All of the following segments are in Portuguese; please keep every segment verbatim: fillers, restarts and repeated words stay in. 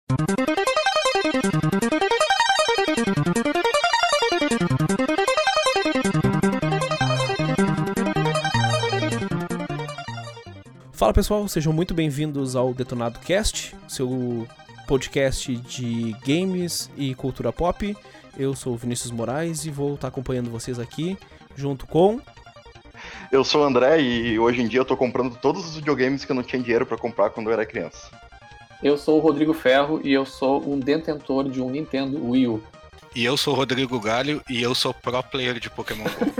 Fala pessoal, sejam muito bem-vindos ao Detonado Cast, seu podcast de games e cultura pop. Eu sou o Vinícius Moraes e vou estar acompanhando vocês aqui, junto com... Eu sou o André e hoje em dia eu tô comprando todos os videogames que eu não tinha dinheiro pra comprar quando eu era criança. Eu sou o Rodrigo Ferro e eu sou um detentor de um Nintendo Wii U. E eu sou o Rodrigo Galho e eu sou pro player de Pokémon Go.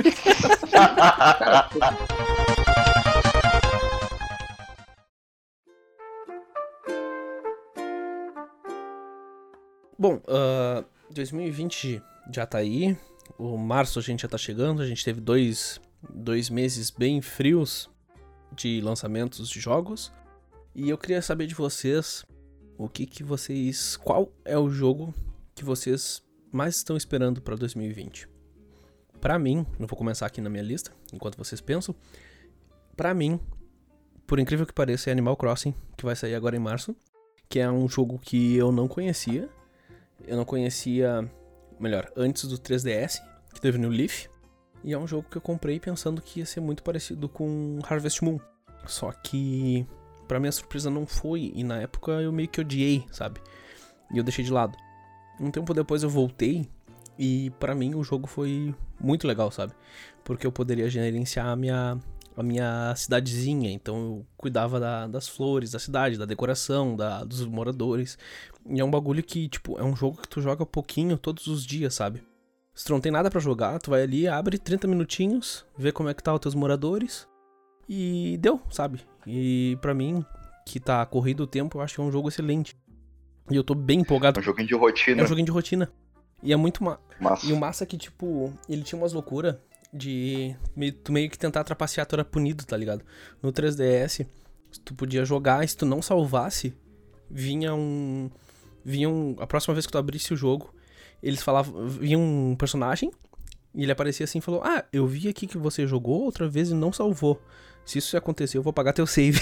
Bom, uh, dois mil e vinte já tá aí, o março a gente já tá chegando, a gente teve dois, dois meses bem frios de lançamentos de jogos. E eu queria saber de vocês, o que que vocês, qual é o jogo que vocês mais estão esperando para dois mil e vinte? Pra mim, eu vou começar aqui na minha lista, enquanto vocês pensam. Pra mim, por incrível que pareça, é Animal Crossing, que vai sair agora em março, que é um jogo que eu não conhecia. Eu não conhecia, melhor, antes do três D S, que teve no Leaf. E é um jogo que eu comprei pensando que ia ser muito parecido com Harvest Moon. Só que, pra minha surpresa, não foi. E na época eu meio que odiei, sabe? E eu deixei de lado. Um tempo depois eu voltei e pra mim o jogo foi muito legal, sabe? Porque eu poderia gerenciar a minha... a minha cidadezinha, então eu cuidava da, das flores, da cidade, da decoração, da, dos moradores. E é um bagulho que, tipo, é um jogo que tu joga pouquinho todos os dias, sabe? Se tu não tem nada pra jogar, tu vai ali, abre trinta minutinhos, vê como é que tá os teus moradores e deu, sabe? E pra mim, que tá corrido o tempo, eu acho que é um jogo excelente. E eu tô bem empolgado. É um joguinho de rotina. É um joguinho de rotina. E é muito ma... massa. E o massa é que, tipo, ele tinha umas loucuras de meio, tu meio que tentar trapacear, tu era punido, tá ligado? No três D S, tu podia jogar e se tu não salvasse, vinha um... Vinha um... A próxima vez que tu abrisse o jogo, eles falavam... Vinha um personagem e ele aparecia assim e falou: ah, eu vi aqui que você jogou outra vez e não salvou. Se isso acontecer, eu vou pagar teu save.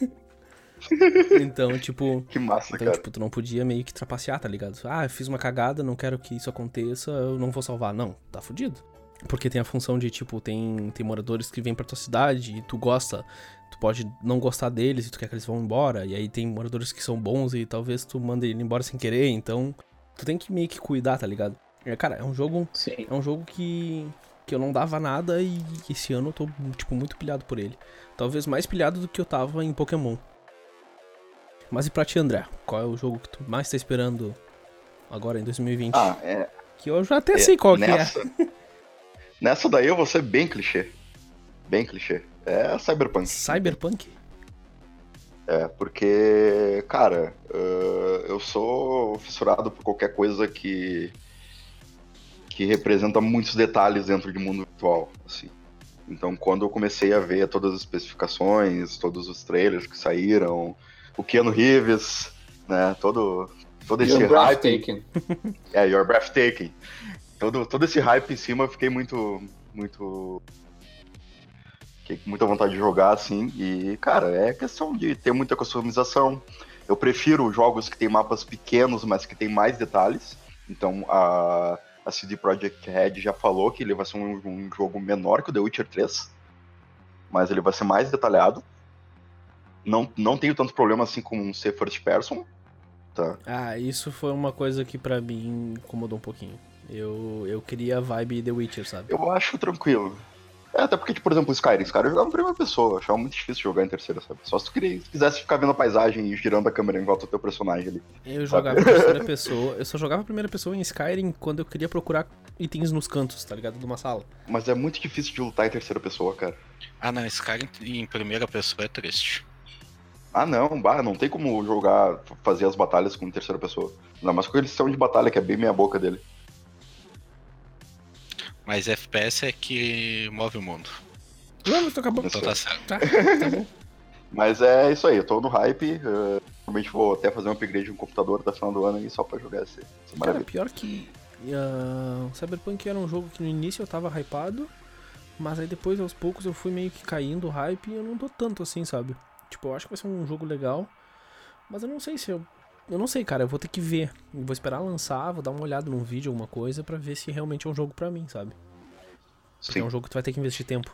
Então, tipo... Que massa, então, cara. tipo, tu não podia meio que trapacear, tá ligado? Ah, eu fiz uma cagada, não quero que isso aconteça, eu não vou salvar. Não, tá fudido. Porque tem a função de, tipo, tem, tem moradores que vêm pra tua cidade e tu gosta, tu pode não gostar deles e tu quer que eles vão embora. E aí tem moradores que são bons e talvez tu mande ele embora sem querer, então tu tem que meio que cuidar, tá ligado? É, cara, é um jogo, Sim. é um jogo que, que eu não dava nada e esse ano eu tô, tipo, muito pilhado por ele. Talvez mais pilhado do que eu tava em Pokémon. Mas e pra ti, André? Qual é o jogo que tu mais tá esperando agora em dois mil e vinte? Ah, é... Que eu já até é, sei qual nessa... que é. Nessa daí eu vou ser bem clichê. Bem clichê. É Cyberpunk. Cyberpunk? É, porque, cara, uh, eu sou fissurado por qualquer coisa que que representa muitos detalhes dentro de mundo virtual, assim. Então, quando eu comecei a ver todas as especificações, todos os trailers que saíram, o Keanu Reeves, né, todo, todo esse You're hype... breathtaking. É, You're breathtaking. Todo, todo esse hype em cima, eu fiquei muito, muito... Fiquei com muita vontade de jogar, assim, e, cara, é questão de ter muita customização. Eu prefiro jogos que tem mapas pequenos, mas que tem mais detalhes. Então, a, a C D Projekt Red já falou que ele vai ser um, um jogo menor que o The Witcher três, mas ele vai ser mais detalhado. Não, não tenho tanto problema, assim, com ser first person, tá? Ah, isso foi uma coisa que pra mim incomodou um pouquinho. Eu, eu queria a vibe The Witcher, sabe? Eu acho tranquilo. É, até porque, tipo, por exemplo, Skyrim. Skyrim eu jogava em primeira pessoa, eu achava muito difícil jogar em terceira, sabe? Só se tu queria, se quisesse ficar vendo a paisagem e girando a câmera em volta do teu personagem ali. Eu jogava em primeira pessoa, eu só jogava em primeira pessoa em Skyrim quando eu queria procurar itens nos cantos, tá ligado? De uma sala. Mas é muito difícil de lutar em terceira pessoa, cara. Ah, não, Skyrim em primeira pessoa é triste. Ah, não, bah, não tem como jogar, fazer as batalhas com terceira pessoa. Ainda mais com aquele sistema de batalha, que é bem meia boca dele. Mas F P S é que move o mundo. Não, mas tu acabou. Então tá certo. Tá, tá bom. Mas é isso aí, eu tô no hype. Uh, realmente vou até fazer um upgrade de um computador até final do ano aí só pra jogar essa, essa Cara, maravilha. pior que uh, Cyberpunk era um jogo que no início eu tava hypado, mas aí depois aos poucos eu fui meio que caindo o hype e eu não tô tanto assim, sabe? Tipo, eu acho que vai ser um jogo legal, mas eu não sei se eu eu não sei, cara, eu vou ter que ver. Eu vou esperar lançar, vou dar uma olhada num vídeo, alguma coisa, pra ver se realmente é um jogo pra mim, sabe? Porque Sim. é um jogo que tu vai ter que investir tempo.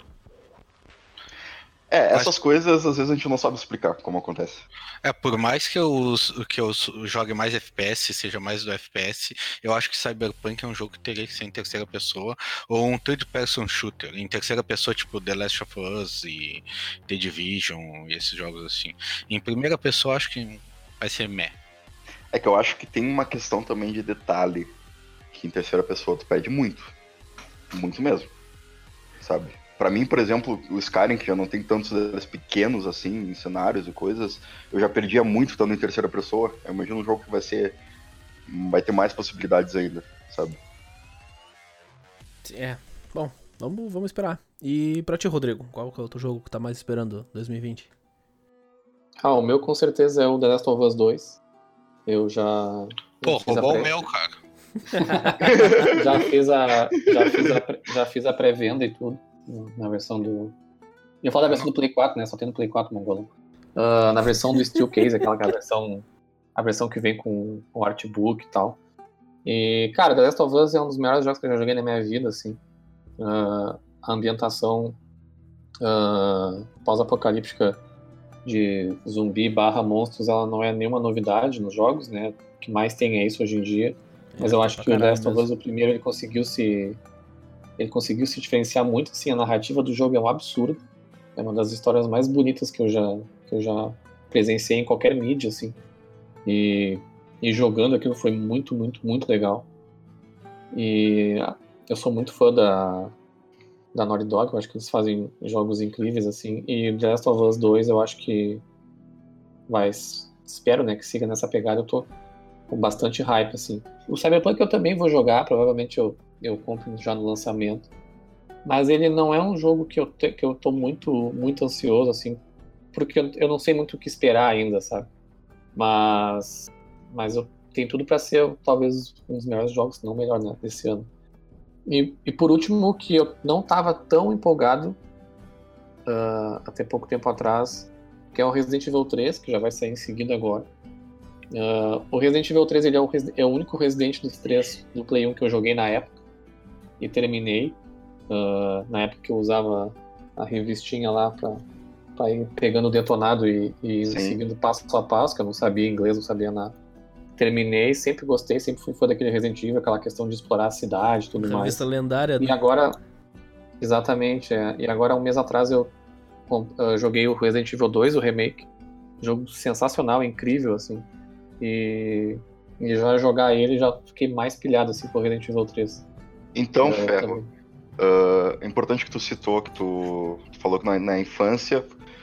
É, Mas- essas coisas às vezes a gente não sabe explicar como acontece. É, por mais que eu, que eu jogue mais F P S, seja mais do F P S, eu acho que Cyberpunk é um jogo que teria que ser em terceira pessoa, ou um third person shooter, em terceira pessoa, tipo The Last of Us e The Division, e esses jogos assim. Em primeira pessoa, acho que vai ser meh. É que eu acho que tem uma questão também de detalhe, que em terceira pessoa tu pede muito. Muito mesmo. Sabe? Pra mim, por exemplo, o Skyrim, que já não tem tantos detalhes pequenos assim, em cenários e coisas, eu já perdia muito estando em terceira pessoa. Eu imagino um jogo que vai ser. Vai ter mais possibilidades ainda, sabe? É, bom, vamos, vamos esperar. E pra ti, Rodrigo, qual que é o teu jogo que tá mais esperando dois mil e vinte? Ah, o meu com certeza é o The Last of Us dois. Eu já. Pô, já fiz a roubou pré- o meu, cara. já fiz a já fiz a, pré- já fiz a pré-venda e tudo na versão do. Eu falo da versão do Play quatro, né? Só tem no Play quatro, mongolão. Uh, na versão do Steelcase, aquela que é a versão a versão que vem com o artbook e tal. E cara, The Last of Us é um dos melhores jogos que eu já joguei na minha vida, assim. Uh, a ambientação uh, pós-apocalíptica de zumbi barra monstros, ela não é nenhuma novidade nos jogos, né? O que mais tem é isso hoje em dia. Mas É, eu tá acho pra que o The caralho Last of mesmo. Us, o primeiro, ele conseguiu se ele conseguiu se diferenciar muito, assim, a narrativa do jogo é um absurdo. É uma das histórias mais bonitas que eu já que eu já presenciei em qualquer mídia, assim. E, e jogando aquilo foi muito, muito, muito legal. E ah, eu sou muito fã da da Naughty Dog, eu acho que eles fazem jogos incríveis, assim. E The Last of Us dois, eu acho que vai, espero, né, que siga nessa pegada. Eu tô com bastante hype, assim. O Cyberpunk eu também vou jogar, provavelmente eu, eu compro já no lançamento. Mas ele não é um jogo que eu, te, que eu tô muito, muito ansioso, assim, porque eu, eu não sei muito o que esperar ainda, sabe? Mas, mas eu tenho tudo pra ser talvez um dos melhores jogos, se não o melhor, né, desse ano. E, e por último, que eu não tava tão empolgado uh, até pouco tempo atrás, que é o Resident Evil três, que já vai sair em seguida agora. Uh, o Resident Evil três ele é, o, é o único Resident dos três do Play um que eu joguei na época e terminei. Uh, na época que eu usava a revistinha lá pra, pra ir pegando o detonado e, e seguindo passo a passo, que eu não sabia inglês, não sabia nada. Terminei, sempre gostei, sempre fui fã daquele Resident Evil, aquela questão de explorar a cidade e tudo mais. Revista lendária, E né? agora, exatamente, é, e agora um mês atrás eu uh, joguei o Resident Evil dois, o remake. Jogo sensacional, incrível, assim. E, e já jogar ele, já fiquei mais pilhado, assim, por Resident Evil três. Então, É, Ferro, uh, é importante que tu citou, que tu, tu falou que na, na infância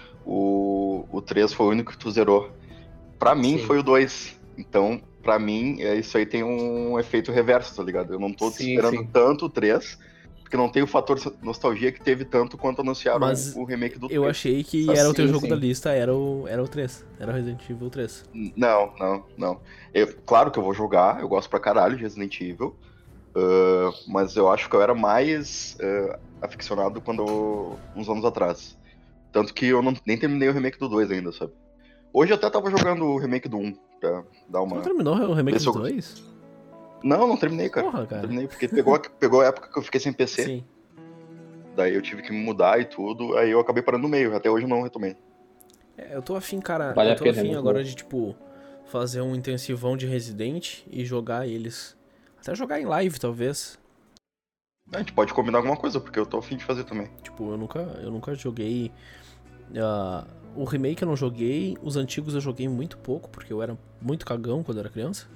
o, o três foi o único que tu zerou. Pra mim Sim. foi o dois. Então, pra mim, é, isso aí tem um efeito reverso, tá ligado? Eu não tô Sim, esperando sim. tanto o três, porque não tem o fator nostalgia que teve tanto quanto anunciaram Mas o, o remake do Eu três. achei que Ah, era o teu sim, jogo sim. da lista, era o, era o três. Era o Resident Evil três. Não, não, não. Eu, claro que eu vou jogar, eu gosto pra caralho de Resident Evil, uh, mas eu acho que eu era mais uh, aficionado quando uns anos atrás. Tanto que eu não, nem terminei o remake do dois ainda, sabe? Hoje eu até tava jogando o remake do um, pra dar uma... Não terminou o remake Esse do eu- dois? Não, não terminei, cara. Porra, Não cara. terminei, porque pegou, pegou a época que eu fiquei sem P C, Sim. daí eu tive que me mudar e tudo, aí eu acabei parando no meio, até hoje eu não retomei. É, eu tô afim, cara. Vale eu a tô pena, é afim muito agora bom. de, tipo, fazer um intensivão de Resident e jogar eles. Até jogar em live, talvez. A gente pode combinar alguma coisa, porque eu tô afim de fazer também. Tipo, eu nunca, eu nunca joguei. ah, o remake eu não joguei, os antigos eu joguei muito pouco, porque eu era muito cagão quando eu era criança.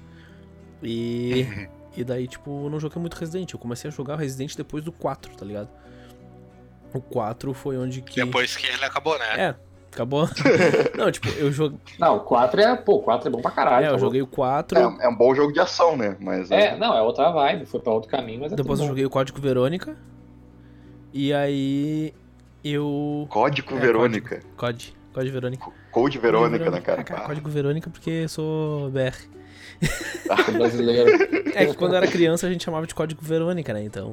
E. E daí, tipo, eu não joguei muito Resident. Eu comecei a jogar Resident depois do quatro, tá ligado? O quatro foi onde que. Depois que ele acabou, né? É, acabou. Não, tipo, eu joguei. Não, o quatro é, pô, o quatro é bom pra caralho. É, tá eu louco. joguei o quatro. É, é um bom jogo de ação, né? Mas É, não, é outra vibe, foi pra outro caminho, mas é Depois eu tudo bom. joguei o Código Verônica. E aí. Eu. Código É, Verônica. Código. Código Verônica. Code Verônica, né, cara? Ah, cara, Código Verônica porque eu sou B R. Brasileiro. É que quando eu era criança a gente chamava de Código Verônica, né? Então.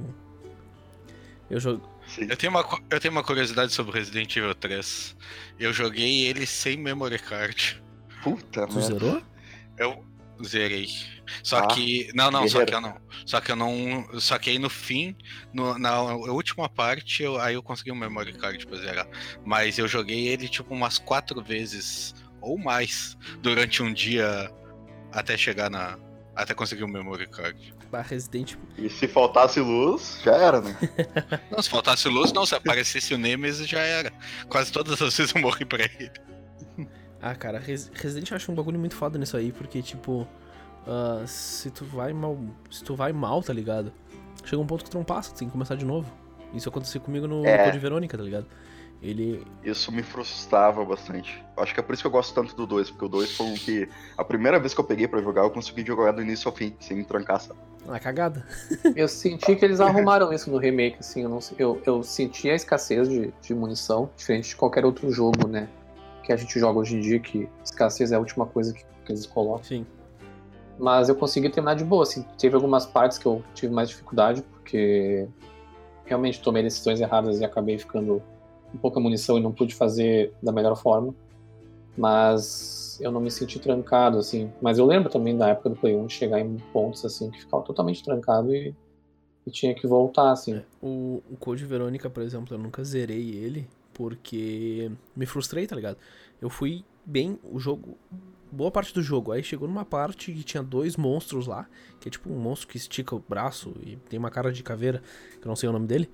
Eu jogo. Sim. Eu tenho, uma, cu- eu tenho uma curiosidade sobre Resident Evil três. Eu joguei ele sem memory card. Puta Tu merda. zerou? Eu zerei. Só Ah, que. Não, não, só guerreiro. que eu não. Só que eu não. Só que aí no fim, no- na última parte, eu- aí eu consegui um memory card pra zerar. Mas eu joguei ele tipo umas quatro vezes ou mais durante um dia até chegar na. Até conseguir um memory card. Bah, Resident... E se faltasse luz, já era, né? Não, se faltasse luz, não, se aparecesse o Nemesis já era. Quase todas as vezes eu morri pra ele. Ah, cara, Res- Resident eu acho um bagulho muito foda nisso aí, porque, tipo, ah, se tu vai mal, se tu vai mal, tá ligado? Chega um ponto que tu não passa, tu tem que começar de novo. Isso aconteceu comigo no, É. no Code Verônica, tá ligado? Ele... Isso me frustrava bastante. Acho que é por isso que eu gosto tanto do dois, porque o dois foi um que... A primeira vez que eu peguei pra jogar, eu consegui jogar do início ao fim, sem me trancar, sabe? Ah, cagada. Eu senti que eles arrumaram isso no remake, assim, eu, não, sei- eu, eu senti a escassez de, de munição, diferente de qualquer outro jogo, né? Que a gente joga hoje em dia, que escassez é a última coisa que, que eles colocam. Sim. Mas eu consegui terminar de boa, assim. Teve algumas partes que eu tive mais dificuldade, porque realmente tomei decisões erradas e acabei ficando com pouca munição e não pude fazer da melhor forma. Mas eu não me senti trancado, assim. Mas eu lembro também da época do Play um de chegar em pontos, assim, que ficava totalmente trancado e, e tinha que voltar, assim. O, o Code Verônica, por exemplo, eu nunca zerei ele, porque me frustrei, tá ligado? Eu fui bem, o jogo... Boa parte do jogo. Aí chegou numa parte que tinha dois monstros lá, que é tipo um monstro que estica o braço e tem uma cara de caveira, que eu não sei o nome dele.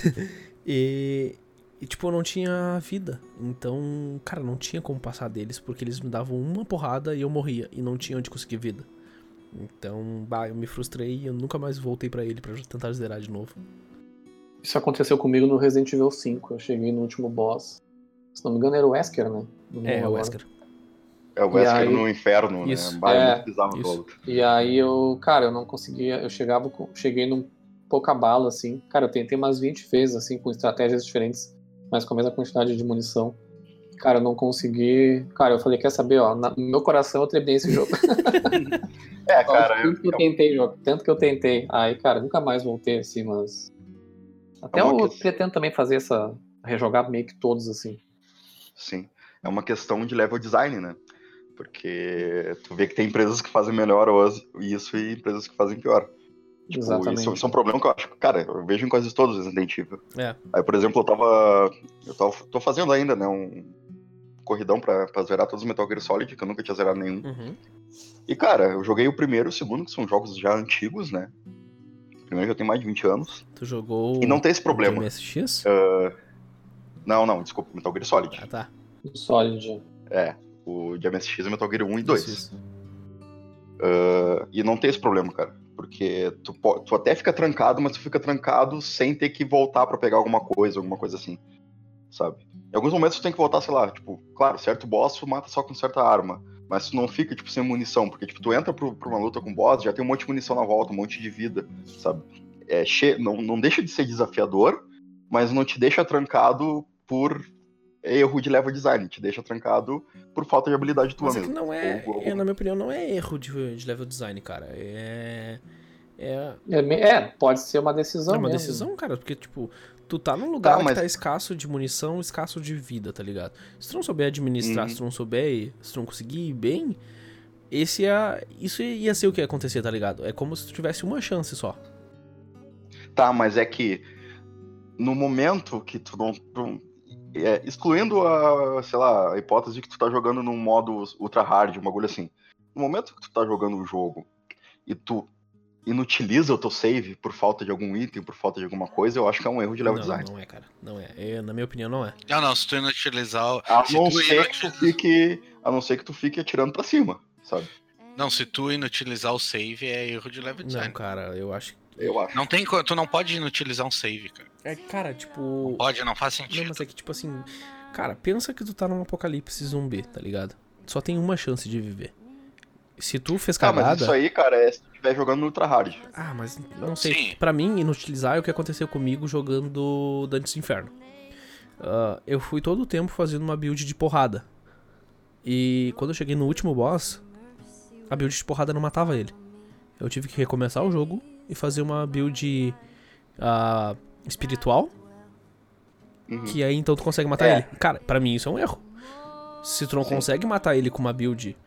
e, e tipo, eu não tinha vida. Então, cara, não tinha como passar deles, porque eles me davam uma porrada e eu morria, e não tinha onde conseguir vida. Então, bah, eu me frustrei e eu nunca mais voltei pra ele pra tentar zerar de novo. Isso aconteceu comigo no Resident Evil cinco. Eu cheguei no último boss. Se não me engano, era o Wesker, né? Não É, lembro o agora. Wesker. É o Wesker aí- no inferno, Isso. né? Bah, é É, muito bizarro isso. a luta. E aí eu, cara, eu não conseguia, eu chegava, com, cheguei num pouca bala, assim. Cara, eu tentei umas vinte vezes, assim, com estratégias diferentes, mas com a mesma quantidade de munição. Cara, eu não consegui. Cara, eu falei, quer saber, ó, na- no meu coração eu terminei esse jogo. É, cara, eu, tanto que eu tentei, jogo, tanto que eu tentei. Aí, cara, nunca mais voltei, assim, mas. Até É uma eu questão- pretendo também fazer essa. Rejogar meio que todos, assim. sim. É uma questão de level design, né? Porque tu vê que tem empresas que fazem melhor isso e empresas que fazem pior. Tipo, Exatamente. isso, isso é um problema que eu acho. Cara, eu vejo em quase todos os Resident Evil. É. Aí, por exemplo, eu tava. Eu tava, tô fazendo ainda, né? Um corridão pra, pra zerar todos os Metal Gear Solid, que eu nunca tinha zerado nenhum. Uhum. E, cara, eu joguei o primeiro e o segundo, que são jogos já antigos, né? O primeiro já tem mais de vinte anos. Tu jogou E não tem esse o problema. M S X? Não, não, desculpa, Metal Gear Solid. Ah, tá. O Solid. É, o de M S X é Metal Gear um e dois. Isso, isso. Uh, e não tem esse problema, cara. Porque tu, po- tu até fica trancado, mas tu fica trancado sem ter que voltar pra pegar alguma coisa, alguma coisa assim. Sabe? Em alguns momentos tu tem que voltar, sei lá, tipo, claro, certo boss tu mata só com certa arma. Mas tu não fica, tipo, sem munição. Porque, tipo, tu entra pro, pra uma luta com boss, já tem um monte de munição na volta, um monte de vida, sabe? É, che- não, não deixa de ser desafiador, mas não te deixa trancado por erro de level design. Te deixa trancado por falta de habilidade tua Mas é que mesmo. não é, Ou- ou- é, na minha opinião, não é erro de, de level design, cara. É. É, É, me- é, pode ser uma decisão. é uma mesmo. decisão, cara, porque, tipo, tu tá num lugar Tá, mas- que tá escasso de munição, escasso de vida, tá ligado? Se tu não souber administrar, Uhum. se tu não souber, se tu não conseguir ir bem, esse ia, isso ia ser o que ia acontecer, tá ligado? É como se tu tivesse uma chance só. Tá, mas é que no momento que tu não. tu- é, excluindo a, sei lá, a hipótese de que tu tá jogando num modo ultra hard, um bagulho assim. No momento que tu tá jogando o jogo e tu inutiliza o teu save por falta de algum item, por falta de alguma coisa, eu acho que é um erro de level Não, design. não é, cara. Não é. É, na minha opinião, não é. Não, não, se tu inutilizar o. A se não tu ser que tu inutil- fique. A não ser que tu fique atirando pra cima, sabe? Não, se tu inutilizar o save é erro de level design. Não, cara, eu acho que. Eu acho. Não tem, co- tu não pode inutilizar um save, cara. É, cara, tipo. Pode, não faz Não, sentido. mas é que, tipo assim. Cara, pensa que tu tá num apocalipse zumbi, tá ligado? Só tem uma chance de viver. Se tu fez Tá, cagada. mas isso aí, cara, é se tu estiver jogando no ultra hard. Ah, mas não sei. Sim. Pra mim, inutilizar é o que aconteceu comigo jogando Dantes Inferno. Ah, eu fui todo o tempo fazendo uma build de porrada. E quando eu cheguei no último boss, a build de porrada não matava ele. Eu tive que recomeçar o jogo e fazer uma build ah, espiritual. Uhum. Que aí então tu consegue matar É. ele. Cara, pra mim isso é um erro. Se tu não Sim. consegue matar ele com uma build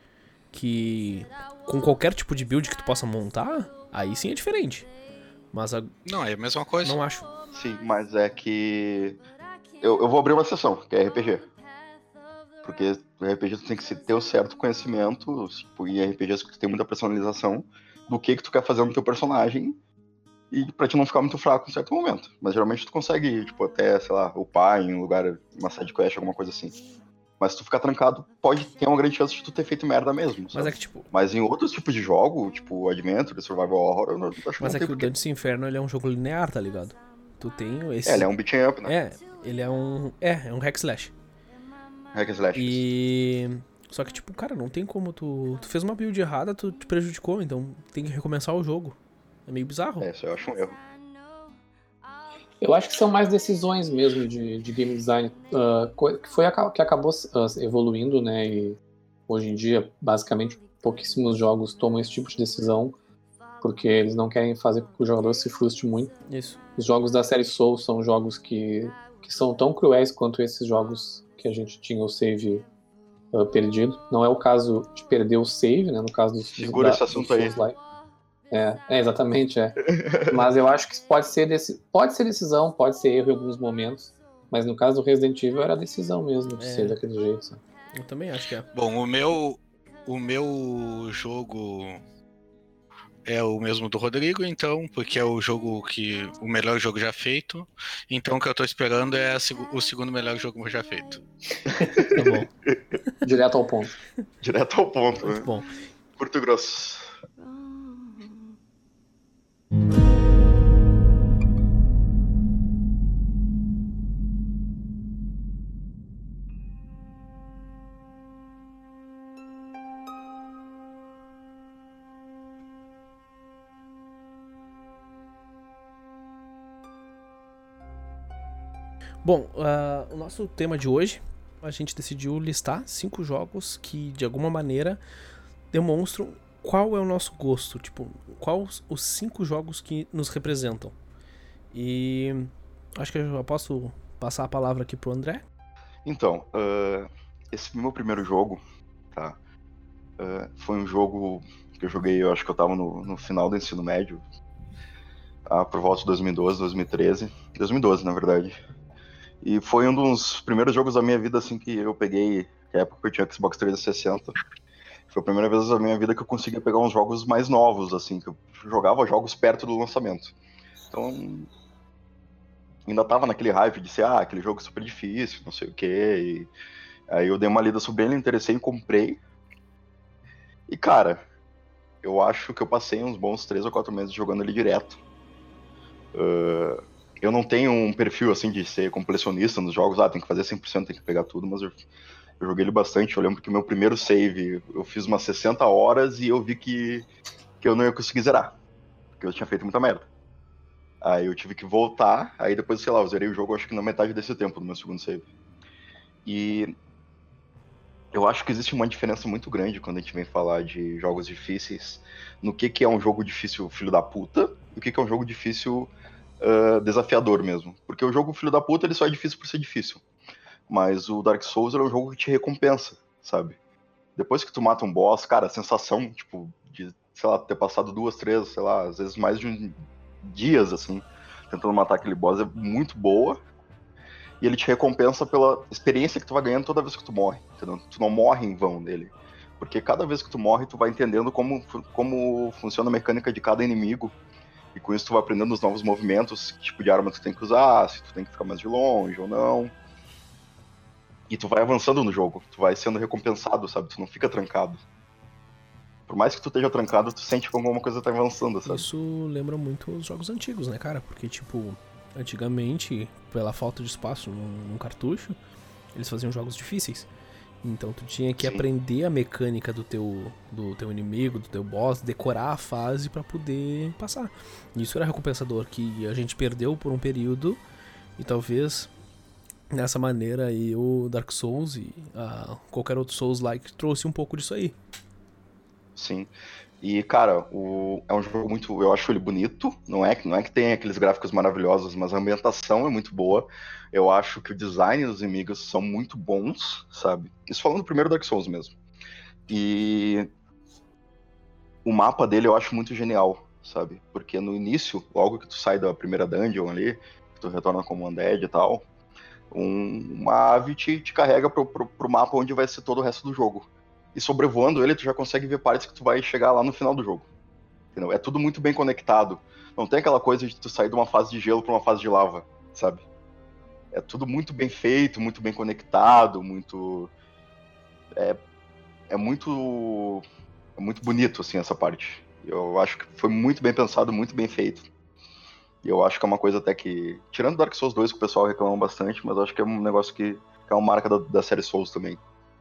que com qualquer tipo de build que tu possa montar, aí sim é diferente. Mas a... Não, é a mesma coisa. Não acho. Sim, mas é que... Eu, eu vou abrir uma sessão, que é R P G. Porque no R P G tu tem que ter um certo conhecimento, tipo, em R P Gs que tu tem muita personalização, do que que tu quer fazer no teu personagem, e pra te não ficar muito fraco em certo momento. Mas geralmente tu consegue, tipo, até, sei lá, upar em um lugar, uma side quest, alguma coisa assim. Mas se tu ficar trancado, pode ter uma grande chance de tu ter feito merda mesmo, sabe? Mas é que, tipo... Mas em outros tipos de jogo, tipo Adventure, Survival Horror, eu não acho que Mas não é tem que o porquê. Dante's Inferno, ele é um jogo linear, tá ligado? Tu tem esse... É, ele é um beat'em up, né? É, ele é um... É, é um hack slash. Hack and slash. E... Só que, tipo, cara, não tem como tu... Tu fez uma build errada, tu te prejudicou, então tem que recomeçar o jogo. É meio bizarro. É, isso eu acho um erro. Eu acho que são mais decisões mesmo de, de game design, uh, que foi a, que acabou uh, evoluindo, né? E hoje em dia, basicamente, pouquíssimos jogos tomam esse tipo de decisão, porque eles não querem fazer com que o jogador se frustre muito. Isso. Os jogos da série Souls são jogos que, que são tão cruéis quanto esses jogos que a gente tinha o save uh, perdido. Não é o caso de perder o save, né? No caso dos, Segura da, esse assunto aí. Souls-like. É, é, exatamente, é. Mas eu acho que pode ser, deci... pode ser decisão, pode ser erro em alguns momentos, mas no caso do Resident Evil era decisão mesmo de É. ser daquele jeito. Sabe? Eu também acho que é. Bom, o meu, o meu jogo é o mesmo do Rodrigo, então, porque é o jogo que o melhor jogo já feito. Então o que eu tô esperando é a, o segundo melhor jogo já feito. Tá bom. Direto ao ponto. Direto ao ponto, Muito né? bom. Curto e grosso. Bom, uh, o nosso tema de hoje, a gente decidiu listar cinco jogos que, de alguma maneira, demonstram qual é o nosso gosto. Tipo, quais os cinco jogos que nos representam. E acho que eu já posso passar a palavra aqui pro André. Então, uh, esse meu primeiro jogo, tá? Uh, foi um jogo que eu joguei, eu acho que eu tava no, no final do ensino médio, ah, por volta de dois mil e doze, dois mil e treze, dois mil e doze na verdade. E foi um dos primeiros jogos da minha vida assim que eu peguei, que é a época que eu tinha Xbox trezentos e sessenta. Foi a primeira vez da minha vida que eu conseguia pegar uns jogos mais novos, assim, que eu jogava jogos perto do lançamento. Então, ainda tava naquele hype de ser, ah, aquele jogo super difícil, não sei o quê. E aí eu dei uma lida sobre ele, interessei e comprei. E, cara, eu acho que eu passei uns bons três ou quatro meses jogando ele direto. Uh, eu não tenho um perfil, assim, de ser completionista nos jogos, ah, tem que fazer cem por cento, tem que pegar tudo, mas eu, eu joguei ele bastante. Eu lembro que meu primeiro save, eu fiz umas sessenta horas e eu vi que, que eu não ia conseguir zerar, porque eu tinha feito muita merda. Aí eu tive que voltar, aí depois, sei lá, eu zerei o jogo acho que na metade desse tempo, no meu segundo save. E eu acho que existe uma diferença muito grande quando a gente vem falar de jogos difíceis, no que, que é um jogo difícil filho da puta, e o que, que é um jogo difícil uh, desafiador mesmo. Porque o jogo filho da puta, ele só é difícil por ser difícil. Mas o Dark Souls é um jogo que te recompensa, sabe? Depois que tu mata um boss, cara, a sensação, tipo, de, sei lá, ter passado duas, três, sei lá, às vezes mais de um dias, assim, tentando matar aquele boss é muito boa. E ele te recompensa pela experiência que tu vai ganhando toda vez que tu morre, entendeu? Tu não morre em vão dele. Porque cada vez que tu morre, tu vai entendendo como, como funciona a mecânica de cada inimigo. E com isso tu vai aprendendo os novos movimentos, que tipo de arma tu tem que usar, se tu tem que ficar mais de longe ou não. E tu vai avançando no jogo, tu vai sendo recompensado, sabe? Tu não fica trancado. Por mais que tu esteja trancado, tu sente que alguma coisa tá avançando, sabe? Isso lembra muito os jogos antigos, né, cara? Porque, tipo, antigamente, pela falta de espaço num, num cartucho, eles faziam jogos difíceis. Então tu tinha que Sim. aprender a mecânica do teu, do teu inimigo, do teu boss, decorar a fase pra poder passar. E isso era recompensador, que a gente perdeu por um período, e talvez nessa maneira aí o Dark Souls e uh, qualquer outro Souls-like trouxe um pouco disso aí. Sim. E, cara, o... é um jogo muito... Eu acho ele bonito. Não é, não é que tem aqueles gráficos maravilhosos, mas a ambientação é muito boa. Eu acho que o design dos inimigos são muito bons, sabe? Isso falando do primeiro Dark Souls mesmo. E o mapa dele eu acho muito genial, sabe? Porque no início, logo que tu sai da primeira dungeon ali, que tu retorna como Undead e tal, um, uma ave te, te carrega pro, pro, pro mapa onde vai ser todo o resto do jogo. E sobrevoando ele, tu já consegue ver partes que tu vai chegar lá no final do jogo. Entendeu? É tudo muito bem conectado. Não tem aquela coisa de tu sair de uma fase de gelo pra uma fase de lava, sabe? É tudo muito bem feito, muito bem conectado, muito... É, é muito... É muito bonito, assim, essa parte. Eu acho que foi muito bem pensado, muito bem feito. E eu acho que é uma coisa até que... Tirando Dark Souls dois, que o pessoal reclama bastante, mas eu acho que é um negócio que, que é uma marca da, da série Souls também.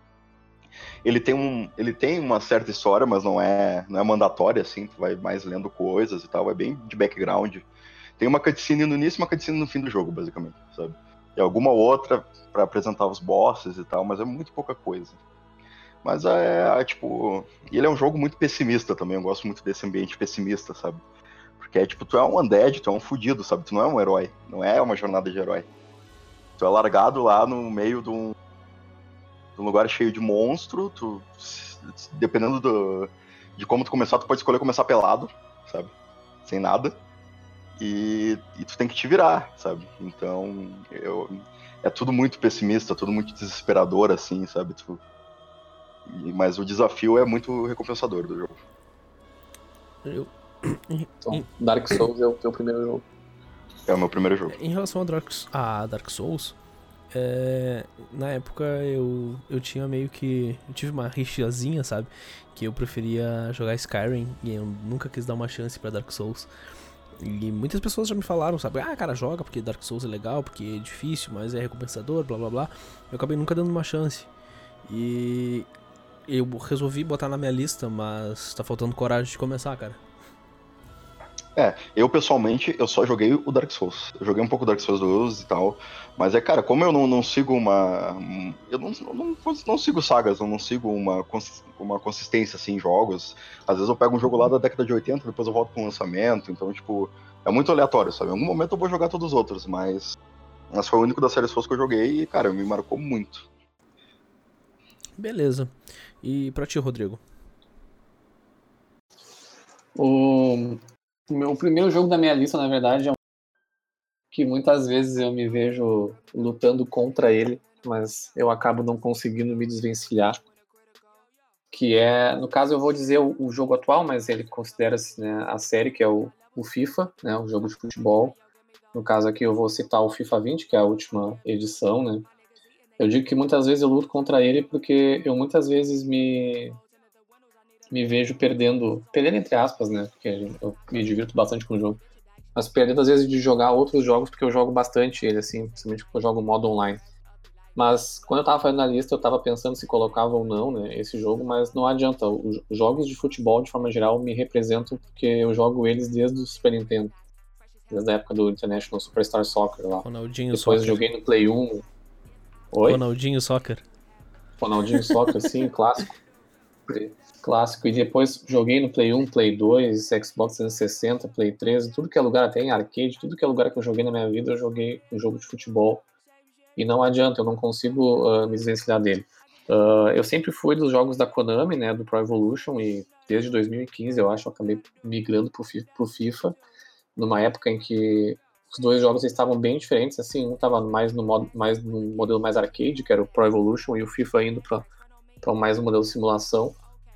Ele tem, um, ele tem uma certa história, mas não é, não é mandatória, assim, tu vai mais lendo coisas e tal, é bem de background. Tem uma cutscene no início e uma cutscene no fim do jogo, basicamente, sabe? E alguma outra pra apresentar os bosses e tal, mas é muito pouca coisa. Mas é, é tipo... E ele é um jogo muito pessimista também, eu gosto muito desse ambiente pessimista, sabe? Porque é tipo, tu é um undead, tu é um fudido, sabe? Tu não é um herói, não é uma jornada de herói. Tu é largado lá no meio de um, de um lugar cheio de monstro, tu... Dependendo do, de como tu começar, tu pode escolher começar pelado, sabe? Sem nada. E, e tu tem que te virar, sabe? Então, eu, é tudo muito pessimista, tudo muito desesperador, assim, sabe? Tu, e, mas o desafio é muito recompensador do jogo. Eu... Então, Dark Souls é o teu primeiro jogo. É o meu primeiro jogo. Em relação a Dark, a Dark Souls, é, na época eu, eu tinha meio que... Eu tive uma rixazinha, sabe? Que eu preferia jogar Skyrim e eu nunca quis dar uma chance pra Dark Souls. E muitas pessoas já me falaram, sabe? Ah, cara, joga porque Dark Souls é legal, porque é difícil, mas é recompensador, blá blá blá. Eu acabei nunca dando uma chance. E eu resolvi botar na minha lista, mas tá faltando coragem de começar, cara. É, eu pessoalmente, eu só joguei o Dark Souls. Eu joguei um pouco Dark Souls dois e tal. Mas é, cara, como eu não, não sigo uma... Eu não, não, não sigo sagas, eu não sigo uma, uma consistência, assim, em jogos. Às vezes eu pego um jogo lá da década de oitenta, depois eu volto pro lançamento. Então, tipo, é muito aleatório, sabe? Em algum momento eu vou jogar todos os outros, mas... Mas foi o único da série Souls que eu joguei e, cara, me marcou muito. Beleza. E pra ti, Rodrigo? O... O meu primeiro jogo da minha lista, na verdade, é um que muitas vezes eu me vejo lutando contra ele, mas eu acabo não conseguindo me desvencilhar. Que é, no caso eu vou dizer o, o jogo atual, mas ele considera-se, né, a série, que é o, o FIFA, né, o jogo de futebol. No caso aqui eu vou citar o FIFA vinte, que é a última edição, né. Eu digo que muitas vezes eu luto contra ele porque eu muitas vezes me... me vejo perdendo, perdendo entre aspas, né, porque eu me divirto bastante com o jogo, mas perdendo às vezes de jogar outros jogos, porque eu jogo bastante ele, assim, principalmente porque eu jogo modo online. Mas quando eu tava fazendo a lista, eu tava pensando se colocava ou não, né, esse jogo, mas não adianta, os jogos de futebol, de forma geral, me representam porque eu jogo eles desde o Super Nintendo, desde a época do International Superstar Soccer lá. Ronaldinho Depois Soccer. joguei no Play um. Oi? Ronaldinho Soccer. Ronaldinho Soccer, sim, clássico. Clássico, e depois joguei no Play um, Play dois, Xbox trezentos e sessenta, Play três, tudo que é lugar, até em arcade, tudo que é lugar que eu joguei na minha vida, eu joguei um jogo de futebol. E não adianta, eu não consigo uh, me desvencilhar dele. Uh, eu sempre fui dos jogos da Konami, né, do Pro Evolution, e desde dois mil e quinze, eu acho, eu acabei migrando pro, pro FIFA, numa época em que os dois jogos estavam bem diferentes, assim, um estava mais no, modo, mais no modelo mais arcade, que era o Pro Evolution, e o FIFA indo para mais um modelo de simulação.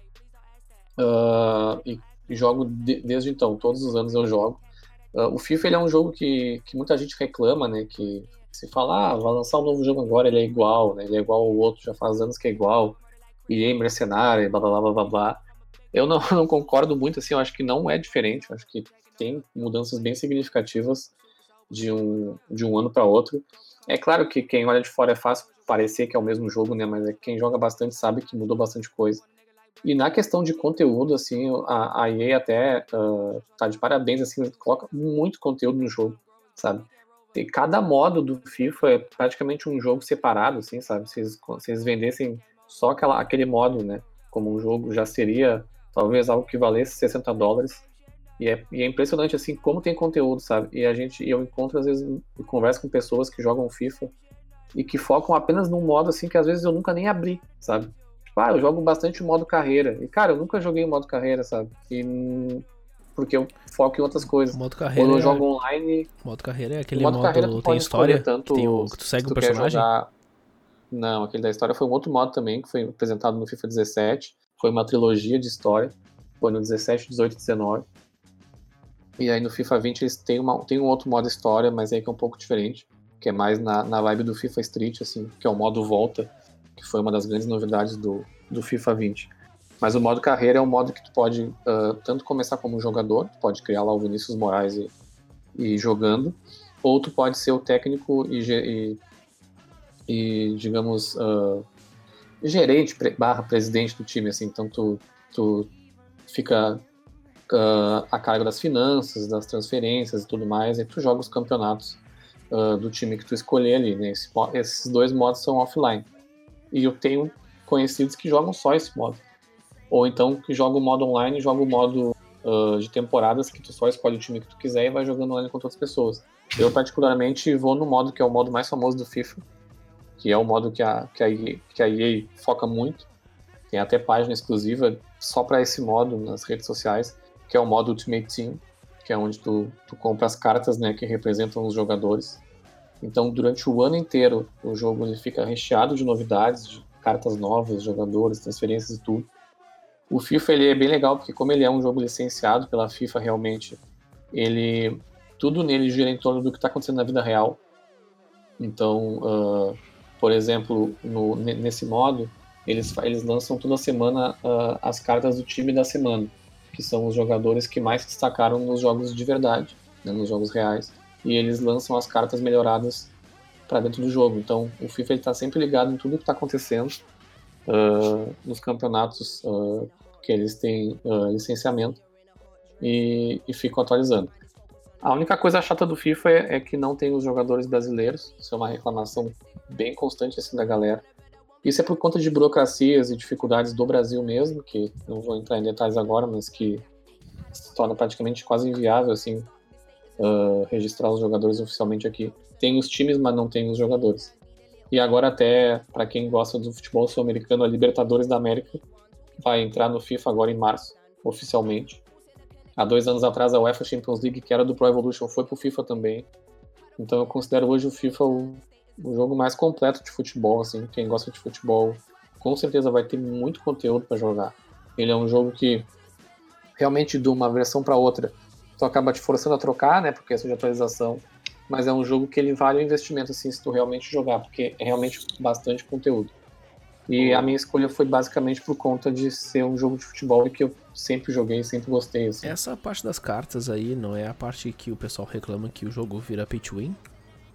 Uh, e, e jogo de, desde então, todos os anos eu jogo. Uh, o FIFA ele é um jogo que, que muita gente reclama, né, que se fala, ah, vai lançar um novo jogo agora, ele é igual, né, ele é igual ao outro, já faz anos que é igual, e é mercenário, blá blá blá blá blá. Eu não, não concordo muito, assim, eu acho que não é diferente, eu acho que tem mudanças bem significativas de um, de um ano para outro. É claro que quem olha de fora é fácil parecer que é o mesmo jogo, né, mas é quem joga bastante sabe que mudou bastante coisa. E na questão de conteúdo, assim, a, a E A até uh, tá de parabéns, assim, coloca muito conteúdo no jogo, sabe? E cada modo do FIFA é praticamente um jogo separado, assim, sabe? Se eles, se eles vendessem só aquela, aquele modo, né, como um jogo, já seria talvez algo que valesse sessenta dólares. E é, e é impressionante, assim, como tem conteúdo, sabe? E a gente, eu encontro, às vezes, eu converso com pessoas que jogam FIFA e que focam apenas num modo, assim, que às vezes eu nunca nem abri, sabe? tipo, ah, eu jogo bastante o modo carreira. E, cara, eu nunca joguei o modo carreira, sabe? E, porque eu foco em outras coisas. O modo Quando carreira eu é... jogo online... O modo carreira é aquele o modo, modo carreira tu tem pode história, escolher tanto que, tem o, que tu segue se o tu quer personagem? jogar... Não, aquele da história foi um outro modo também, que foi apresentado no FIFA dezessete. Foi uma trilogia de história. Foi no dezessete, dezoito e dezenove. E aí no FIFA vinte eles têm, uma, têm um outro modo história, mas aí que é um pouco diferente, que é mais na, na vibe do FIFA Street, assim, que é o modo volta, que foi uma das grandes novidades do, do FIFA vinte. Mas o modo carreira é um modo que tu pode uh, tanto começar como jogador, tu pode criar lá o Vinícius Moraes e, e ir jogando, ou tu pode ser o técnico e, e, e digamos, uh, gerente barra presidente do time, assim, então tu, tu fica... Uh, a carga das finanças, das transferências e tudo mais, e tu joga os campeonatos uh, do time que tu escolher ali, né? Esse, esses dois modos são offline. E eu tenho conhecidos que jogam só esse modo. Ou então que jogam o modo online e jogam o modo uh, de temporadas, que tu só escolhe o time que tu quiser e vai jogando online com outras pessoas. Eu particularmente vou no modo que é o modo mais famoso do FIFA, que é o modo que a, que a, E A, que a E A foca muito. Tem até página exclusiva só para esse modo nas redes sociais, que é o modo Ultimate Team, que é onde tu, tu compra as cartas, né, que representam os jogadores. Então, durante o ano inteiro, o jogo ele fica recheado de novidades, de cartas novas, jogadores, transferências e tudo. O FIFA ele é bem legal, porque como ele é um jogo licenciado pela FIFA realmente, ele, tudo nele gira em torno do que está acontecendo na vida real. Então, uh, por exemplo, no, nesse modo, eles, eles lançam toda semana uh, as cartas do time da semana, que são os jogadores que mais se destacaram nos jogos de verdade, né, nos jogos reais, e eles lançam as cartas melhoradas para dentro do jogo. Então o FIFA está sempre ligado em tudo que está acontecendo uh, nos campeonatos uh, que eles têm uh, licenciamento e, e ficam atualizando. A única coisa chata do FIFA é, é que não tem os jogadores brasileiros. Isso é uma reclamação bem constante assim, da galera. Isso é por conta de burocracias e dificuldades do Brasil mesmo, que não vou entrar em detalhes agora, mas que se torna praticamente quase inviável assim, uh, registrar os jogadores oficialmente aqui. Tem os times, mas não tem os jogadores. E agora até, para quem gosta do futebol sul-americano, a Libertadores da América vai entrar no FIFA agora em março, oficialmente. Há dois anos atrás, a UEFA Champions League, que era do Pro Evolution, foi pro FIFA também. Então eu considero hoje o FIFA o o jogo mais completo de futebol, assim, quem gosta de futebol com certeza vai ter muito conteúdo para jogar. Ele é um jogo que realmente de uma versão para outra tu acaba te forçando a trocar, né, por questão de atualização, mas é um jogo que ele vale o investimento, assim, se tu realmente jogar, porque é realmente bastante conteúdo. E a minha escolha foi basicamente por conta de ser um jogo de futebol e que eu sempre joguei, sempre gostei, assim. Essa parte das cartas aí não é a parte que o pessoal reclama que o jogo vira pay to win?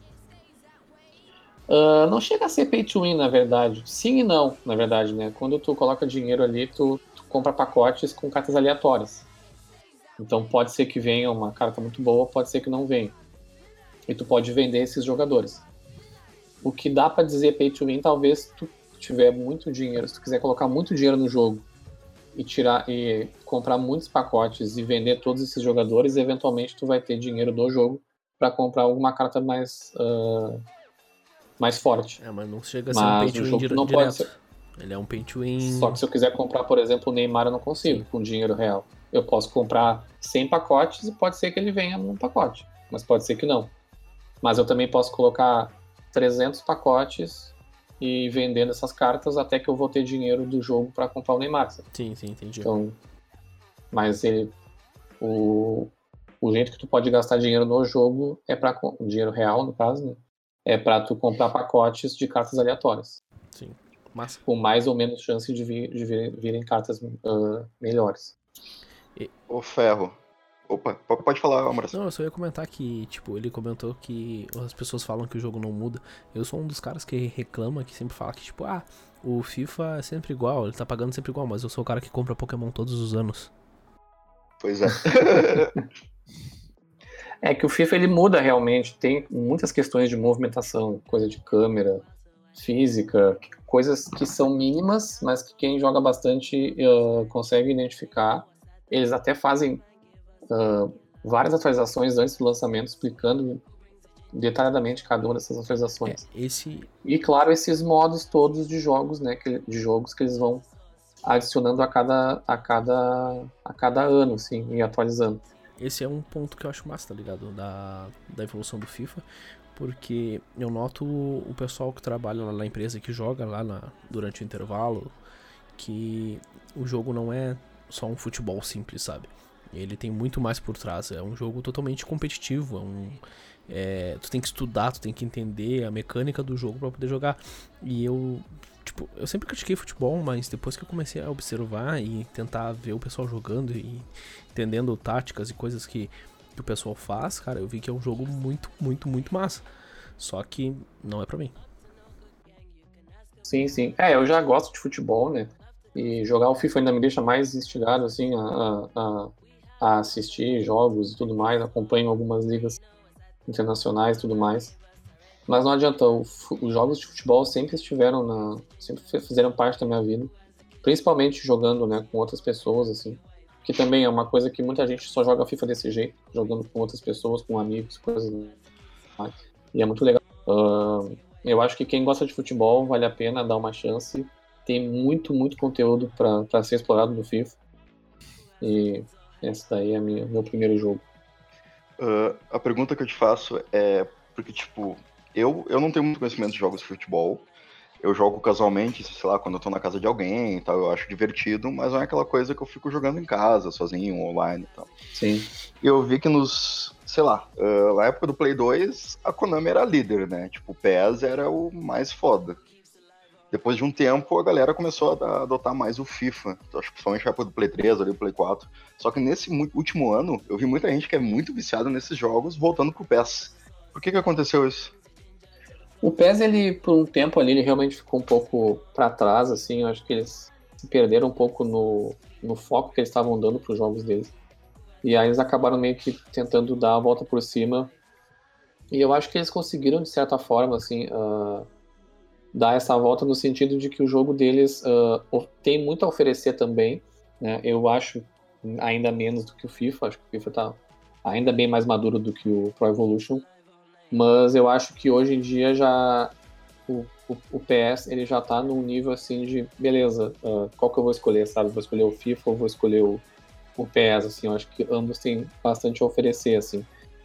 Uh, não chega a ser pay to win, na verdade. Sim e não, na verdade, né? Quando tu coloca dinheiro ali, tu, tu compra pacotes com cartas aleatórias. Então pode ser que venha uma carta muito boa, pode ser que não venha. E tu pode vender esses jogadores. O que dá pra dizer pay to win, talvez tu tiver muito dinheiro, se tu quiser colocar muito dinheiro no jogo e tirar e comprar muitos pacotes e vender todos esses jogadores, eventualmente tu vai ter dinheiro do jogo para comprar alguma carta mais... Uh, mais forte. É, mas não chega a ser um pay to win dire- não direto. Pode ser. Ele é um pay to win... Só que se eu quiser comprar, por exemplo, o Neymar, eu não consigo, Sim. com dinheiro real. Eu posso comprar cem pacotes e pode ser que ele venha num pacote, mas pode ser que não. Mas eu também posso colocar trezentos pacotes e vendendo essas cartas até que eu vou ter dinheiro do jogo para comprar o Neymar. Sabe? Sim, sim, entendi. Então, mas ele, o, o jeito que tu pode gastar dinheiro no jogo é para dinheiro real, no caso, né? É para tu comprar pacotes de cartas aleatórias. Sim, massa. Com mais ou menos chance de, vir, de vir, virem cartas uh, melhores. E... Ô, Ferro. Opa, pode falar, Amorça. Não, eu só ia comentar que, tipo, ele comentou que as pessoas falam que o jogo não muda. Eu sou um dos caras que reclama, que sempre fala que, tipo, ah, o FIFA é sempre igual, ele tá pagando sempre igual, mas eu sou o cara que compra Pokémon todos os anos. Pois é. É que o FIFA ele muda realmente, tem muitas questões de movimentação, coisa de câmera, física, coisas que são mínimas, mas que quem joga bastante uh, consegue identificar. Eles até fazem uh, várias atualizações antes do lançamento, explicando detalhadamente cada uma dessas atualizações. É, esse... E claro, esses modos todos de jogos, né, que, de jogos que eles vão adicionando a cada, a cada, a cada ano, assim, e atualizando. Esse é um ponto que eu acho massa, tá ligado? Da, da evolução do FIFA. Porque eu noto o pessoal que trabalha lá na empresa, que joga lá na, durante o intervalo, que o jogo não é só um futebol simples, sabe? Ele tem muito mais por trás. É um jogo totalmente competitivo. É um, é, tu tem que estudar, tu tem que entender a mecânica do jogo pra poder jogar. E eu, tipo, eu sempre critiquei futebol, mas depois que eu comecei a observar e tentar ver o pessoal jogando e entendendo táticas e coisas que, que o pessoal faz, cara, eu vi que é um jogo muito, muito, muito massa. Só que não é pra mim. Sim, sim. É, eu já gosto de futebol, né? E jogar o FIFA ainda me deixa mais instigado, assim, a, a, a assistir jogos e tudo mais. Acompanho algumas ligas internacionais e tudo mais. Mas não adianta, o, os jogos de futebol sempre estiveram na... sempre fizeram parte da minha vida. Principalmente jogando, né, com outras pessoas, assim. Que também é uma coisa que muita gente só joga FIFA desse jeito, jogando com outras pessoas, com amigos, coisas mais. E é muito legal. Uh, eu acho que quem gosta de futebol vale a pena dar uma chance. Tem muito, muito conteúdo para ser explorado no FIFA. E esse daí é minha, meu primeiro jogo. Uh, a pergunta que eu te faço é porque, tipo, eu, eu não tenho muito conhecimento de jogos de futebol. Eu jogo casualmente, sei lá, quando eu tô na casa de alguém e tal, eu acho divertido, mas não é aquela coisa que eu fico jogando em casa, sozinho, online e tal. Sim. E eu vi que nos, sei lá, uh, na época do Play dois, a Konami era a líder, né? Tipo, o P E S era o mais foda. Depois de um tempo, a galera começou a adotar mais o FIFA. Acho que principalmente na época do Play três, ali, do Play quatro. Só que nesse último ano, eu vi muita gente que é muito viciada nesses jogos voltando pro P E S. Por que que aconteceu isso? O P E S, ele, por um tempo ali, ele realmente ficou um pouco para trás, assim. Eu acho que eles se perderam um pouco no, no foco que eles estavam dando para os jogos deles. E aí eles acabaram meio que tentando dar a volta por cima. E eu acho que eles conseguiram, de certa forma, assim, uh, dar essa volta no sentido de que o jogo deles uh, tem muito a oferecer também, né? Eu acho ainda menos do que o FIFA. Acho que o FIFA tá ainda bem mais maduro do que o Pro Evolution. Mas eu acho que hoje em dia já o, o, o P S ele já tá num nível assim de beleza, uh, qual que eu vou escolher, sabe? Vou escolher o FIFA ou vou escolher o, o P S, assim, eu acho que ambos têm bastante a oferecer, assim.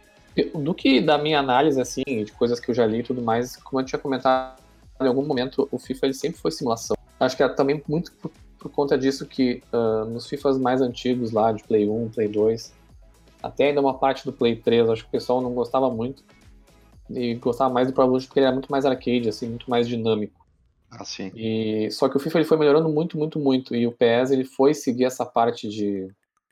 Do que da minha análise, assim, de coisas que eu já li e tudo mais, como eu tinha comentado em algum momento, o FIFA ele sempre foi simulação. Acho que é também muito por, por conta disso que uh, nos FIFAs mais antigos lá, de Play um, Play dois, até ainda uma parte do Play três, acho que o pessoal não gostava muito. E gostava mais do Pro Evolution porque ele era muito mais arcade, assim, muito mais dinâmico. Ah, sim. E, só que o FIFA ele foi melhorando muito, muito, muito. E o P E S ele foi seguir essa parte de,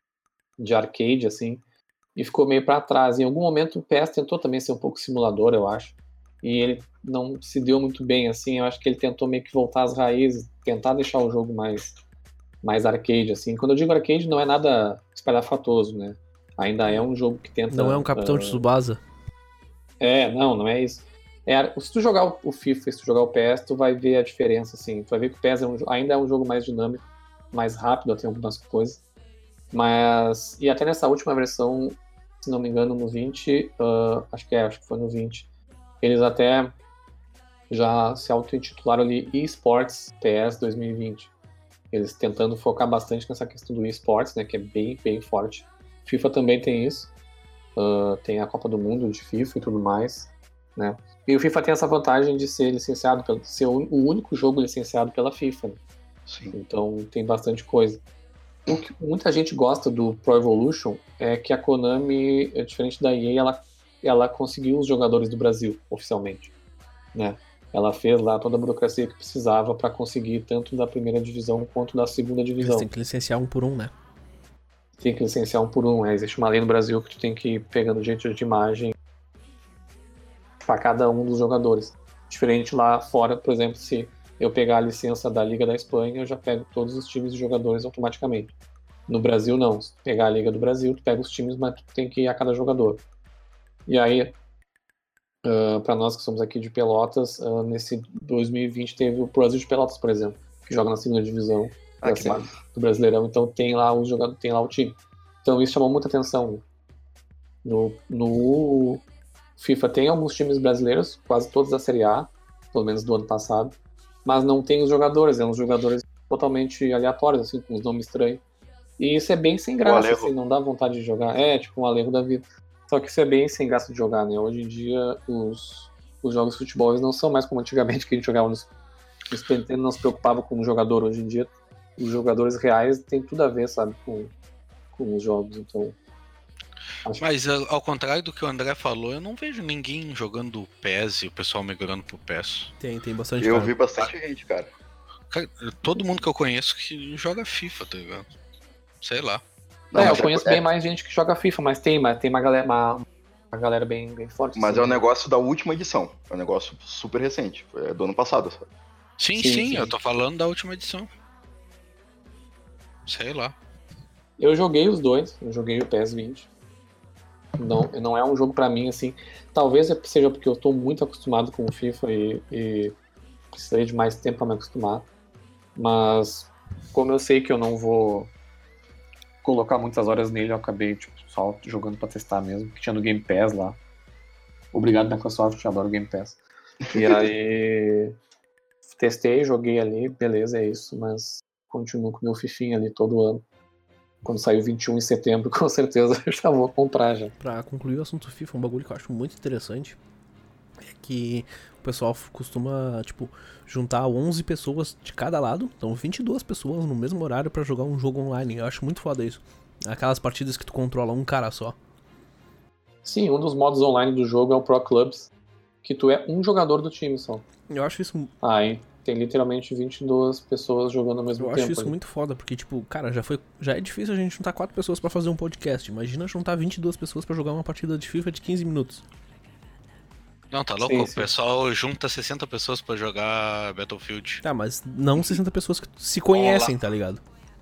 de arcade, assim, e ficou meio para trás. Em algum momento o P E S tentou também ser um pouco simulador, eu acho. E ele não se deu muito bem, assim. Eu acho que ele tentou meio que voltar às raízes, tentar deixar o jogo mais, mais arcade, assim. Quando eu digo arcade, não é nada espalhafatoso, né? Ainda é um jogo que tenta... Não é um Capitão uh, Tsubasa? É, não, não é isso. É, se tu jogar o FIFA e se tu jogar o P S, tu vai ver a diferença, assim. Tu vai ver que o P S é um, ainda é um jogo mais dinâmico, mais rápido, até algumas coisas. Mas... E até nessa última versão, se não me engano, no vinte, uh, acho que é, acho que foi no vinte, eles até já se auto-intitularam ali eSports P S dois mil e vinte. Eles tentando focar bastante nessa questão do eSports, né, que é bem, bem forte. FIFA também tem isso. Uh, tem a Copa do Mundo de FIFA e tudo mais, né? E o FIFA tem essa vantagem de ser licenciado, pelo, ser o único jogo licenciado pela FIFA, né? Sim. Então tem bastante coisa. O que muita gente gosta do Pro Evolution é que a Konami, diferente da E A, ela, ela conseguiu os jogadores do Brasil, oficialmente, né? Ela fez lá toda a burocracia que precisava para conseguir tanto da primeira divisão quanto da segunda divisão. Eles têm que licenciar um por um, né? Tem que licenciar um por um. É, existe uma lei no Brasil que tu tem que ir pegando direitos de imagem para cada um dos jogadores. Diferente lá fora, por exemplo, se eu pegar a licença da Liga da Espanha, eu já pego todos os times e jogadores automaticamente. No Brasil, não. Se tu pegar a Liga do Brasil, tu pega os times, mas tu tem que ir a cada jogador. E aí, uh, para nós que somos aqui de Pelotas, uh, nesse dois mil e vinte teve o Brasil de Pelotas, por exemplo, que joga na segunda divisão. Ah, que massa. Do Brasileirão, então tem lá os jogadores, tem lá o time. Então isso chamou muita atenção. No, no FIFA tem alguns times brasileiros, quase todos da Série A, pelo menos do ano passado, mas não tem os jogadores, é uns jogadores totalmente aleatórios, assim, com os nomes estranhos. E isso é bem sem graça, Alejo. assim, não dá vontade de jogar. É, tipo um Alejo da vida. Só que isso é bem sem graça de jogar, né? Hoje em dia, os, os jogos de futebol eles não são mais como antigamente, que a gente jogava nos, no Super Nintendo, não se preocupava com o jogador. Hoje em dia, os jogadores reais têm tudo a ver, sabe, com, com os jogos. Então, acho que Mas ao ao contrário do que o André falou, eu não vejo ninguém jogando P E S e o pessoal migrando pro P E S. Tem, tem bastante Eu cara. vi bastante gente, cara. Cara, todo mundo que eu conheço que joga FIFA, tá ligado? Sei lá. Não, é, eu mas é- conheço é- bem mais gente que joga FIFA, mas tem, mas tem uma galera, uma, uma galera bem, bem forte. Mas assim, é um né? negócio da última edição. É um negócio super recente. É do ano passado, sabe? Sim, Sim, sim, sim. eu tô falando da última edição. Sei lá. Eu joguei os dois, eu joguei o P S vinte. Não, não é um jogo pra mim, assim. Talvez seja porque eu tô muito acostumado com o FIFA e, e precisaria de mais tempo pra me acostumar. Mas, como eu sei que eu não vou colocar muitas horas nele, eu acabei tipo, só jogando pra testar mesmo, que tinha no Game Pass lá. Obrigado, Microsoft, eu adoro o Game Pass. E aí, testei, joguei ali, beleza, é isso, mas continuo com o meu fifinha ali todo ano. Quando saiu vinte e um em setembro, com certeza eu já vou comprar já. Pra concluir o assunto FIFA, um bagulho que eu acho muito interessante é que o pessoal costuma, tipo, juntar onze pessoas de cada lado, então vinte e duas pessoas no mesmo horário pra jogar um jogo online. Eu acho muito foda isso. Aquelas partidas que tu controla um cara só. Sim, um dos modos online do jogo é o Pro Clubs, que tu é um jogador do time só. Eu acho isso, Aí tem literalmente vinte e duas pessoas jogando ao mesmo eu tempo. acho isso ali. muito foda, porque, tipo, cara, já foi, já é difícil a gente juntar quatro pessoas pra fazer um podcast. Imagina juntar vinte e duas pessoas pra jogar uma partida de FIFA de quinze minutos. Não, tá louco? Sim, O sim. pessoal junta sessenta pessoas pra jogar Battlefield. Tá, mas não sessenta pessoas que se conhecem, tá ligado?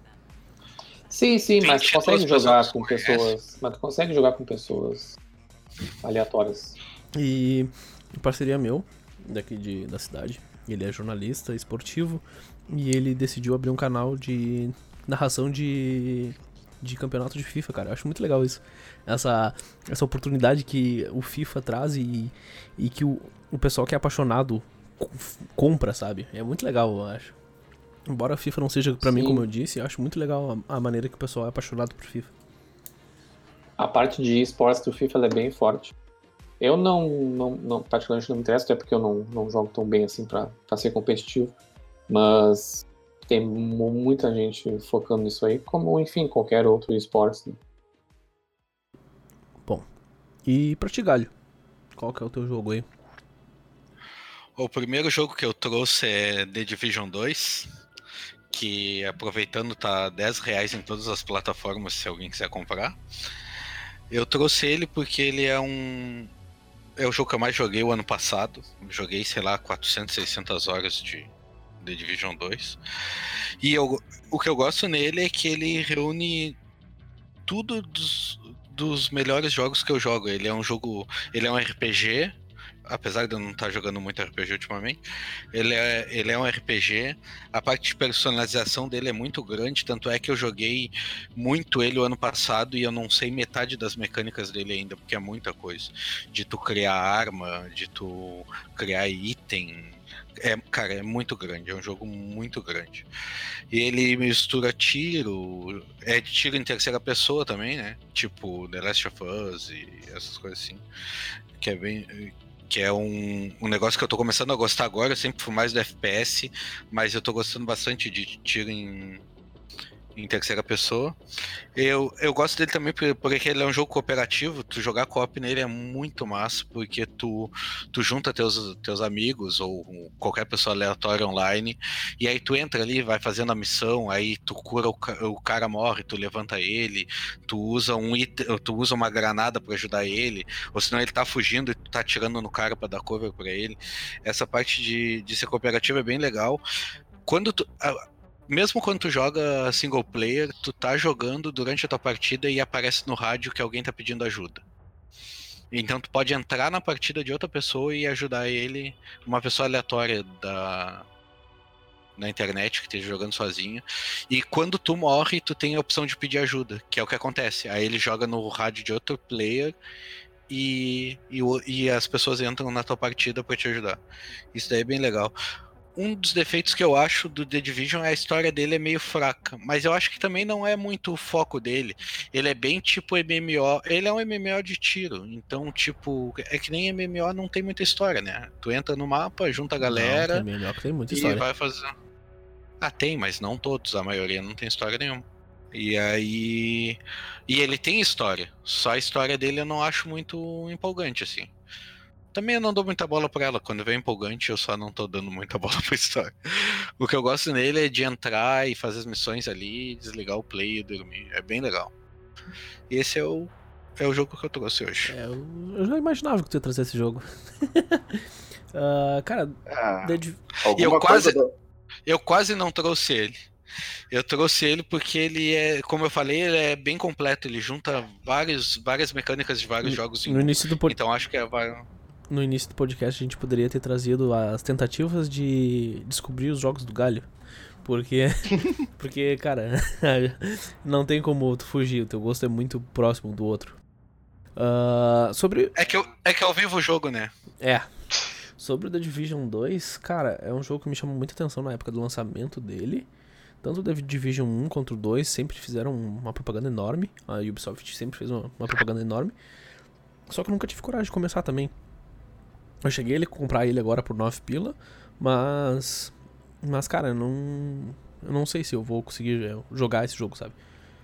Sim, sim, mas tu vinte e duas consegue jogar pessoas com conhecem. pessoas. Mas tu consegue jogar com pessoas aleatórias. E um parceria meu, daqui de, da cidade, ele é jornalista esportivo e ele decidiu abrir um canal de narração de, de campeonato de FIFA, cara. Eu acho muito legal isso. Essa, essa oportunidade que o FIFA traz e, e que o, o pessoal que é apaixonado co- compra, sabe? É muito legal, eu acho. Embora a FIFA não seja pra mim, Sim. como eu disse, eu acho muito legal a, a maneira que o pessoal é apaixonado por FIFA. A parte de esportes do FIFA ela é bem forte. Eu não, não, não particularmente não me interesso, até porque eu não, não jogo tão bem assim pra, pra ser competitivo. Mas tem mu- muita gente focando nisso aí, como, enfim, qualquer outro esporte. Né? E pra ti, Galho, qual que é o teu jogo aí? O primeiro jogo que eu trouxe é The Division dois, que aproveitando tá dez reais em todas as plataformas se alguém quiser comprar. Eu trouxe ele porque ele é um... é o jogo que eu mais joguei o ano passado. Joguei, sei lá, quatrocentas, seiscentas horas de The Division dois. E eu, o que eu gosto nele é que ele reúne tudo dos, dos melhores jogos que eu jogo. Ele é um jogo... ele é um R P G... apesar de eu não estar jogando muito R P G ultimamente, ele é, ele é um R P G, a parte de personalização dele é muito grande, tanto é que eu joguei muito ele o ano passado e eu não sei metade das mecânicas dele ainda, porque é muita coisa, de tu criar arma, de tu criar item, é, cara, é muito grande, é um jogo muito grande. E ele mistura tiro, é de tiro em terceira pessoa também, né, tipo The Last of Us e essas coisas assim, que é bem... que é um, um negócio que eu tô começando a gostar agora. Eu sempre fui mais do F P S, mas eu tô gostando bastante de tiro em, em terceira pessoa. Eu, eu gosto dele também porque ele é um jogo cooperativo. Tu jogar co-op nele é muito massa, porque tu, tu junta teus, teus amigos ou qualquer pessoa aleatória online, e aí tu entra ali, vai fazendo a missão, aí tu cura o, o cara morre, tu levanta ele, tu usa um item, tu usa uma granada pra ajudar ele, ou senão ele tá fugindo e tu tá atirando no cara pra dar cover pra ele. Essa parte de, de ser cooperativo é bem legal. Quando tu... Mesmo quando tu joga single player, tu tá jogando durante a tua partida e aparece no rádio que alguém tá pedindo ajuda. Então tu pode entrar na partida de outra pessoa e ajudar ele, uma pessoa aleatória da na internet que esteja jogando sozinho. E quando tu morre, tu tem a opção de pedir ajuda, que é o que acontece. Aí ele joga no rádio de outro player e, e, e as pessoas entram na tua partida pra te ajudar. Isso daí é bem legal. um dos defeitos que eu acho do The Division é a história dele é meio fraca, mas eu acho que também não é muito o foco dele. Ele é bem tipo M M O, ele é um M M O de tiro, então tipo, é que nem M M O não tem muita história, né? Tu entra no mapa, junta a galera Não, tem M M O que tem muita e história. vai fazer... Ah, tem, mas não todos, a maioria não tem história nenhuma. E aí... E ele tem história, só a história dele eu não acho muito empolgante, assim. Também eu não dou muita bola pra ela. Quando vem empolgante, eu só não tô dando muita bola pra história. O que eu gosto nele é de entrar e fazer as missões ali, desligar o play e dormir. É bem legal. E esse é o, é o jogo que eu trouxe hoje. É, eu, eu já imaginava que tu ia trazer esse jogo. uh, cara, Ah, Dead... E eu alguma quase, coisa do- eu quase não trouxe ele. Eu trouxe ele porque ele é, como eu falei, ele é bem completo. Ele junta vários, várias mecânicas de vários no, jogos em no um. início do pod... Então acho que é... vai- no início do podcast a gente poderia ter trazido as tentativas de descobrir os jogos do Galho. Porque, porque cara, não tem como tu fugir, o teu gosto é muito próximo do outro. Uh, sobre... É que, eu, é que eu vivo o jogo, né? É. Sobre o The Division dois, cara, é um jogo que me chamou muita atenção na época do lançamento dele. Tanto o The Division um quanto o dois sempre fizeram uma propaganda enorme. A Ubisoft sempre fez uma, uma propaganda enorme. Só que eu nunca tive coragem de começar também. Eu cheguei a comprar ele agora por nove pila, mas... Mas, cara, eu não... Eu não sei se eu vou conseguir jogar esse jogo, sabe?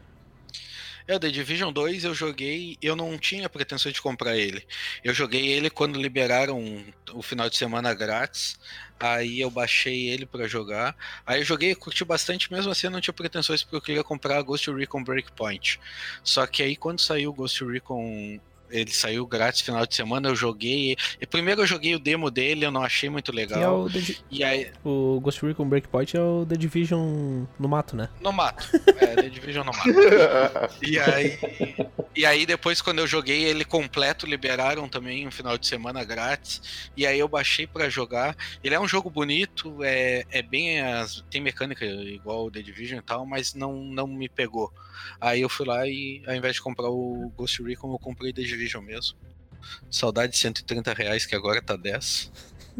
É, o The Division dois eu joguei, eu não tinha pretensão de comprar ele. Eu joguei ele quando liberaram o final de semana grátis, aí eu baixei ele pra jogar. Aí eu joguei e curti bastante, mesmo assim eu não tinha pretensões porque eu queria comprar Ghost Recon Breakpoint. Só que aí quando saiu o Ghost Recon... Ele saiu grátis no final de semana, eu joguei. E primeiro eu joguei o demo dele, eu não achei muito legal. Que é o, The... E aí... o Ghost Recon Breakpoint é o The Division no mato, né? No mato. É, The Division no mato. E aí, e aí depois quando eu joguei ele completo, liberaram também um final de semana grátis. E aí eu baixei pra jogar. Ele é um jogo bonito, é, é bem as, tem mecânica igual o The Division e tal, mas não, não me pegou. Aí eu fui lá e ao invés de comprar o Ghost Recon, eu comprei The Division mesmo. Saudade de cento e trinta reais, que agora tá dez.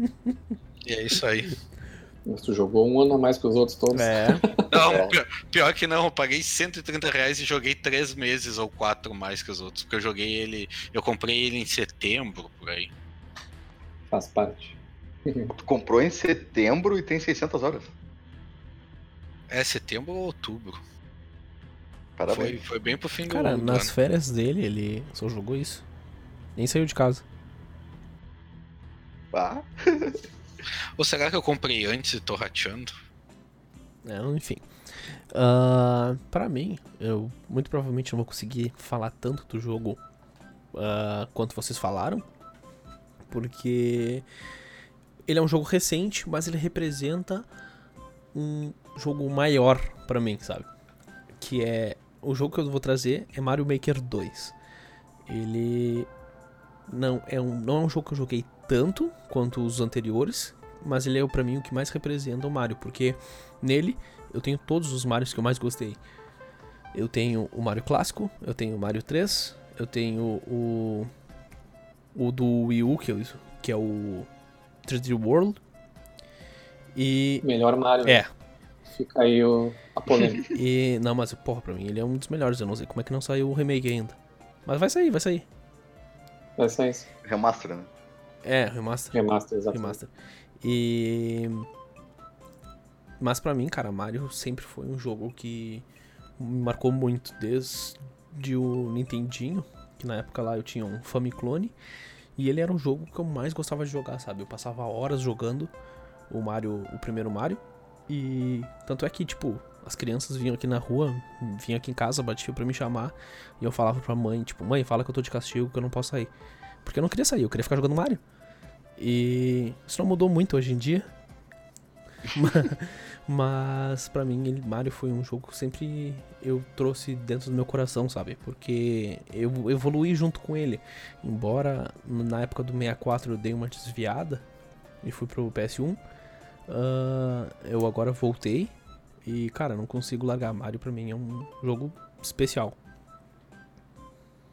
E é isso aí. Mas tu jogou um ano a mais que os outros todos. É. Não, É. pior, pior que não, eu paguei cento e trinta reais e joguei três meses ou quatro mais que os outros, porque eu joguei ele, eu comprei ele em setembro, por aí. Faz parte. Tu comprou em setembro e tem seiscentas horas. É setembro ou outubro? Foi, Parabéns. foi bem pro fim do, Cara, do nas ano. férias dele, ele só jogou isso. Nem saiu de casa. Ah, Ou será que eu comprei antes e tô rateando? É, enfim. Uh, pra mim, eu muito provavelmente não vou conseguir falar tanto do jogo uh, quanto vocês falaram. Porque ele é um jogo recente, mas ele representa um jogo maior pra mim, sabe? Que é... O jogo que eu vou trazer é Mario Maker dois. Ele não é um, não é um jogo que eu joguei tanto quanto os anteriores, mas ele é pra mim o que mais representa o Mario, porque nele eu tenho todos os Marios que eu mais gostei. Eu tenho o Mario clássico, eu tenho o Mario três, eu tenho o o do Wii U, que, eu, que é o três D World. E Melhor Mario. né? é, Fica aí o, a polêmica. e não, mas porra, pra mim ele é um dos melhores, eu não sei como é que não saiu o remake ainda. Mas vai sair, vai sair. Vai ser isso. remaster, né? É, remaster. Remaster, exatamente. Remaster. E... Mas pra mim, cara, Mario sempre foi um jogo que me marcou muito. Desde o Nintendinho, que na época lá eu tinha um Famiclone. E ele era um jogo que eu mais gostava de jogar, sabe? Eu passava horas jogando o Mario, o primeiro Mario. E tanto é que, tipo, as crianças vinham aqui na rua, vinham aqui em casa, batiam pra me chamar. E eu falava pra mãe, tipo, mãe, fala que eu tô de castigo, que eu não posso sair. Porque eu não queria sair, eu queria ficar jogando Mario. E isso não mudou muito hoje em dia. Mas pra mim, ele, Mario foi um jogo que sempre eu trouxe dentro do meu coração, sabe? Porque eu evoluí junto com ele. Embora na época do sessenta e quatro eu dei uma desviada e fui pro P S um, uh, eu agora voltei. E cara, não consigo largar. Mario pra mim é um jogo especial.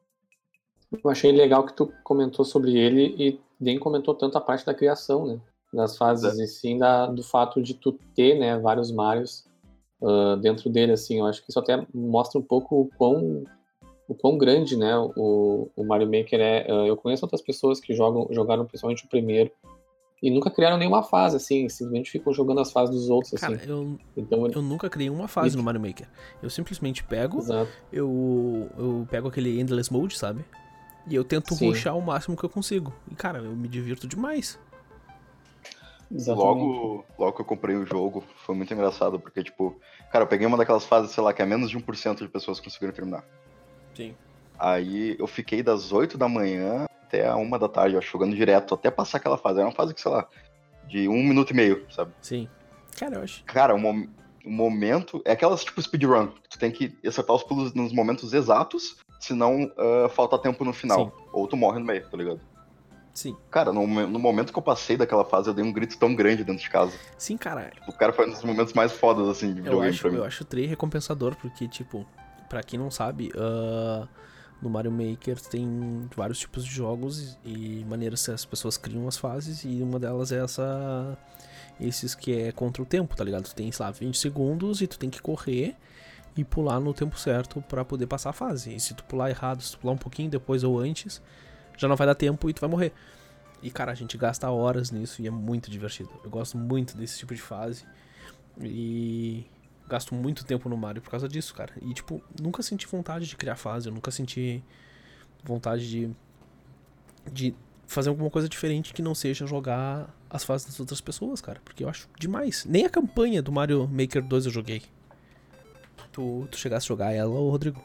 Eu achei legal que tu comentou sobre ele e nem comentou tanto a parte da criação, né? das fases, e sim da, do fato de tu ter, né, vários Marios uh, dentro dele, assim. Eu acho que isso até mostra um pouco o quão, o quão grande, né, o, o Mario Maker é. Uh, eu conheço outras pessoas que jogam, jogaram principalmente o primeiro e nunca criaram nenhuma fase, assim, simplesmente ficam jogando as fases dos outros, Cara, assim. eu, Então, eu nunca criei uma fase e... no Mario Maker. Eu simplesmente pego, Exato. eu, eu pego aquele Endless Mode, sabe? E eu tento Sim. rushar o máximo que eu consigo. E, cara, eu me divirto demais. Exatamente. Logo, logo que eu comprei o jogo, foi muito engraçado, porque, tipo, cara, eu peguei uma daquelas fases, sei lá, que é menos de um por cento de pessoas conseguiram terminar. Sim. Aí eu fiquei das oito da manhã até a uma da tarde, ó, jogando direto, até passar aquela fase. Era uma fase que, sei lá, de um minuto e meio, sabe? Sim. Cara, eu acho. Cara, o mom- o momento. É aquelas tipo speedrun. Tu tem que acertar os pulos nos momentos exatos, senão uh, falta tempo no final. Sim. Ou tu morre no meio, tá ligado? Sim. Cara, no, mo- no momento que eu passei daquela fase, eu dei um grito tão grande dentro de casa. Sim, cara. O cara foi um dos momentos mais fodas, assim, de Eu videogame acho, pra mim. eu acho o três recompensador, porque, tipo, pra quem não sabe, uh, no Mario Maker tem vários tipos de jogos e maneiras que as pessoas criam as fases, e uma delas é essa. Esses que é contra o tempo, tá ligado? Tu tem, sei lá, vinte segundos e tu tem que correr e pular no tempo certo pra poder passar a fase. E se tu pular errado, se tu pular um pouquinho depois ou antes, já não vai dar tempo e tu vai morrer. E, cara, a gente gasta horas nisso e é muito divertido. Eu gosto muito desse tipo de fase. E gasto muito tempo no Mario por causa disso, cara. E, tipo, nunca senti vontade de criar fase. Eu nunca senti vontade de, de fazer alguma coisa diferente que não seja jogar as fases das outras pessoas, cara. Porque eu acho demais. Nem a campanha do Mario Maker dois eu joguei. Tu, tu chegasse a jogar ela, ô Rodrigo?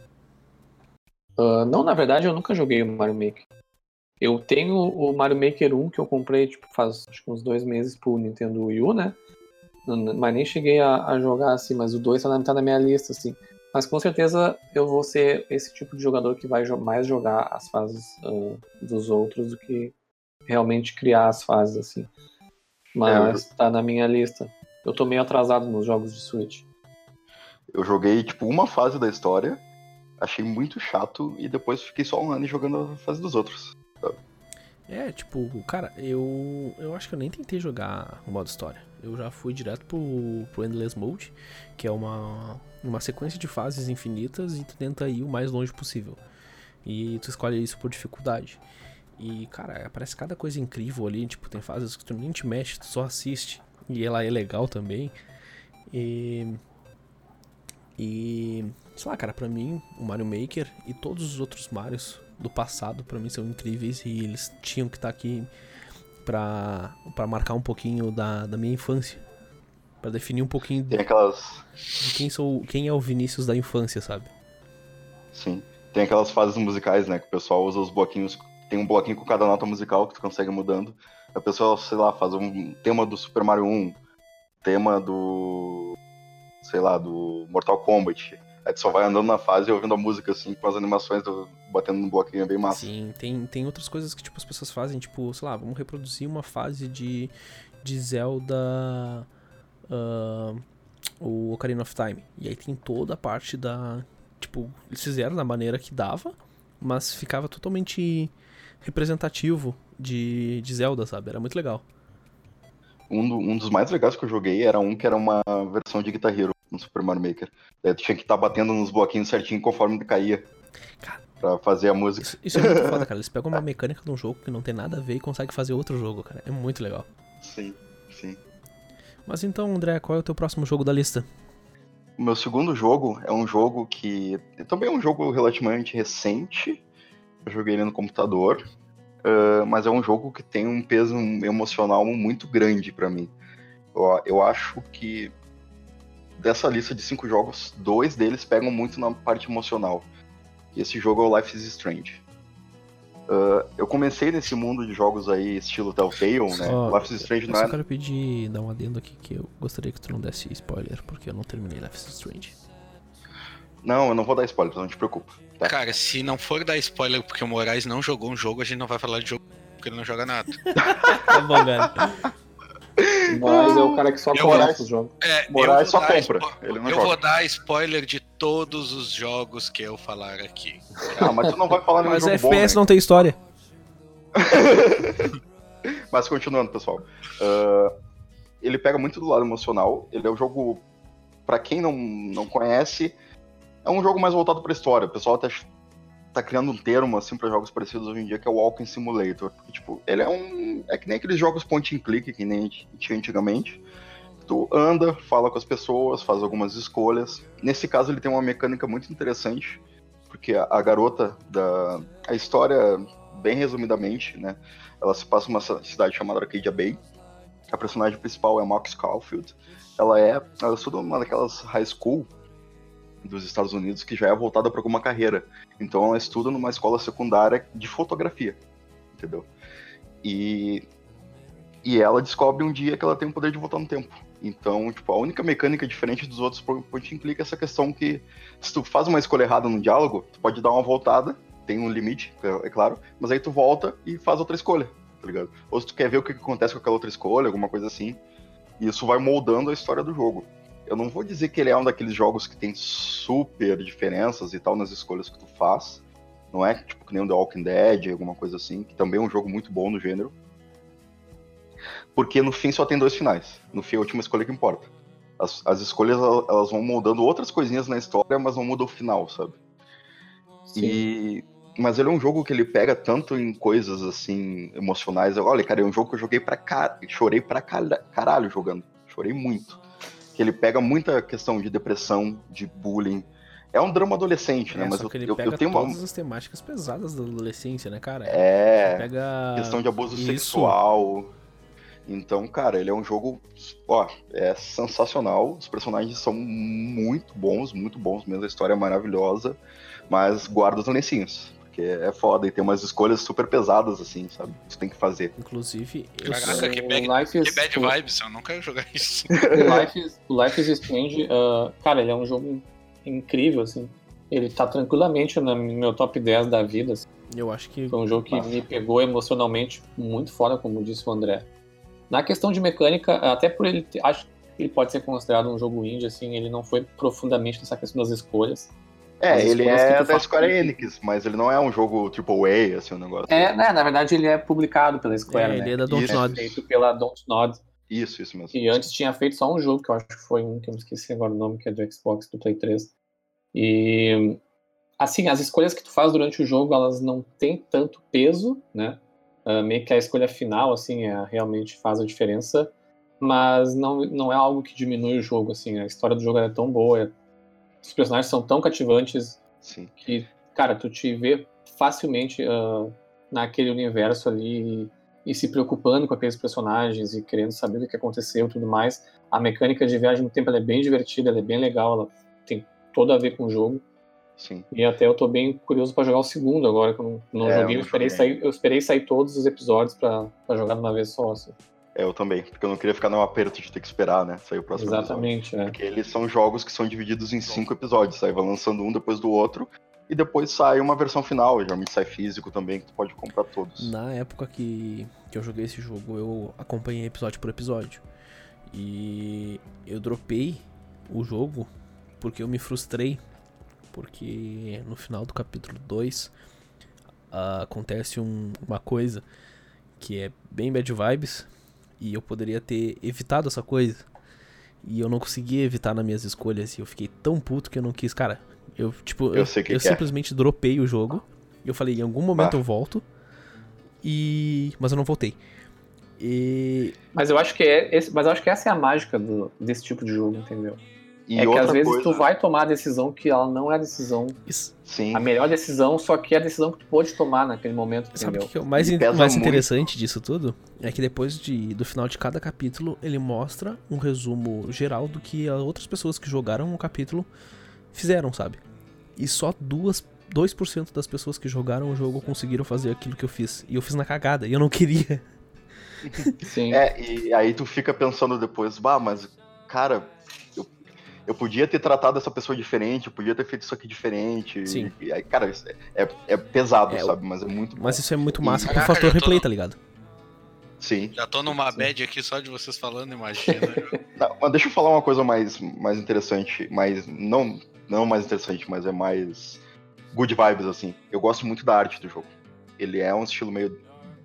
Uh, não, na verdade, eu nunca joguei o Mario Maker. Eu tenho o Mario Maker um que eu comprei tipo, faz acho que uns dois meses pro Nintendo Wii U, né? Mas nem cheguei a, a jogar assim, mas o dois tá na, tá na minha lista, assim. Mas com certeza eu vou ser esse tipo de jogador que vai jo- mais jogar as fases uh, dos outros do que realmente criar as fases, assim. Mas tá na minha lista. Eu tô meio atrasado nos jogos de Switch. Eu joguei, tipo, uma fase da história, achei muito chato, e depois fiquei só um ano jogando a fase dos outros. É, tipo, cara, eu eu acho que eu nem tentei jogar o modo história. Eu já fui direto pro, pro Endless Mode, que é uma, uma sequência de fases infinitas e tu tenta ir o mais longe possível. E tu escolhe isso por dificuldade. E, cara, aparece cada coisa incrível ali, tipo, tem fases que tu nem te mexe, tu só assiste. E ela é legal também. E... E... sei lá, cara, pra mim, o Mario Maker e todos os outros Marios do passado, pra mim, são incríveis e eles tinham que estar aqui pra, pra marcar um pouquinho da, da minha infância. Pra definir um pouquinho Tem aquelas... de quem, sou, quem é o Vinícius da infância, sabe? Sim. Tem aquelas fases musicais, né? Que o pessoal usa os bloquinhos. Tem um bloquinho com cada nota musical que tu consegue ir mudando. A pessoa, sei lá, faz um tema do Super Mario um, tema do... sei lá, do Mortal Kombat. Aí tu só vai andando na fase e ouvindo a música, assim, com as animações do... batendo no bloquinho, é bem massa. Sim, tem, tem outras coisas que, tipo, as pessoas fazem, tipo, sei lá, vamos reproduzir uma fase de, de Zelda... Uh, o Ocarina of Time. E aí tem toda a parte da... tipo, eles fizeram da maneira que dava, mas ficava totalmente representativo de, de Zelda, sabe? Era muito legal. Um, do, um dos mais legais que eu joguei era um que era uma versão de Guitar Hero no Super Mario Maker. Daí tu tinha que estar tá batendo nos bloquinhos certinho conforme ele caía. Cara, pra fazer a música. Isso, isso é muito foda, cara. Eles pegam uma mecânica de um jogo que não tem nada a ver e conseguem fazer outro jogo, cara. É muito legal. Sim, sim. Mas então, André, qual é o teu próximo jogo da lista? O meu segundo jogo é um jogo que... também é um jogo relativamente recente. Eu joguei ele no computador. Uh, mas é um jogo que tem um peso emocional muito grande pra mim. Eu, eu acho que dessa lista de cinco jogos, dois deles pegam muito na parte emocional. E esse jogo é o Life is Strange. Uh, eu comecei nesse mundo de jogos aí, estilo Telltale, né? Só, Life is Strange eu não só é... quero pedir, dar um adendo aqui, que eu gostaria que tu não desse spoiler, porque eu não terminei Life is Strange. Não, eu não vou dar spoiler, não te preocupa. Tá? Cara, se não for dar spoiler porque o Moraes não jogou um jogo, a gente não vai falar de jogo porque ele não joga nada. Tá bom, velho. Mas é o cara que só Eu conhece vou- o jogo. É, Moraes eu vou só dar compra, spo- ele não Eu joga. vou dar spoiler de todos os jogos que eu falar aqui. Ah, mas tu não vai falar nenhum Mas jogo F P S bom, né? não tem história. Mas continuando, pessoal. Uh, ele pega muito do lado emocional. Ele é um jogo, pra quem não, não conhece, é um jogo mais voltado pra história. O pessoal até tá criando um termo, assim, pra jogos parecidos hoje em dia, que é o Walking Simulator. Porque, tipo, ele é um... É que nem aqueles jogos point and click, que nem tinha antigamente. Tu anda, fala com as pessoas, faz algumas escolhas. Nesse caso, ele tem uma mecânica muito interessante, porque a, a garota da... A história, bem resumidamente, né? Ela se passa numa cidade chamada Arcadia Bay. A personagem principal é Max Caulfield. Ela é... Ela estuda uma daquelas high school dos Estados Unidos que já é voltada para alguma carreira. Então ela estuda numa escola secundária de fotografia, entendeu? E, e ela descobre um dia que ela tem o poder de voltar no tempo. Então, tipo, a única mecânica diferente dos outros point and click é essa questão que se tu faz uma escolha errada no diálogo, tu pode dar uma voltada, tem um limite, é claro, mas aí tu volta e faz outra escolha, tá ligado? Ou se tu quer ver o que acontece com aquela outra escolha, alguma coisa assim, e isso vai moldando a história do jogo. Eu não vou dizer que ele é um daqueles jogos que tem super diferenças e tal nas escolhas que tu faz. Não é tipo que nem o The Walking Dead, alguma coisa assim, que também é um jogo muito bom no gênero. Porque no fim só tem dois finais. No fim é a última escolha que importa. As, as escolhas elas vão moldando outras coisinhas na história, mas não muda o final, sabe? Sim. E... Mas ele é um jogo que ele pega tanto em coisas assim, emocionais. Olha, cara, é um jogo que eu joguei pra car... Chorei pra caralho jogando. Chorei muito. Que ele pega muita questão de depressão, de bullying. É um drama adolescente, né? É, mas só eu, que ele eu, pega eu tenho todas uma... as temáticas pesadas da adolescência, né, cara? É, pega... questão de abuso Isso. sexual. Então, cara, ele é um jogo, ó, é sensacional. Os personagens são muito bons, muito bons mesmo. A história é maravilhosa, mas guarda os lencinhos. Porque é foda e tem umas escolhas super pesadas, assim, sabe? Você tem que fazer. Inclusive, eu Caraca, sou... que bad, Life is... que bad vibes, eu não quero jogar isso. O Life is, o Life is Strange, uh, cara, ele é um jogo incrível, assim. Ele tá tranquilamente no meu top dez da vida. Assim. Eu acho que... Foi um jogo que Nossa. me pegou emocionalmente muito foda, como disse o André. Na questão de mecânica, até por ele... Ter, acho que ele pode ser considerado um jogo indie, assim. Ele não foi profundamente nessa questão das escolhas. É, As ele escolhas que é tu da faz- Square Enix, mas ele não é um jogo triple A, assim, um negócio. É, né, na verdade ele é publicado pela Square, É, né? ele é da Isso. Dontnod. Feito pela Dontnod. Isso, isso mesmo. E antes tinha feito só um jogo, que eu acho que foi um, que eu me esqueci agora o nome, que é do Xbox, do Play três. E, assim, as escolhas que tu faz durante o jogo, elas não têm tanto peso, né? Uh, meio que a escolha final, assim, é, realmente faz a diferença, mas não, não é algo que diminui o jogo, assim. A história do jogo é tão boa, é, os personagens são tão cativantes Sim. que, cara, tu te vê facilmente uh, naquele universo ali e, e se preocupando com aqueles personagens e querendo saber o que aconteceu e tudo mais. A mecânica de viagem no tempo ela é bem divertida, ela é bem legal, ela tem tudo a ver com o jogo. Sim. E até eu tô bem curioso pra jogar o segundo agora, que eu não, não É, eu joguei, não eu esperei, joguei. sair, eu esperei sair todos os episódios pra, pra jogar de uma vez só. Assim. É, eu também, porque eu não queria ficar no aperto de ter que esperar, né? Sair o próximo Exatamente, episódio. é. Porque eles são jogos que são divididos em cinco episódios, aí vai lançando um depois do outro, e depois sai uma versão final, geralmente sai físico também, que tu pode comprar todos. Na época que, que eu joguei esse jogo, eu acompanhei episódio por episódio. E eu dropei o jogo porque eu me frustrei. Porque no final do capítulo dois uh, acontece um, uma coisa que é bem bad vibes. E eu poderia ter evitado essa coisa. E eu não consegui evitar nas minhas escolhas. E eu fiquei tão puto que eu não quis. Cara, eu tipo Eu eu, sei que eu que é. simplesmente dropei o jogo. E eu falei, em algum momento Ah. eu volto. E... Mas eu não voltei. E... Mas eu acho que é esse, mas eu acho que essa é a mágica do, desse tipo de jogo, entendeu? E é que outra às vezes coisa, tu vai tomar a decisão que ela não é a decisão, Isso. sim, a melhor decisão, só que é a decisão que tu pode tomar naquele momento, Sabe o entendeu? que é o mais, E in- pesa mais muito. interessante disso tudo? É que depois de, do final de cada capítulo, ele mostra um resumo geral do que as outras pessoas que jogaram o capítulo fizeram, sabe? E só duas, dois por cento das pessoas que jogaram o jogo conseguiram fazer aquilo que eu fiz. E eu fiz na cagada, e eu não queria. Sim. É, e aí tu fica pensando depois, bah, mas, cara, eu, eu podia ter tratado essa pessoa diferente, eu podia ter feito isso aqui diferente. Sim. E aí, cara, isso é, é pesado, É, sabe? Mas é muito bom. Mas isso é muito massa E- por Caraca, fator já tô replay, no- tá ligado? Sim. Já tô numa bad aqui só de vocês falando, imagina. Não, mas deixa eu falar uma coisa mais, mais interessante, mais, não, não mais interessante, mas é mais good vibes, assim. Eu gosto muito da arte do jogo. Ele é um estilo meio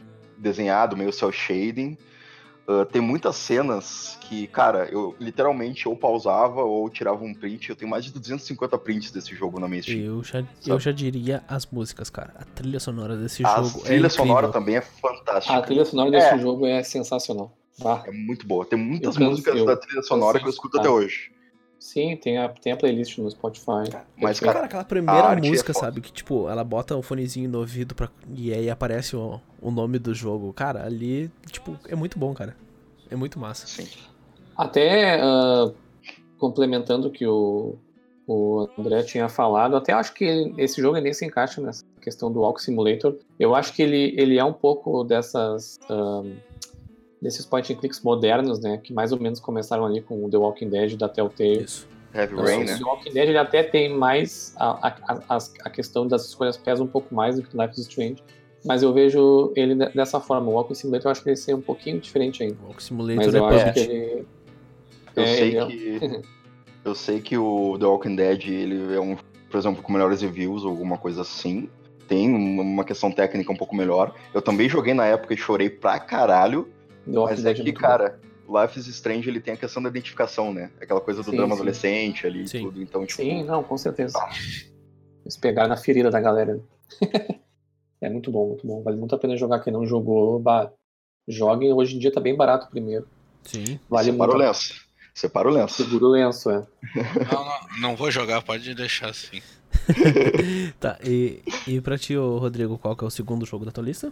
desenhado, meio cel shading. Uh, tem muitas cenas que, cara, eu literalmente ou pausava ou tirava um print. Eu tenho mais de duzentos e cinquenta prints desse jogo na minha Steam. Eu já, eu já diria as músicas, cara. A trilha sonora desse a jogo é trilha sonora incrível. também é fantástica. A trilha sonora desse É. jogo é sensacional. Ah, É muito boa. Tem muitas Eu canso- músicas eu da trilha sonora canso que eu de escuto escutar. até hoje. sim, tem a, tem a playlist no Spotify. Mas, Perfeito. Cara, aquela a primeira arte é música, foda. sabe? Que, tipo, ela bota o fonezinho no ouvido pra... e aí aparece o, o nome do jogo. Cara, ali, tipo, é muito bom, cara. É muito massa. Sim. Até ah, complementando o que o, o André tinha falado, até acho que ele- esse jogo nem se encaixa nessa questão do Walk Simulator. Eu acho que ele, ele é um pouco dessas ah, desses point and clicks modernos, né, que mais ou menos começaram ali com o The Walking Dead da Telltale. Isso. Heavy Então, Rain, o né? The Walking Dead ele até tem mais a, a, a, a questão das escolhas pesa um pouco mais do que Life is Strange, mas eu vejo ele de- dessa forma. O Walking Simulator eu acho que ele ser um pouquinho diferente ainda. Walk Simulator Mas é eu acho que punch. ele. Eu é, sei ele é- que. Eu sei que o The Walking Dead, ele é um, por exemplo, com melhores reviews ou alguma coisa assim. Tem uma questão técnica um pouco melhor. Eu também joguei na época e chorei pra caralho. The Walking Mas é Dead que, muito cara, Life is Strange, ele tem a questão da identificação, né? Aquela coisa do Sim, drama sim. adolescente ali e Sim. tudo. Então, bom. tipo, Sim, não, com certeza. Eles pegaram na ferida da galera. É muito bom, muito bom. Vale muito a pena jogar. Quem não jogou, bah, joguem. Hoje em dia tá bem barato primeiro. Sim. Vale separa muito. o a- lenço. Separa o lenço. Segura o lenço, é. Não, não, não vou jogar, pode deixar assim. Tá, e, e pra ti, ô, Rodrigo, qual que é o segundo jogo da tua lista?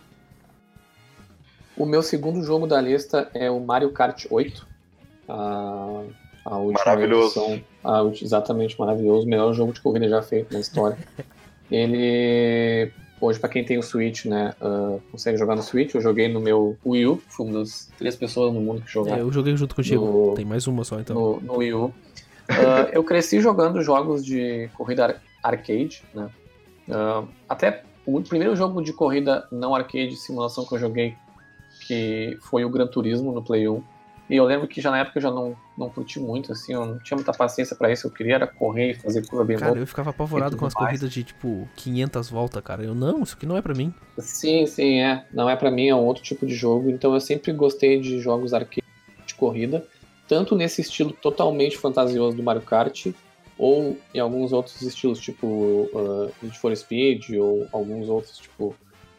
O meu segundo jogo da lista é o Mario Kart oito. A, a última Maravilhoso. edição. A, ulti- exatamente, maravilhoso. O melhor jogo de corrida já feito na história. Ele, hoje, pra quem tem o Switch, né, ah, consegue jogar no Switch. Eu joguei no meu Wii U. Fui uma das três pessoas no mundo que É, jogaram eu joguei junto contigo. No- Tem mais uma só, então. no, no Wii U. Ah, eu cresci jogando jogos de corrida ar- arcade, né? Ah, até o primeiro jogo de corrida não arcade, simulação que eu joguei, que foi o Gran Turismo no Play um. E eu lembro que já na época eu já não, não curti muito, assim, eu não tinha muita paciência pra isso, eu queria era correr e fazer curva bem Cara, louca. eu ficava apavorado e com as tudo mais. corridas de, tipo, quinhentas voltas, cara. Eu, não, isso aqui não é pra mim. Sim, sim, é. Não é pra mim, é um outro tipo de jogo. Então eu sempre gostei de jogos arcade de corrida, tanto nesse estilo totalmente fantasioso do Mario Kart, ou em alguns outros estilos, tipo uh, Need for Speed, ou alguns outros, tipo.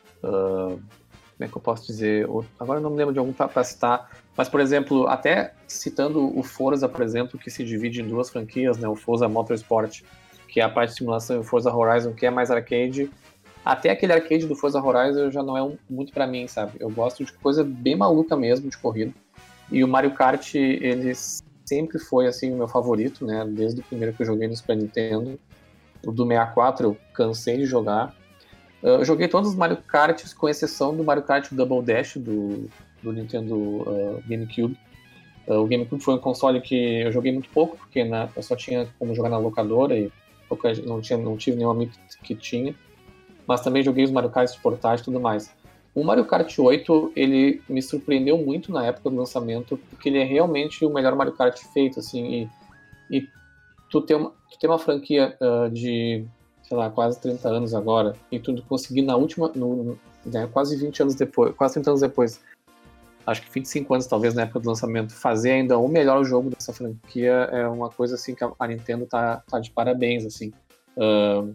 uh, como é que eu posso dizer? Ou- Agora eu não me lembro de algum pra pra citar. Mas, por exemplo, até citando o Forza, por exemplo, que se divide em duas franquias, né? O Forza Motorsport, que é a parte de simulação, e o Forza Horizon, que é mais arcade. Até aquele arcade do Forza Horizon já não é um- muito pra mim, sabe? Eu gosto de coisa bem maluca mesmo, de corrida. E o Mario Kart, ele sempre foi, assim, o meu favorito, né? Desde o primeiro que eu joguei no Super Nintendo. O do sessenta e quatro eu cansei de jogar. Eu joguei todos os Mario Karts, com exceção do Mario Kart Double Dash, do, do Nintendo uh, GameCube. Uh, o GameCube foi um console que eu joguei muito pouco, porque na, eu só tinha como jogar na locadora e pouca, não, tinha, não tive nenhum amigo que tinha. Mas também joguei os Mario Kart portáteis e tudo mais. O Mario Kart oito, ele me surpreendeu muito na época do lançamento, porque ele é realmente o melhor Mario Kart feito, assim, e, e tu tem uma, tu tem uma franquia uh, de, sei lá, quase trinta anos agora, e tu conseguir na última, no, né, quase vinte anos depois, quase trinta anos depois, acho que vinte e cinco anos talvez na época do lançamento, fazer ainda o melhor jogo dessa franquia é uma coisa assim que a Nintendo tá, tá de parabéns, assim. Uh,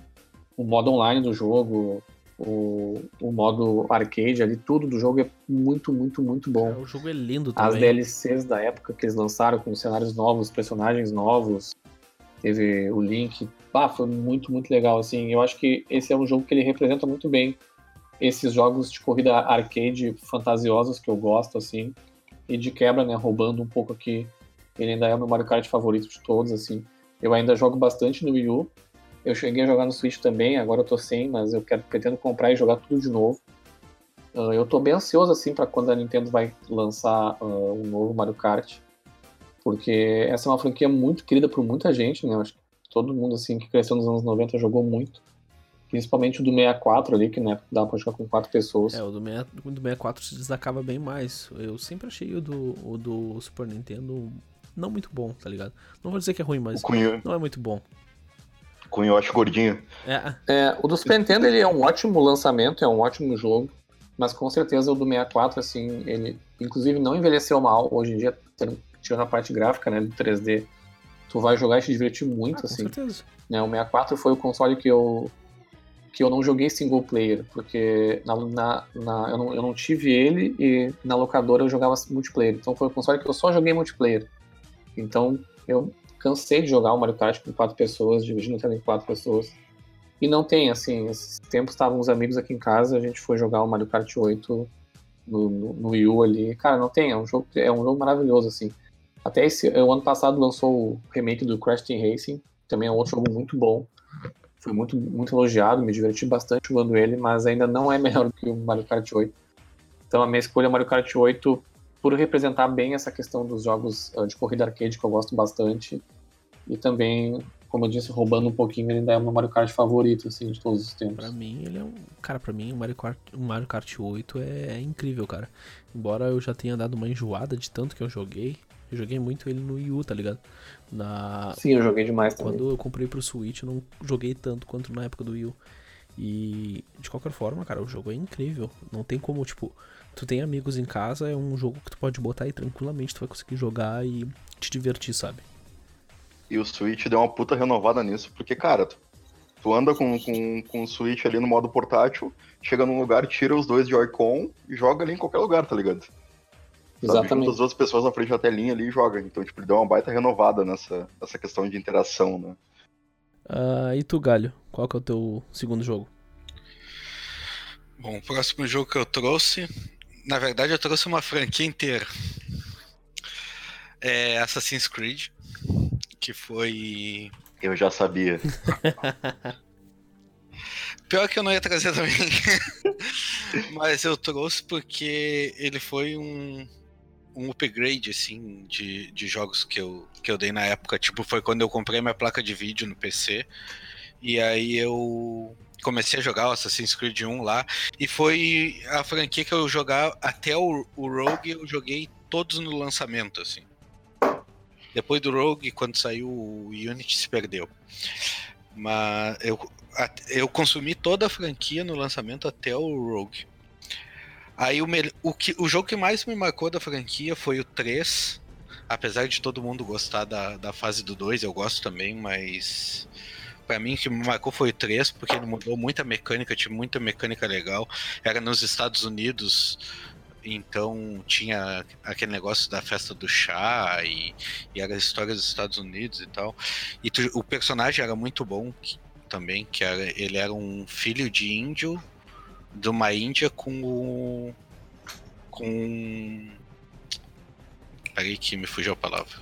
o modo online do jogo, o, o modo arcade ali, tudo do jogo é muito, muito, muito bom. O jogo é lindo As também. D L Cs da época que eles lançaram com cenários novos, personagens novos, teve o Link, ah, foi muito, muito legal, assim. Eu acho que esse é um jogo que ele representa muito bem esses jogos de corrida arcade fantasiosos que eu gosto, assim, e de quebra, né, roubando um pouco aqui, ele ainda é o meu Mario Kart favorito de todos, assim. Eu ainda jogo bastante no Wii U, eu cheguei a jogar no Switch também, agora eu tô sem, mas eu quero, pretendo comprar e jogar tudo de novo. Uh, eu tô bem ansioso, assim, para quando a Nintendo vai lançar uh, um novo Mario Kart, porque essa é uma franquia muito querida por muita gente, né, eu acho que todo mundo, assim, que cresceu nos anos noventa jogou muito, principalmente o do sessenta e quatro ali, que na época dava pra jogar com quatro pessoas. É, o do, meia- o do sessenta e quatro se destacava bem mais. Eu sempre achei o do, o do Super Nintendo não muito bom, tá ligado? Não vou dizer que é ruim, mas O Cunho, não é muito bom. o Cunho eu acho gordinho. É, É, o do Super Nintendo ele é um ótimo lançamento, é um ótimo jogo. mas com certeza o do sessenta e quatro, assim, ele inclusive não envelheceu mal. Hoje em dia, tirando a parte gráfica, né, do três D, tu vai jogar e te divertir muito, ah, assim. Com certeza. Né, o sessenta e quatro foi o console que eu, que eu não joguei single player, porque na, na, na, eu, não, eu não tive ele e na locadora eu jogava multiplayer. Então foi o console que eu só joguei multiplayer. Então eu cansei de jogar o Mario Kart com quatro pessoas, dividindo a tela em quatro pessoas. E não tem, assim, esses tempos estavam uns amigos aqui em casa, a gente foi jogar o Mario Kart oito no, no, no Wii U ali. Cara, não tem, é um jogo, é um jogo maravilhoso, assim. Até esse, o ano passado lançou o remake do Crash Team Racing, também é um outro jogo muito bom. Foi muito, muito elogiado, me diverti bastante jogando ele, mas ainda não é melhor do que o Mario Kart oito. Então a minha escolha é o Mario Kart oito por representar bem essa questão dos jogos uh, de corrida arcade, que eu gosto bastante. E também, como eu disse, roubando um pouquinho, ele ainda é o meu Mario Kart favorito, assim, de todos os tempos. Pra mim, ele é um... Cara, pra mim, o Mario Kart, o Mario Kart oito é, é incrível, cara. Embora eu já tenha dado uma enjoada de tanto que eu joguei, eu joguei muito ele no Wii U, tá ligado? Na... Sim, eu joguei demais também. Quando eu comprei pro Switch, eu não joguei tanto quanto na época do Wii U. E, de qualquer forma, cara, o jogo é incrível. Não tem como, tipo... Tu tem amigos em casa, é um jogo que tu pode botar aí tranquilamente, tu vai conseguir jogar e te divertir, sabe? E o Switch deu uma puta renovada nisso, porque, cara, tu, tu anda com, com, com o Switch ali no modo portátil, chega num lugar, tira os dois Joy-Con e joga ali em qualquer lugar, tá ligado? Sabe, junta as duas pessoas na frente da telinha ali e joga. Então, tipo, ele deu uma baita renovada nessa, nessa questão de interação, né? Uh, e tu, Galho? Qual que é o teu segundo jogo? Bom, o próximo jogo que eu trouxe... Na verdade, eu trouxe uma franquia inteira. É Assassin's Creed, que foi... Eu já sabia. Pior que eu não ia trazer também. Mas eu trouxe porque ele foi um, um upgrade, assim, de, de jogos que eu, que eu dei na época. Tipo, foi quando eu comprei minha placa de vídeo no P C. E aí eu comecei a jogar o Assassin's Creed um lá. E foi a franquia que eu jogava até o, o Rogue, eu joguei todos no lançamento, assim. Depois do Rogue, quando saiu o Unity, se perdeu. Mas eu, eu consumi toda a franquia no lançamento até o Rogue. Aí o, o, que, o jogo que mais me marcou da franquia foi o três. Apesar de todo mundo gostar da, da fase do dois, eu gosto também, mas... Pra mim, o que me marcou foi o três, porque ele mudou muita mecânica, tinha muita mecânica legal. Era nos Estados Unidos, então tinha aquele negócio da festa do chá e, e era a história dos Estados Unidos e tal. E tu, o personagem era muito bom que, também, que era, ele era um filho de índio de uma Índia com o... com... Peraí que me fugiu a palavra.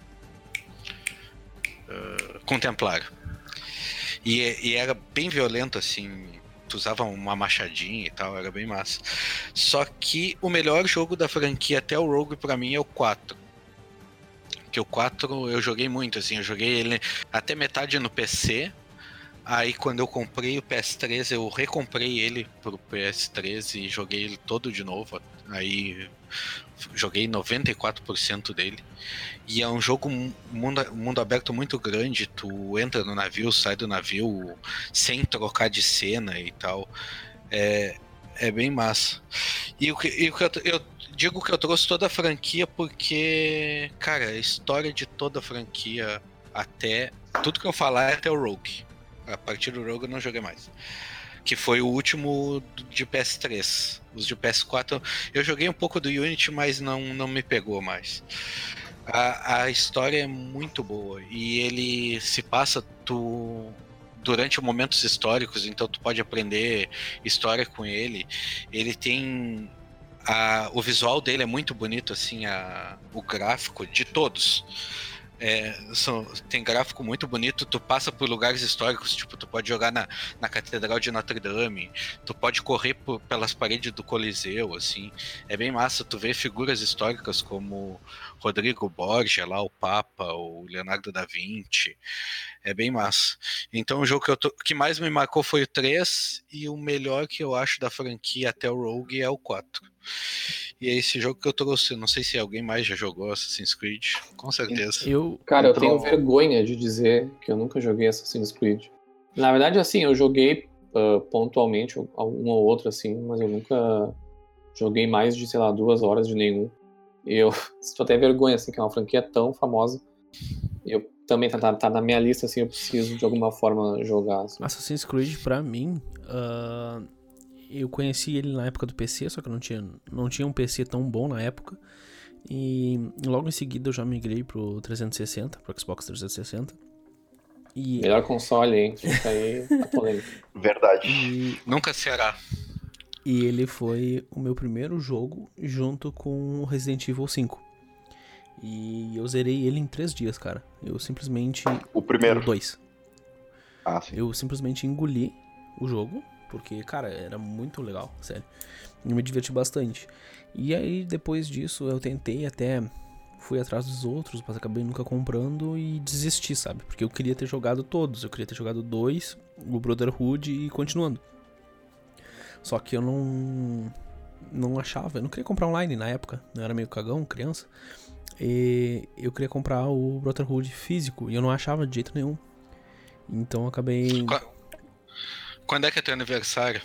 Uh, contemplário. E, e era bem violento, assim, tu usava uma machadinha e tal, era bem massa. Só que o melhor jogo da franquia até o Rogue pra mim é o quatro. Porque o quatro eu joguei muito, assim, eu joguei ele até metade no P C. Aí quando eu comprei o P S três, eu recomprei ele pro P S três e joguei ele todo de novo. Aí joguei noventa e quatro por cento dele. E é um jogo mundo, mundo aberto muito grande. Tu entra no navio, sai do navio sem trocar de cena e tal. É, é bem massa. E o que, e o que eu, eu digo que eu trouxe toda a franquia porque, cara, a história de toda a franquia até... Tudo que eu falar é até o Rogue. A partir do Rogue eu não joguei mais. Que foi o último de P S três. Os de P S quatro eu joguei um pouco do Unity, mas não, não me pegou mais. A, a história é muito boa. E ele se passa tu, durante momentos históricos, então tu pode aprender história com ele. Ele tem... A, o visual dele é muito bonito, assim, a, o gráfico de todos. É, são, tem gráfico muito bonito, tu passa por lugares históricos, tipo, tu pode jogar na, na Catedral de Notre Dame, tu pode correr por, pelas paredes do Coliseu, assim, é bem massa, tu vê figuras históricas como Rodrigo Borgia, lá o Papa, o Leonardo da Vinci, é bem massa. Então o jogo que, eu tô, que mais me marcou foi o três, e o melhor que eu acho da franquia até o Rogue é o quatro. E é esse jogo que eu trouxe. Não sei se alguém mais já jogou Assassin's Creed. Com certeza. Eu... Cara, eu Entrou... tenho vergonha de dizer que eu nunca joguei Assassin's Creed. Na verdade, assim, eu joguei uh, pontualmente um ou outro, assim, mas eu nunca Joguei mais de, sei lá, duas horas de nenhum. E eu sinto até vergonha, assim, que é uma franquia tão famosa. E eu também tá, tá, tá na minha lista, assim, eu preciso de alguma forma jogar. Assim. Assassin's Creed, pra mim, uh, eu conheci ele na época do P C, só que eu não tinha, não tinha um P C tão bom na época. E logo em seguida eu já migrei pro trezentos e sessenta, pro Xbox trezentos e sessenta. E... Melhor console, hein? Fica aí a polêmica. Verdade. E... Nunca será. E ele foi o meu primeiro jogo junto com o Resident Evil cinco. E eu zerei ele em três dias, cara. Eu simplesmente... O primeiro? O dois. Ah, sim. Eu simplesmente engoli o jogo, porque, cara, era muito legal, sério. Eu me diverti bastante. E aí, depois disso, eu tentei até... Fui atrás dos outros, mas acabei nunca comprando e desisti, sabe? Porque eu queria ter jogado todos. Eu queria ter jogado dois, o Brotherhood e continuando. Só que eu não... Não achava. Eu não queria comprar online na época. Eu era meio cagão, criança. E eu queria comprar o Brotherhood físico e eu não achava de jeito nenhum. Então eu acabei... Quando é que é teu aniversário?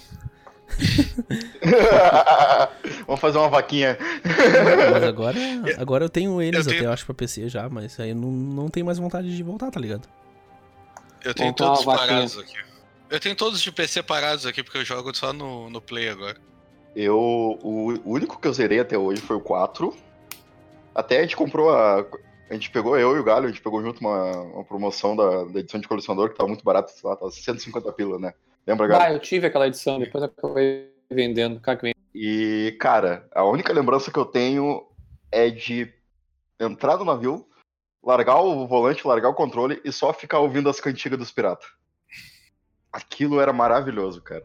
Vamos fazer uma vaquinha. Mas agora, agora eu tenho eles eu tenho... até, eu acho, pra P C já, mas aí eu não, não tenho mais vontade de voltar, tá ligado? Eu tenho Vamos todos uma vaquinha. parados aqui. Eu tenho todos de P C parados aqui, porque eu jogo só no, no Play agora. Eu, o, o único que eu zerei até hoje foi o quatro. Até a gente comprou a... A gente pegou, eu e o Galho, a gente pegou junto uma, uma promoção da, da edição de colecionador que tava muito barata, sei lá, tava cento e cinquenta pila, né? Lembra, Galho? Ah, eu tive aquela edição, depois eu acabei vendendo. Cara, que vem. E, cara, a única lembrança que eu tenho é de entrar no navio, largar o volante, largar o controle e só ficar ouvindo as cantigas dos piratas. Aquilo era maravilhoso, cara.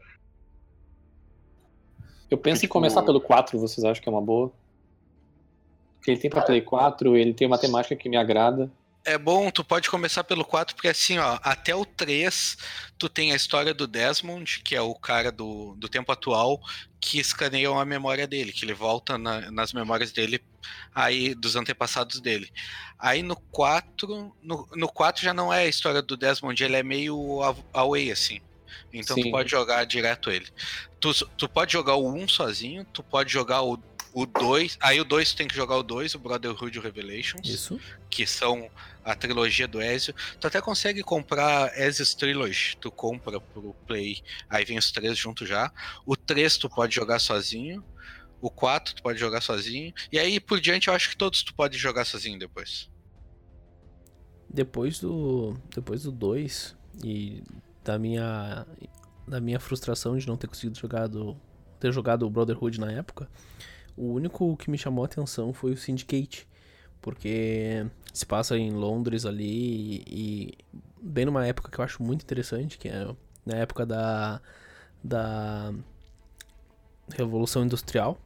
Eu penso Tipo... em começar pelo quatro, vocês acham que é uma boa? Porque ele tem pra Play quatro, ele tem uma temática que me agrada. É bom, tu pode começar pelo quatro, porque assim, ó, até o três, tu tem a história do Desmond, que é o cara do, do tempo atual, que escaneiam a memória dele, que ele volta na, nas memórias dele, aí dos antepassados dele. Aí no quatro, no, no quatro já não é a história do Desmond, ele é meio away, assim. Então Sim. tu pode jogar direto ele. Tu, tu pode jogar o um sozinho, tu pode jogar o O dois, aí o dois tu tem que jogar o dois, o Brotherhood e o Revelations. Isso. Que são a trilogia do Ezio. Tu até consegue comprar Ezio's Trilogy, tu compra pro Play, aí vem os três juntos já. O três tu pode jogar sozinho, o quatro tu pode jogar sozinho, e aí por diante eu acho que todos tu pode jogar sozinho depois. Depois do depois do dois e da minha da minha frustração de não ter conseguido jogar do, ter jogado o Brotherhood na época, o único que me chamou a atenção foi o Syndicate, porque se passa em Londres ali e, e bem numa época que eu acho muito interessante, que é na época da, da Revolução Industrial.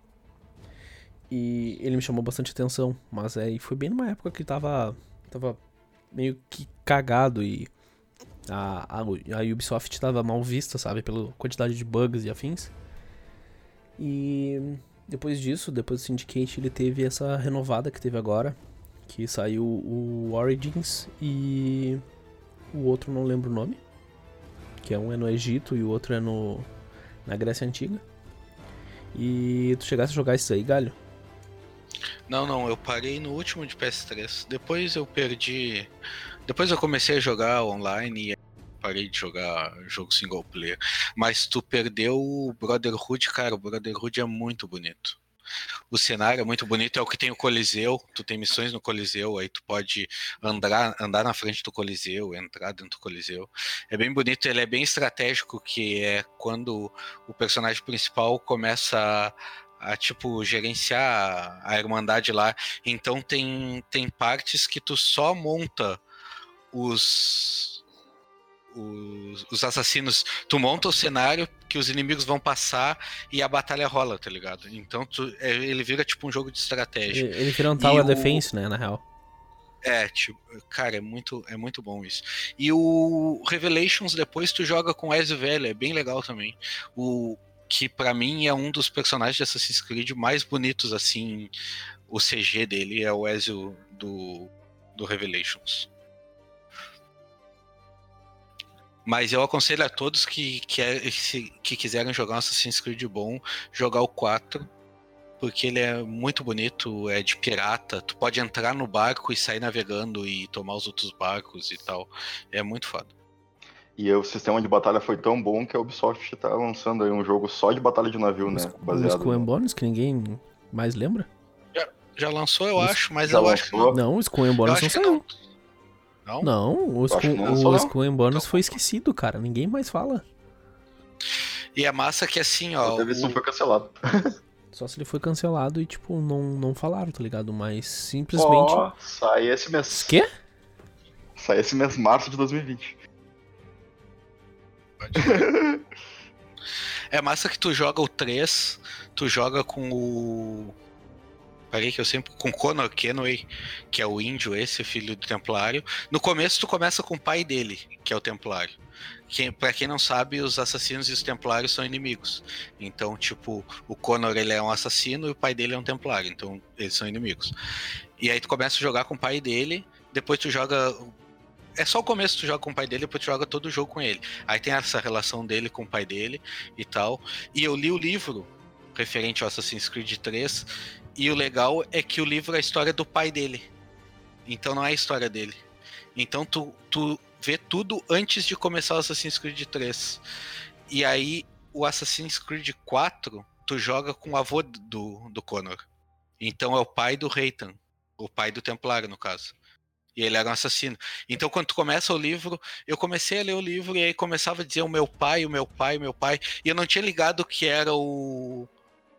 E ele me chamou bastante atenção, mas é, foi bem numa época que tava, tava meio que cagado e a, a, a Ubisoft tava mal vista, sabe, pela quantidade de bugs e afins. E... Depois disso, depois do Syndicate, ele teve essa renovada que teve agora, que saiu o Origins e o outro não lembro o nome, que é um é no Egito e o outro é no na Grécia Antiga. E tu chegasse a jogar isso aí, Galho? Não, não, eu parei no último de P S três, depois eu perdi, depois eu comecei a jogar online e parei de jogar jogo single player, mas tu perdeu o Brotherhood, cara, o Brotherhood é muito bonito. O cenário é muito bonito, é o que tem o Coliseu, tu tem missões no Coliseu, aí tu pode andar, andar na frente do Coliseu, entrar dentro do Coliseu. É bem bonito, ele é bem estratégico, que é quando o personagem principal começa a, a tipo, gerenciar a Irmandade lá. Então tem, tem partes que tu só monta os... Os, os assassinos, tu monta o cenário que os inimigos vão passar e a batalha rola, tá ligado? Então tu, ele vira tipo um jogo de estratégia. Ele, ele vira um Tower o... Defense, né, na real. É, tipo, cara, é muito, é muito bom isso. E o Revelations depois tu joga com o Ezio velho, é bem legal também. O que pra mim é um dos personagens de Assassin's Creed mais bonitos, assim, o C G dele é o Ezio do, do Revelations. Mas eu aconselho a todos que, que, que quiserem jogar um Assassin's Creed bom, jogar o quatro, porque ele é muito bonito, é de pirata. Tu pode entrar no barco e sair navegando e tomar os outros barcos e tal. É muito foda. E o sistema de batalha foi tão bom que a Ubisoft tá lançando aí um jogo só de batalha de navio, né? O Skull and Bones, que ninguém mais lembra? Já, já lançou, eu Isso. acho, mas Já eu acho que lançou? não. Não, o Skull and Eu Bones não acho que saiu. não. Não? Não, o acho que Skull, não lançou, o não. Skull and Bones foi esquecido, cara. Ninguém mais fala. E é massa que assim, ó. Outra versão o- foi cancelado. Só se ele foi cancelado e, tipo, não, não falaram, tá ligado? Mas simplesmente... Ó, sai esse mês. Quê? Sai esse mês, março de dois mil e vinte. É massa que tu joga o três, tu joga com o. Parei que eu sempre. Com Connor Kenway, que é o índio, esse, filho do Templário. No começo tu começa com o pai dele, que é o Templário. Quem, pra quem não sabe, os assassinos e os Templários são inimigos. Então, tipo, o Connor ele é um assassino e o pai dele é um Templário. Então, eles são inimigos. E aí tu começa a jogar com o pai dele, depois tu joga. É só o começo que tu joga com o pai dele, depois tu joga todo o jogo com ele. Aí tem essa relação dele com o pai dele e tal. E eu li o livro referente ao Assassin's Creed três, e o legal é que o livro é a história do pai dele. Então não é a história dele. Então tu, tu vê tudo antes de começar o Assassin's Creed três. E aí o Assassin's Creed quatro, tu joga com o avô do, do Connor. Então é o pai do Reitan, o pai do Templário, no caso. E ele era um assassino. Então, quando tu começa o livro, eu comecei a ler o livro e aí começava a dizer o meu pai, o meu pai, o meu pai. E eu não tinha ligado que era o.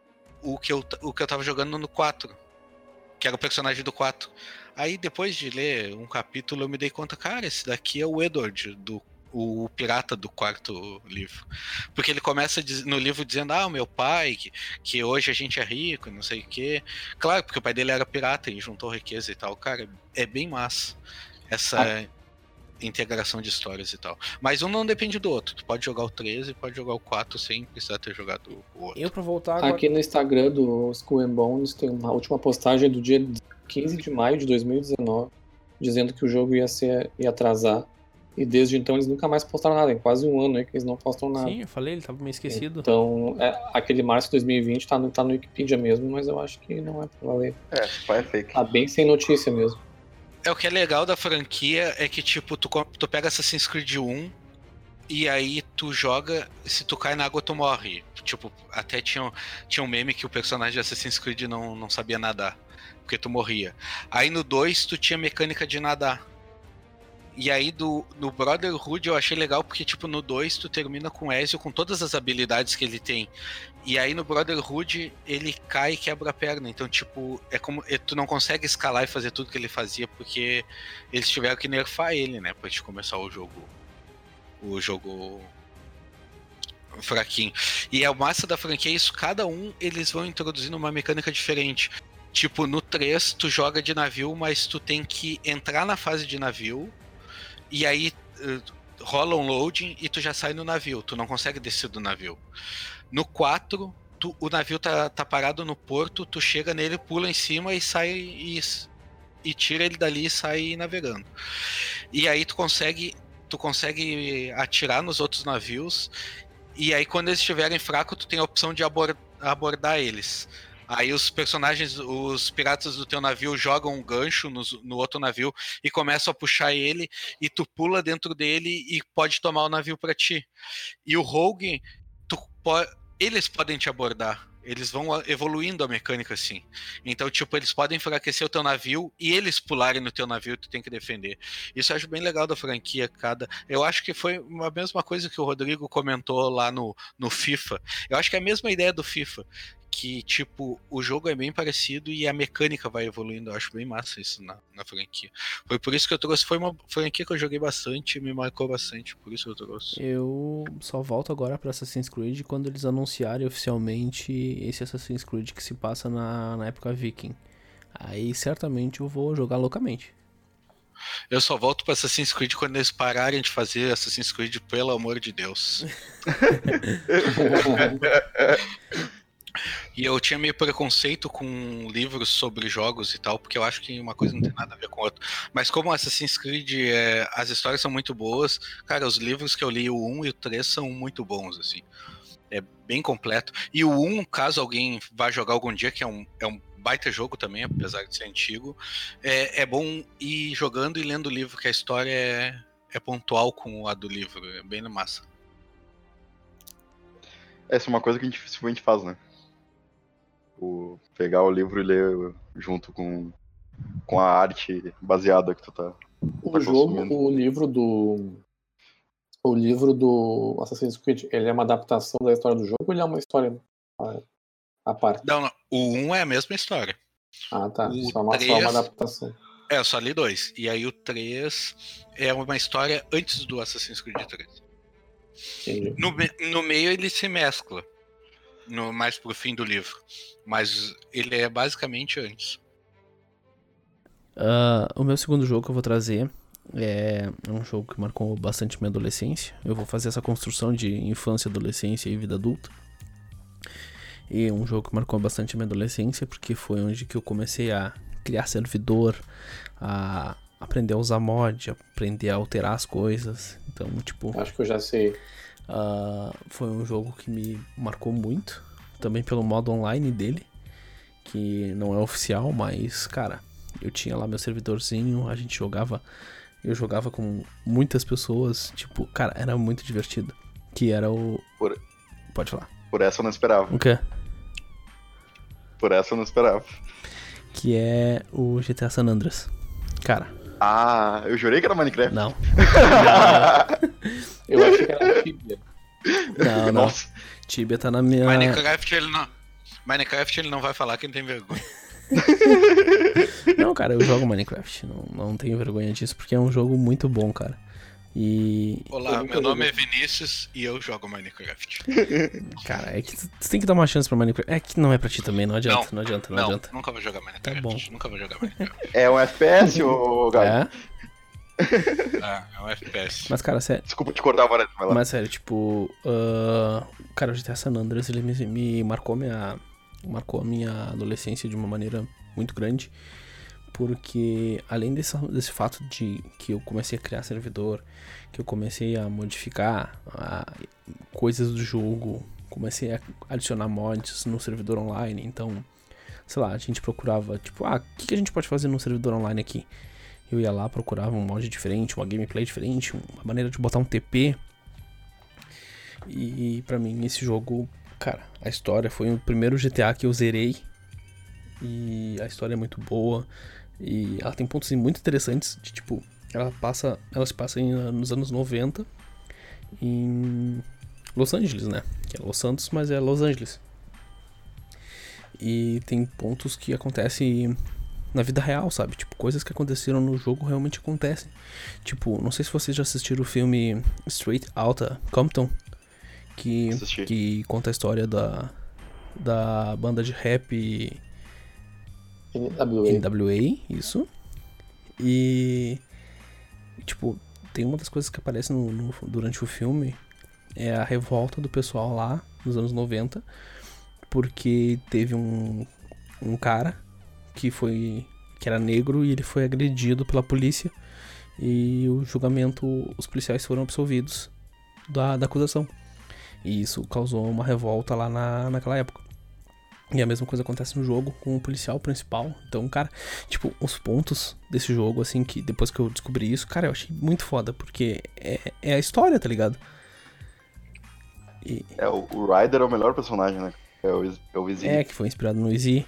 O que eu, o que eu tava jogando no quatro. Que era o personagem do quatro. Aí, depois de ler um capítulo, eu me dei conta, cara, esse daqui é o Edward, do, o pirata do quarto livro. Porque ele começa no livro dizendo, ah, o meu pai, que, que hoje a gente é rico, não sei o quê. Claro, porque o pai dele era pirata e juntou riqueza e tal. Cara, é bem massa essa ah. integração de histórias e tal. Mas um não depende do outro. Tu pode jogar o treze, pode jogar o quatro sem precisar ter jogado o outro. Eu pra voltar agora... Aqui no Instagram do Skull and Bones tem uma última postagem do dia quinze de maio de dois mil e dezenove, dizendo que o jogo ia, ser, ia atrasar. E desde então eles nunca mais postaram nada. Em quase um ano aí que eles não postam nada. Sim, eu falei, ele tava meio esquecido. Então, é, aquele março de dois mil e vinte tá no, tá no Wikipedia mesmo, mas eu acho que não é pra valer. É, pai é fake. Tá bem sem notícia mesmo. É, o que é legal da franquia é que, tipo, tu, tu pega Assassin's Creed um e aí tu joga, se tu cai na água tu morre. Tipo, até tinha, tinha um meme que o personagem de Assassin's Creed não, não sabia nadar, porque tu morria. Aí no dois tu tinha mecânica de nadar. E aí do, no Brotherhood eu achei legal porque, tipo, no dois tu termina com o Ezio com todas as habilidades que ele tem. E aí no Brotherhood ele cai e quebra a perna. Então, tipo, é como tu não consegue escalar e fazer tudo que ele fazia porque eles tiveram que nerfar ele, né? Pra gente começar o jogo. O jogo fraquinho. E é o massa da franquia, isso, cada um eles vão introduzindo uma mecânica diferente. Tipo, no três tu joga de navio, mas tu tem que entrar na fase de navio. E aí uh, rola um loading e tu já sai no navio. Tu não consegue descer do navio. No quatro, tu, o navio tá, tá parado no porto, tu chega nele, pula em cima e sai e, e tira ele dali e sai navegando. E aí tu consegue, tu consegue atirar nos outros navios. E aí quando eles estiverem fracos, tu tem a opção de abor- abordar eles. Aí os personagens, os piratas do teu navio jogam um gancho no, no outro navio e começam a puxar ele e tu pula dentro dele e pode tomar o navio pra ti. E o Rogue, tu po- eles podem te abordar. Eles vão evoluindo a mecânica assim. Então, tipo, eles podem enfraquecer o teu navio e eles pularem no teu navio e tu tem que defender. Isso eu acho bem legal da franquia, cada... Eu acho que foi a mesma coisa que o Rodrigo comentou lá no, no FIFA. Eu acho que é a mesma ideia do FIFA. Que, tipo, o jogo é bem parecido e a mecânica vai evoluindo. Eu acho bem massa isso na, na franquia. Foi por isso que eu trouxe. Foi uma franquia que eu joguei bastante e me marcou bastante. Por isso eu trouxe. Eu só volto agora pra Assassin's Creed quando eles anunciarem oficialmente esse Assassin's Creed que se passa na, na época Viking. Aí certamente eu vou jogar loucamente. Eu só volto pra Assassin's Creed quando eles pararem de fazer Assassin's Creed, pelo amor de Deus. E eu tinha meio preconceito com livros sobre jogos e tal, porque eu acho que uma coisa não tem nada a ver com a outra. Mas como Assassin's Creed, é, as histórias são muito boas, cara, os livros que eu li, o um e o três, são muito bons, assim. É bem completo. E o um, caso alguém vá jogar algum dia, que é um, é um baita jogo também, apesar de ser antigo, é, é bom ir jogando e lendo o livro, que a história é, é pontual com a do livro. É bem massa. Essa é uma coisa que a gente dificilmente faz, né? O pegar o livro e ler junto com, com a arte baseada que tu tá, O tá jogo, consumindo. o livro do. O livro do Assassin's Creed, ele é uma adaptação da história do jogo ou ele é uma história à, à parte? Não, não. O um é a mesma história. Ah, tá. O Só uma, três só uma adaptação. É, eu só li dois. E aí o três é uma história antes do Assassin's Creed três. Entendi. No, me- no meio ele se mescla. No, mais pro fim do livro. Mas ele é basicamente antes. Ah, o meu segundo jogo que eu vou trazer é um jogo que marcou bastante minha adolescência. Eu vou fazer essa construção de infância, adolescência e vida adulta. E um jogo que marcou bastante minha adolescência porque foi onde que eu comecei a criar servidor, a aprender a usar mod, aprender a alterar as coisas. Então, tipo, Acho que eu já sei. ah, foi um jogo que me marcou muito. Também pelo modo online dele, que não é oficial, mas, cara, eu tinha lá meu servidorzinho, a gente jogava, eu jogava com muitas pessoas, tipo, cara, era muito divertido. Que era o... Por, Pode falar. por essa eu não esperava. O quê? Por essa eu não esperava. Que é o G T A San Andreas. Cara, Ah, eu jurei que era Minecraft. não. Eu achei que era Tibia. Não, não. Nossa. Tibia tá na minha... Minecraft ele não. Minecraft ele não vai falar que ele tem vergonha. Não, cara, eu jogo Minecraft. Não, não tenho vergonha disso, porque é um jogo muito bom, cara. E... Olá, Eu nunca meu nome joguei. é Vinícius e eu jogo Minecraft. Cara, é que tu tu tem que dar uma chance pra Minecraft. É que não é pra ti também, não adianta, não, Não, adianta, não, Não, adianta. nunca vou jogar Minecraft. Tá bom. Nunca vou jogar Minecraft. É um F P S, ô Gabi? É? Ah, é um F P S. Mas, cara, sério. Desculpa te cortar, Varese, vai lá. Mas, sério, tipo... ah, cara, o G T A San Andreas, ele me, me marcou minha... Marcou a minha adolescência de uma maneira muito grande. Porque, além desse, desse fato de que eu comecei a criar servidor, que eu comecei a modificar a, coisas do jogo, comecei a adicionar mods no servidor online, então, sei lá, a gente procurava, tipo, ah, o que, que a gente pode fazer no servidor online aqui? Eu ia lá, procurava um mod diferente, uma gameplay diferente, uma maneira de botar um T P. E pra mim esse jogo, cara, a história foi o primeiro G T A que eu zerei. E a história é muito boa. E ela tem pontos muito interessantes de, tipo, ela passa, ela se passa em, nos anos noventa em Los Angeles, né? Que é Los Santos, mas é Los Angeles. E tem pontos que acontecem na vida real, sabe? Tipo, coisas que aconteceram no jogo realmente acontecem. Tipo, não sei se vocês já assistiram o filme Straight Outta Compton, que, Assisti. que conta a história da, da banda de rap N W A. N W A, isso. E, tipo, tem uma das coisas que aparece no, no- durante o filme é a revolta do pessoal lá nos anos noventa, porque teve um, um cara que foi que era negro e ele foi agredido pela polícia e o julgamento, os policiais foram absolvidos da, da acusação. E isso causou uma revolta lá na, naquela época. E a mesma coisa acontece no jogo com o policial principal. Então, cara, tipo, os pontos desse jogo, assim, que depois que eu descobri isso, cara, eu achei muito foda, porque é, é a história, tá ligado? E, É, o, o Ryder é o melhor personagem, né? É o, Iz- é o Izzy. é, que foi inspirado no Easy.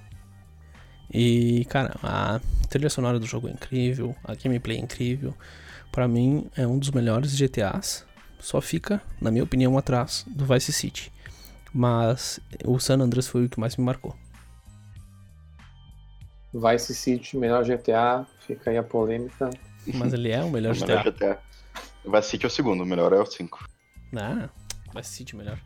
E, cara, a trilha sonora do jogo é incrível, a gameplay é incrível. Pra mim, é um dos melhores G T As. Só fica, na minha opinião, atrás do Vice City. Mas o San Andreas foi o que mais me marcou. Vice City, melhor G T A, fica aí a polêmica. Mas ele é o É melhor o G T melhor A. G T A. O Vice City é o segundo, o melhor é o cinco. Ah, Vice City melhor.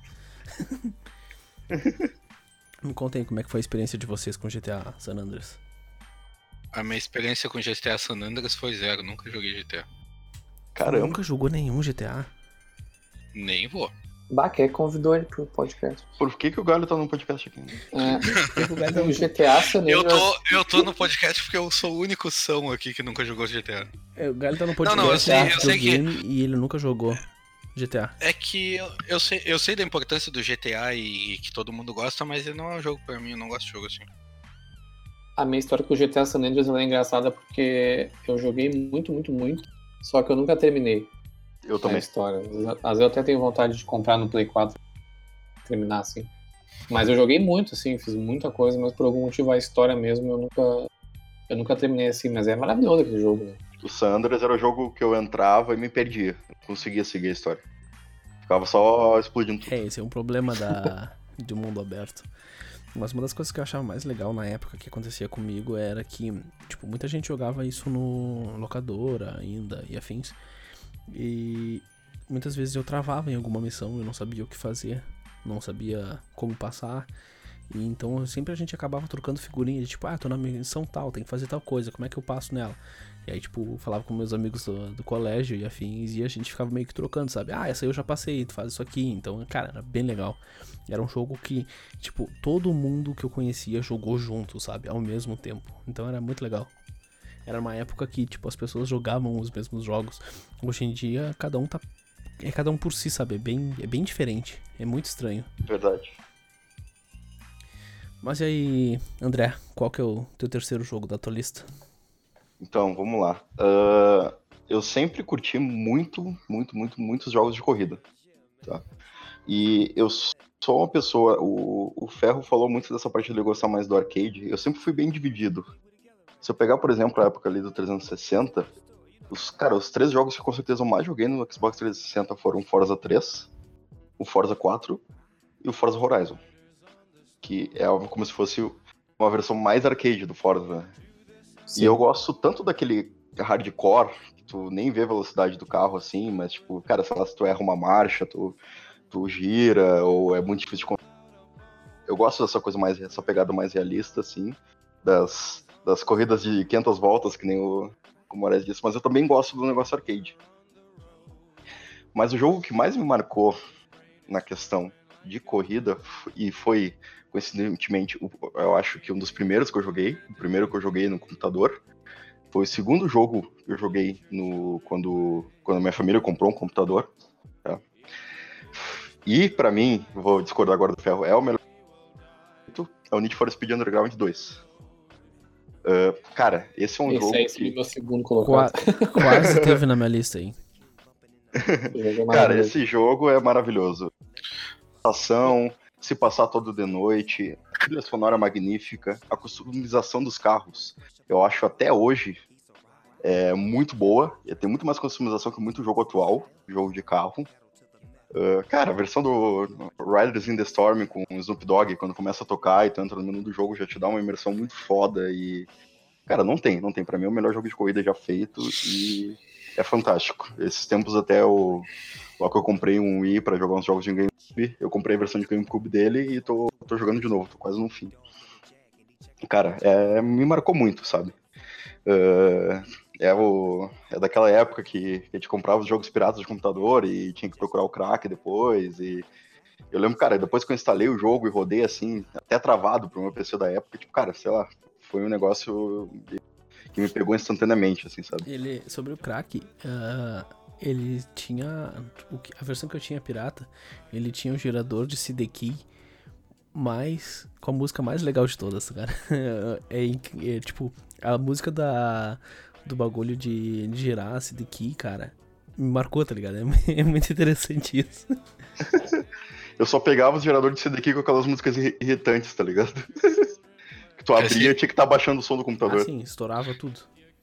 Me contem como é que foi a experiência de vocês com G T A San Andreas. A minha experiência com G T A San Andreas foi zero, nunca joguei G T A. Caramba. Nunca jogou nenhum G T A? Nem vou. Baqué convidou ele pro podcast. Por que, que o Galho tá no podcast aqui? É, o G T A San Eu Andreas. tô, eu tô no podcast porque eu sou o único são aqui que nunca jogou G T A. É, o Galho tá no Não, podcast não, eu sei- eu de sei que- videogame e ele nunca jogou. G T A? É que eu, eu, sei, eu sei da importância do G T A e, e que todo mundo gosta, mas ele não é um jogo pra mim, eu não gosto de jogo assim. A minha história com o G T A San Andreas ela é engraçada porque eu joguei muito, muito, muito, só que eu nunca terminei Eu a também. história. Às vezes às vezes eu até tenho vontade de comprar no Play quatro terminar assim. Mas eu joguei muito, assim, fiz muita coisa, mas por algum motivo a história mesmo eu nunca, eu nunca terminei assim, mas é maravilhoso aquele jogo, né? O San Andreas era o jogo que eu entrava e me perdia. Não conseguia seguir a história. Ficava só explodindo tudo. É, esse é um problema da, de mundo aberto. Mas uma das coisas que eu achava mais legal na época que acontecia comigo era que, tipo, muita gente jogava isso no locadora ainda e afins. E muitas vezes eu travava em alguma missão, eu não sabia o que fazer, não sabia como passar. E então sempre a gente acabava trocando figurinha de tipo, ah, tô na missão tal, tem que fazer tal coisa, como é que eu passo nela? E aí, tipo, falava com meus amigos do, do colégio e afins, e a gente ficava meio que trocando, sabe? Ah, essa aí eu já passei, tu faz isso aqui. Então, cara, era bem legal. Era um jogo que, tipo, todo mundo que eu conhecia jogou junto, sabe? Ao mesmo tempo. Então era muito legal. Era uma época que, tipo, as pessoas jogavam os mesmos jogos. Hoje em dia, cada um tá... É cada um por si, sabe? É bem, é bem diferente. É muito estranho. Verdade. Mas e aí, André, qual que é o teu terceiro jogo da tua lista? Então, vamos lá. Uh, eu sempre curti muito, muito, muito, muitos jogos de corrida. Tá? E eu sou uma pessoa... O, o Ferro falou muito dessa parte de ele gostar mais do arcade. Eu sempre fui bem dividido. Se eu pegar, por exemplo, a época ali do trezentos e sessenta... Os, cara, os três jogos que com certeza eu mais joguei no Xbox trezentos e sessenta foram o Forza três, o Forza quatro e o Forza Horizon. Que é algo como se fosse uma versão mais arcade do Forza. Sim. E eu gosto tanto daquele hardcore, que tu nem vê a velocidade do carro assim, mas tipo, cara, sei lá, se tu erra uma marcha, tu, tu gira, ou é muito difícil de... Eu gosto dessa coisa mais, essa pegada mais realista, assim, das, das corridas de quinhentas voltas, que nem o, o Moraes disse, mas eu também gosto do negócio arcade. Mas o jogo que mais me marcou na questão de corrida, e foi, coincidentemente, eu acho que um dos primeiros que eu joguei, o primeiro que eu joguei no computador, foi o segundo jogo que eu joguei no, quando, quando a minha família comprou um computador. Tá? E, pra mim, vou discordar agora do Ferro, é o melhor, é o Need for Speed Underground dois. Uh, cara, esse é um esse jogo aí que... seria meu segundo colocado. Qua- quase teve na minha lista aí. Cara, esse jogo é maravilhoso. Ação, se passar todo de noite, a trilha sonora magnífica, a customização dos carros, eu acho até hoje é muito boa. E tem muito mais customização que muito jogo atual, jogo de carro. Uh, cara, a versão do Riders in the Storm com o Snoop Dogg, quando começa a tocar e tu entra no menu do jogo, já te dá uma imersão muito foda. E, cara, não tem, não tem. Pra mim é o melhor jogo de corrida já feito e é fantástico. Esses tempos até o... Lá que eu comprei um Wii pra jogar uns jogos de GameCube, eu comprei a versão de GameCube dele e tô, tô jogando de novo, tô quase no fim. Cara, é, me marcou muito, sabe? Uh, é, o, é daquela época que, que a gente comprava os jogos piratas de computador e tinha que procurar o crack depois. E eu lembro, cara, depois que eu instalei o jogo e rodei assim, até travado pro meu P C da época, tipo, cara, sei lá, foi um negócio que me pegou instantaneamente, assim, sabe? Ele, sobre o crack, uh, ele tinha, a versão que eu tinha pirata, ele tinha um gerador de C D key mais, com a música mais legal de todas, cara. É, é, é tipo, a música da, do bagulho de, de gerar C D key, cara, me marcou, tá ligado? É, é muito interessante isso. Eu só pegava os geradores de C D key com aquelas músicas irritantes, tá ligado? Que tu abria e tinha que estar tá baixando o som do computador. Ah, sim, estourava tudo.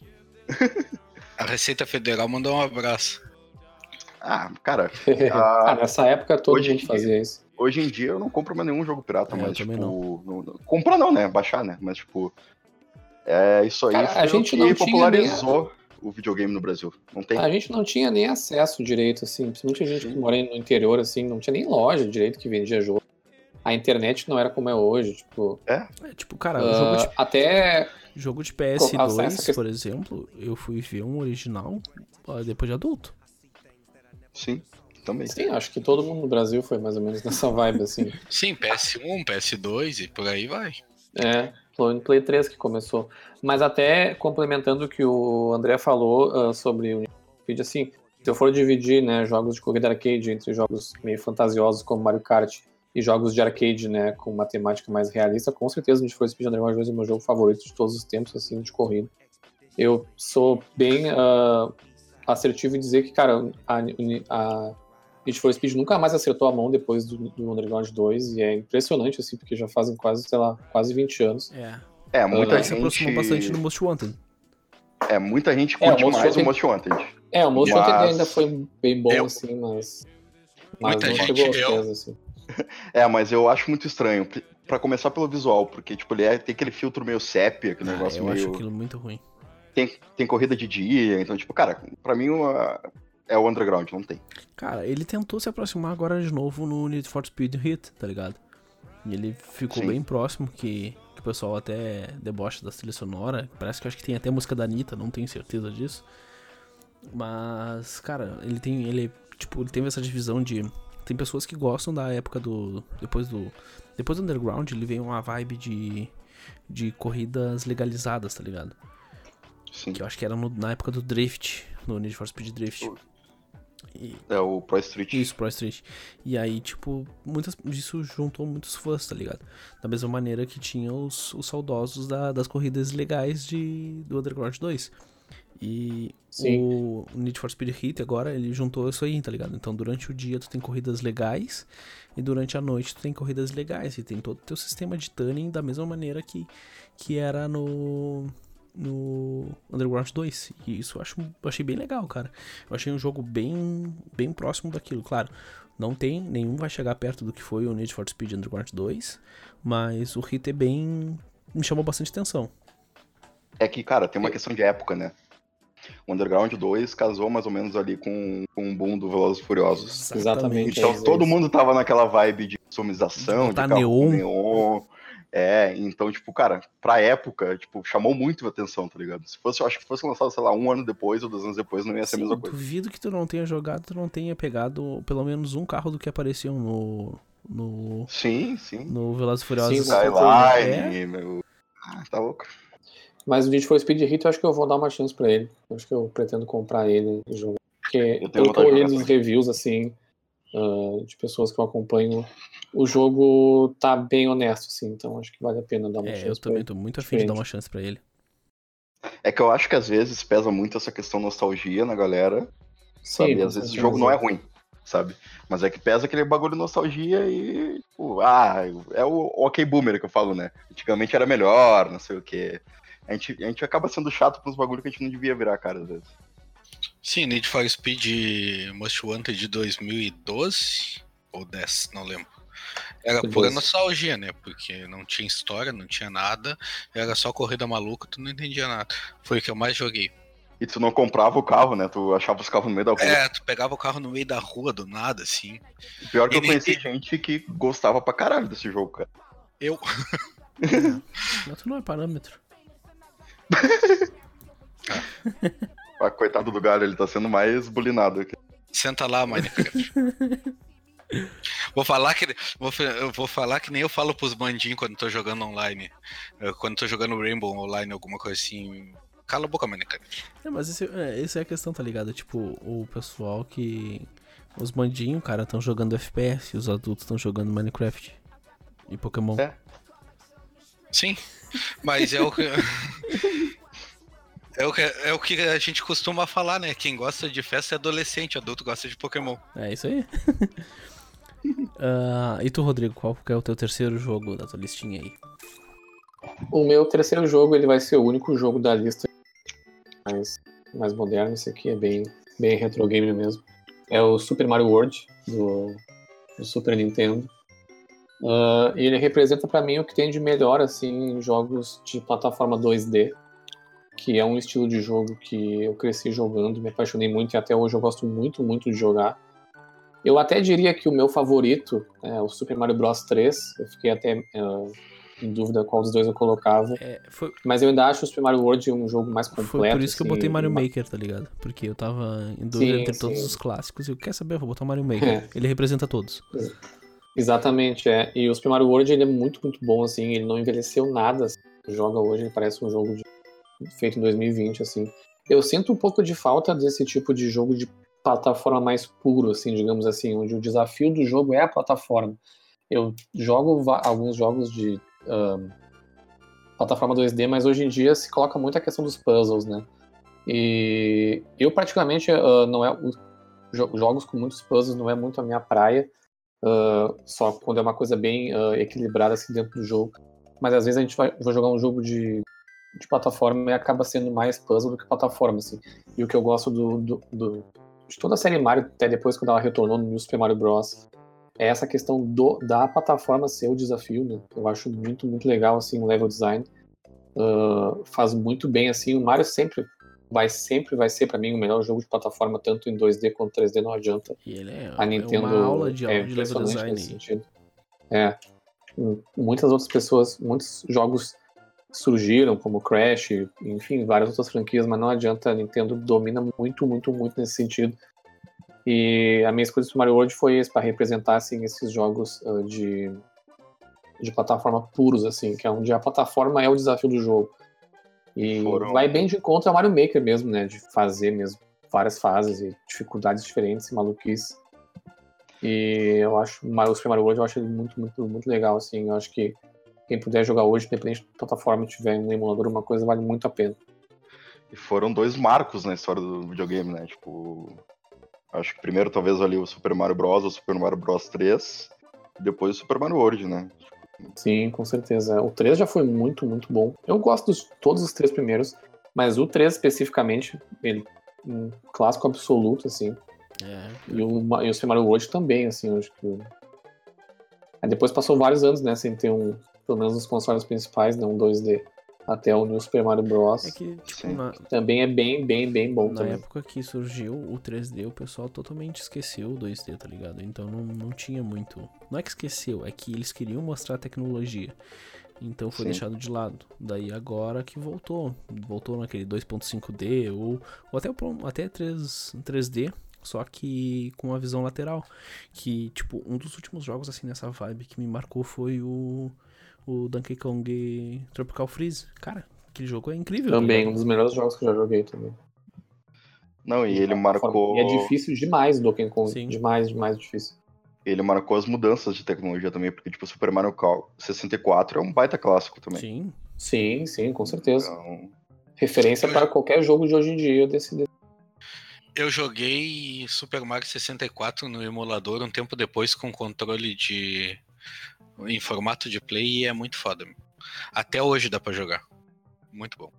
A Receita Federal mandou um abraço. Ah, cara. A... ah, nessa época toda a gente dia, fazia isso. Hoje em dia eu não compro mais nenhum jogo pirata, é, mas eu tipo. Não. Não, não, comprar não, né? Baixar, né? Mas tipo. É, isso aí Cara, foi a gente o que não popularizou tinha o videogame no Brasil. Não tem? A gente não tinha nem acesso direito, assim. Principalmente a gente Sim. que mora no interior, assim, não tinha nem loja direito que vendia jogo. A internet não era como é hoje, tipo... É? É, tipo, cara, uh, o jogo de... Até... Jogo de P S dois, Essa... por exemplo, eu fui ver um original depois de adulto. Sim, também. Sim, acho que todo mundo no Brasil foi mais ou menos nessa vibe, assim. Sim, P S um, P S dois e por aí vai. É, foi no Play três que começou. Mas até complementando o que o André falou uh, sobre o Need for Speed, assim, Se eu for dividir, né, jogos de corrida arcade entre jogos meio fantasiosos como Mario Kart e jogos de arcade, né, com uma temática mais realista, com certeza Need for Speed Underground dois é o meu jogo favorito de todos os tempos, assim, de corrida. Eu sou bem uh, assertivo em dizer que, cara, a, a Need for Speed nunca mais acertou a mão depois do, do Underground dois, e é impressionante, assim, porque já fazem quase, sei lá, quase vinte anos. É. É, muita Uh, gente... se aproximou bastante do Most Wanted. É, muita gente É, curte o Most mais Wanted- o Most Wanted. É, o Most Mas- Wanted ainda foi bem bom, Eu- assim, mas... Mas Muita não gente- chegou aos eu- pés, assim. É, mas eu acho muito estranho. Pra começar pelo visual, porque, tipo, ele é, tem aquele filtro meio sépia, aquele Ah, negócio eu meio... acho aquilo muito ruim. Tem, tem corrida de dia, então, tipo, cara, pra mim uma- é o Underground, não tem. Cara, ele tentou se aproximar agora de novo no Need for Speed Heat, tá ligado? E ele ficou Sim. bem próximo, que, que o pessoal até debocha da trilha sonora. Parece que eu acho que tem até música da Anitta, não tenho certeza disso. Mas, cara, ele tem. Ele, tipo, ele teve essa divisão de. Tem pessoas que gostam da época do. Depois do. Depois do Underground, ele veio uma vibe de. De corridas legalizadas, tá ligado? Sim. Que eu acho que era no- na época do Drift, no Need for Speed Drift. E, É o Pro Street. isso, Pro Street. E aí, tipo, muitas, isso juntou muitos fãs, tá ligado? Da mesma maneira que tinha os, os saudosos da- das corridas legais de, do Underground dois. E Sim. o Need for Speed Heat agora, ele juntou isso aí, tá ligado? Então, durante o dia tu tem corridas legais e durante a noite tu tem corridas legais. E tem todo o teu sistema de tuning da mesma maneira que, que era no... no Underground dois. E isso eu, acho, eu achei bem legal, cara. Eu achei um jogo bem, bem próximo daquilo. Claro, não tem, nenhum vai chegar perto do que foi o Need for Speed Underground dois, mas o Hit é bem... me chamou bastante atenção. É que, cara, tem uma questão de época, né? O Underground dois casou mais ou menos ali com, com o boom do Velozes e Furiosos. Exatamente. Então é todo isso. mundo tava naquela vibe de customização, De de, botar carro neon. com neon. É, então, tipo, cara, pra época, tipo, chamou muito a atenção, tá ligado? Se fosse, eu acho que fosse lançado, sei lá, um ano depois ou dois anos depois, não ia ser a Sim, mesma coisa. duvido que tu não tenha jogado, tu não tenha pegado pelo menos um carro do que apareceu no... no... Sim, sim. no Velozes e Furiosos. Sim, Skyline, É, meu... Ah, tá louco. Mas o Need for Speed Heat eu acho que eu vou dar uma chance pra ele. Eu acho que eu pretendo comprar ele e jogar. Porque Eu tenho pelo que eu vontade de olhei jogar dos também. reviews, assim, uh, de pessoas que eu acompanho, o jogo tá bem honesto, assim. Então acho que vale a pena dar uma é, chance eu pra também ele. tô muito afim de dar Diferente. uma chance pra ele. É que eu acho que às vezes pesa muito essa questão nostalgia na galera, sabe? Sim, E com às vezes o certeza. jogo não é ruim, sabe? Mas é que pesa aquele bagulho de nostalgia e, tipo, ah, é o ok boomer que eu falo, né? Antigamente era melhor, não sei o quê. A gente, a gente acaba sendo chato com uns bagulhos que a gente não devia virar, cara, às vezes. Sim, Need for Speed Most Wanted de dois mil e doze ou dez, não lembro. Era pura doze. nostalgia, né? Porque não tinha história, não tinha nada. Era só corrida maluca, tu não entendia nada. Foi o que eu mais joguei. E tu não comprava o carro, né? Tu achava os carros no meio da rua. É, tu pegava o carro no meio da rua, do nada, assim. Pior que eu e- conheci e- gente que gostava pra caralho desse jogo, cara. Eu. Mas tu não é parâmetro. Ah, coitado do galho, ele tá sendo mais bulinado aqui. Senta lá, Minecraft. Vou falar que vou, fa- eu vou falar que nem eu falo pros bandinhos quando tô jogando online. Eu, Quando tô jogando Rainbow Online, alguma coisa assim. Cala a boca, Minecraft. É, mas esse, é, essa é a questão, tá ligado? Tipo, o pessoal que... Os bandinhos, cara, estão jogando F P S, os adultos estão jogando Minecraft e Pokémon. É. Sim, mas é o que. É o, que, é o que a gente costuma falar, né? Quem gosta de festa é adolescente, adulto gosta de Pokémon. É isso aí. Ah, e tu, Rodrigo, qual que é o teu terceiro jogo da tua listinha aí? O meu terceiro jogo, ele vai ser o único jogo da lista mais, mais moderno. Esse aqui é bem, bem retro game mesmo. É o Super Mario World, do, do Super Nintendo. Uh, e ele representa pra mim o que tem de melhor assim, em jogos de plataforma dois D, que é um estilo de jogo que eu cresci jogando, me apaixonei muito e até hoje eu gosto muito, muito de jogar. Eu até diria que o meu favorito é o Super Mario Bros três. Eu fiquei até uh, em dúvida qual dos dois eu colocava. É, foi, Mas eu ainda acho o Super Mario World um jogo mais completo. foi por isso que eu assim, botei Mario ma- Maker, tá ligado? Porque eu tava em dúvida Sim, entre todos sim. os clássicos e eu quero saber, eu vou botar o Mario Maker. É. Ele representa todos. Exatamente, é. E o Super Mario World ele é muito, muito bom, assim. Ele não envelheceu nada. Assim. Joga hoje, ele parece um jogo de- feito em dois mil e vinte, assim. Eu sinto um pouco de falta desse tipo de jogo de plataforma mais puro, assim, digamos assim, onde o desafio do jogo é a plataforma. Eu jogo alguns jogos de uh, plataforma dois D, mas hoje em dia se coloca muito a questão dos puzzles, né? E eu praticamente uh, não é os jogos com muitos puzzles não é muito a minha praia, uh, só quando é uma coisa bem uh, equilibrada assim dentro do jogo. Mas às vezes a gente vai, vai jogar um jogo de, de plataforma e acaba sendo mais puzzle do que plataforma, assim. E o que eu gosto do, do, do de toda a série Mario, até depois quando ela retornou no Super Mario Bros, é essa questão do, da plataforma ser o desafio, né? Eu acho muito, muito legal, assim, o level design. Uh, faz muito bem, assim, o Mario sempre vai, sempre vai ser, pra mim, o melhor jogo de plataforma, tanto em dois D quanto três D, não adianta. E ele é, a Nintendo é uma aula de, é de level design. Nesse sentido. É. Muitas outras pessoas, muitos jogos surgiram, como Crash, enfim, várias outras franquias, mas não adianta, a Nintendo domina muito, muito, muito nesse sentido. E a minha escolha do Mario World foi esse, para representar assim, esses jogos uh, de, de plataforma puros, assim, que é onde a plataforma é o desafio do jogo. E Foram... vai bem de encontro ao Mario Maker mesmo, né? De fazer mesmo várias fases e dificuldades diferentes, maluquice. E eu acho o Super Mario World eu acho ele muito, muito, muito legal, assim. Eu acho que quem puder jogar hoje, independente da plataforma, tiver um emulador, uma coisa, vale muito a pena. E foram dois marcos na história do videogame, né? Tipo, acho que primeiro talvez ali o Super Mario Bros, o Super Mario Bros três, e depois o Super Mario World, né? Sim, com certeza. O três já foi muito, muito bom. Eu gosto de todos os três primeiros, mas o três especificamente, ele um clássico absoluto, assim. É, e, o, e o Super Mario World também, assim, eu acho que... Aí depois passou vários anos, né, sem ter um, pelo menos nos consoles principais, né, um dois D, até o New Super Mario Bros. É que, tipo, na... também é bem, bem, bem bom na também. Na época que surgiu o três D, o pessoal totalmente esqueceu o dois D, tá ligado? Então não, não tinha muito... Não é que esqueceu, é que eles queriam mostrar a tecnologia. Então foi Sim. deixado de lado. Daí agora que voltou. Voltou naquele dois ponto cinco D ou, ou até, até três D, só que com a visão lateral. Que, tipo, um dos últimos jogos assim nessa vibe que me marcou foi o, o Donkey Kong Tropical Freeze. Cara, aquele jogo é incrível. Também, um dos melhores jogos que eu já joguei também. Não, e ele marcou... E é difícil demais o Donkey Kong. Sim. Demais, demais difícil. Ele marcou as mudanças de tecnologia também, porque, tipo, Super Mario sessenta e quatro é um baita clássico também. Sim, sim, sim, com certeza. Então... Referência eu para já... qualquer jogo de hoje em dia desse... Eu joguei Super Mario sessenta e quatro no emulador um tempo depois com controle de... em formato de play e é muito foda. Até hoje dá pra jogar. Muito bom.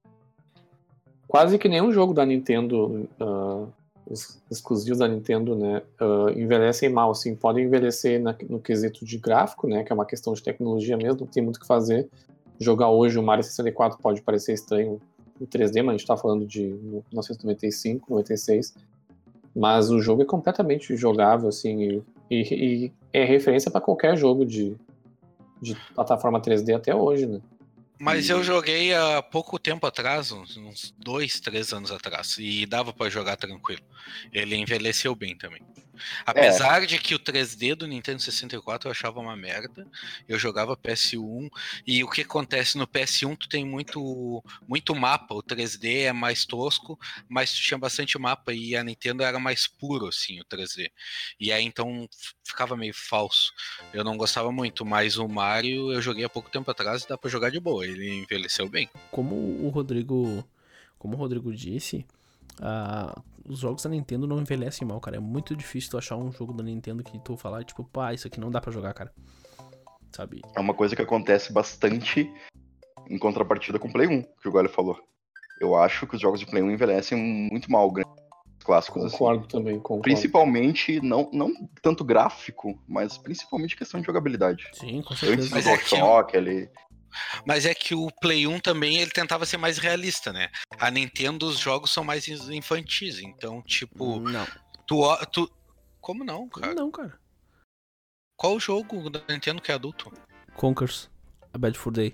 Quase que nenhum jogo da Nintendo... Uh... os exclusivos da Nintendo, né, uh, envelhecem mal, assim, podem envelhecer na, no quesito de gráfico, né, que é uma questão de tecnologia mesmo, não tem muito o que fazer. Jogar hoje o Mario sessenta e quatro pode parecer estranho em três D, mas a gente tá falando de mil novecentos e noventa e cinco, noventa e seis, mas o jogo é completamente jogável, assim, e, e, e é referência para qualquer jogo de, de plataforma três D até hoje, né. Mas eu joguei há pouco tempo atrás, uns dois, três anos atrás, e dava pra jogar tranquilo. Ele envelheceu bem também. Apesar é. de que o três D do Nintendo sessenta e quatro eu achava uma merda, eu jogava P S um, e o que acontece no P S um, tu tem muito, muito mapa, o três D é mais tosco, mas tu tinha bastante mapa, e a Nintendo era mais puro, assim, o três D. E aí, então, ficava meio falso. Eu não gostava muito, mas o Mario eu joguei há pouco tempo atrás e dá pra jogar de boa, ele envelheceu bem. Como o Rodrigo, como o Rodrigo disse... Uh, os jogos da Nintendo não envelhecem mal, cara. É muito difícil tu achar um jogo da Nintendo que tu falar, tipo, pá, isso aqui não dá pra jogar, cara. Sabe? É uma coisa que acontece bastante em contrapartida com o Play um, que o Galho falou. Eu acho que os jogos de Play um envelhecem muito mal, grandes clássicos. Concordo assim. também, concordo. Principalmente, não, não tanto gráfico, mas principalmente questão de jogabilidade. Sim, com certeza. Antes do DualShock, ali... Mas é que o Play um também ele tentava ser mais realista, né? A Nintendo, os jogos são mais infantis, então, tipo... Não. Tu, tu... Como não, cara? Não, cara. Qual o jogo da Nintendo que é adulto? Conkers, A Bad Fur Day.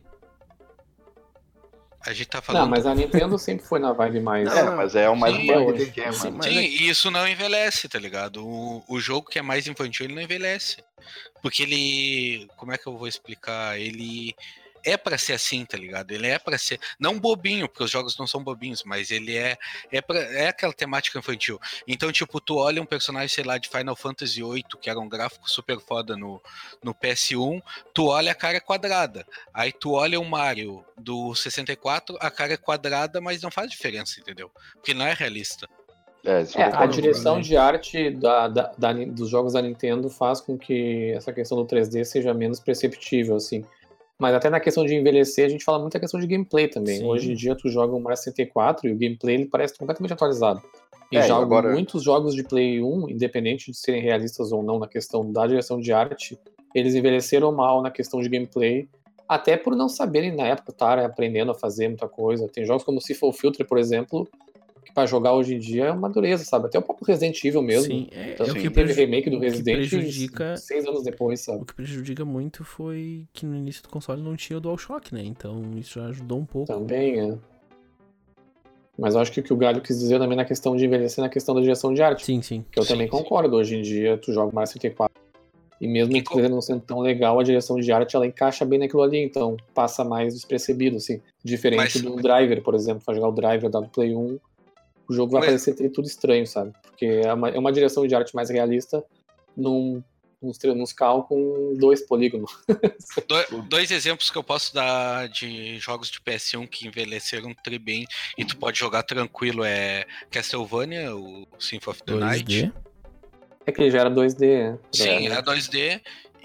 A gente tá falando... Não, mas a Nintendo sempre foi na vibe mais... É, mas é o mais Sim, uma R P G, sim, mano. Sim, e isso não envelhece, tá ligado? O, o jogo que é mais infantil, ele não envelhece. Porque ele... Como é que eu vou explicar? Ele... é pra ser assim, tá ligado? Ele é pra ser, não bobinho, porque os jogos não são bobinhos, mas ele é é, pra, é aquela temática infantil. Então, tipo, tu olha um personagem, sei lá, de Final Fantasy oito, que era um gráfico super foda no, no P S um, tu olha a cara é quadrada. Aí tu olha o Mario do sessenta e quatro, a cara é quadrada, mas não faz diferença, entendeu? Porque não é realista. É, isso É, eu a concordo, direção né? de arte da, da- da- dos jogos da Nintendo faz com que essa questão do três D seja menos perceptível, assim. Mas até na questão de envelhecer, a gente fala muito da questão de gameplay também. Sim. Hoje em dia, tu joga um Mario sessenta e quatro e o gameplay ele parece completamente atualizado. E É, já e agora- muitos jogos de Play um, independente de serem realistas ou não na questão da direção de arte, eles envelheceram mal na questão de gameplay, até por não saberem na época estarem aprendendo a fazer muita coisa. Tem jogos como Siphon Filter, por exemplo, que pra jogar hoje em dia é uma dureza, sabe? Até o próprio Resident Evil mesmo. Sim, é, Tanto é o que que teve preju- remake do o que Resident prejudica- seis anos depois, sabe? O que prejudica muito foi que no início do console não tinha o DualShock, né? Então isso já ajudou um pouco. Também, é. Mas eu acho que o que o Galho quis dizer também na questão de envelhecer, na questão da direção de arte. Sim, sim. Que eu Sim, também sim. concordo. Hoje em dia, tu joga o Mario sessenta e quatro. E mesmo E o co- três D não sendo tão legal, a direção de arte ela encaixa bem naquilo ali. Então passa mais despercebido, assim. Diferente Mas- do Driver, por exemplo. Vai jogar o Driver da do Play um, o jogo vai Mas- parecer ter tudo estranho, sabe? Porque é uma, é uma direção de arte mais realista num, nos, tre- nos cal com dois polígonos. Do- dois exemplos que eu posso dar de jogos de P S um que envelheceram tri bem e tu pode jogar tranquilo é Castlevania, o Symphony of the dois Night. D. É que ele já era dois D, né? Sim, Já é dois D.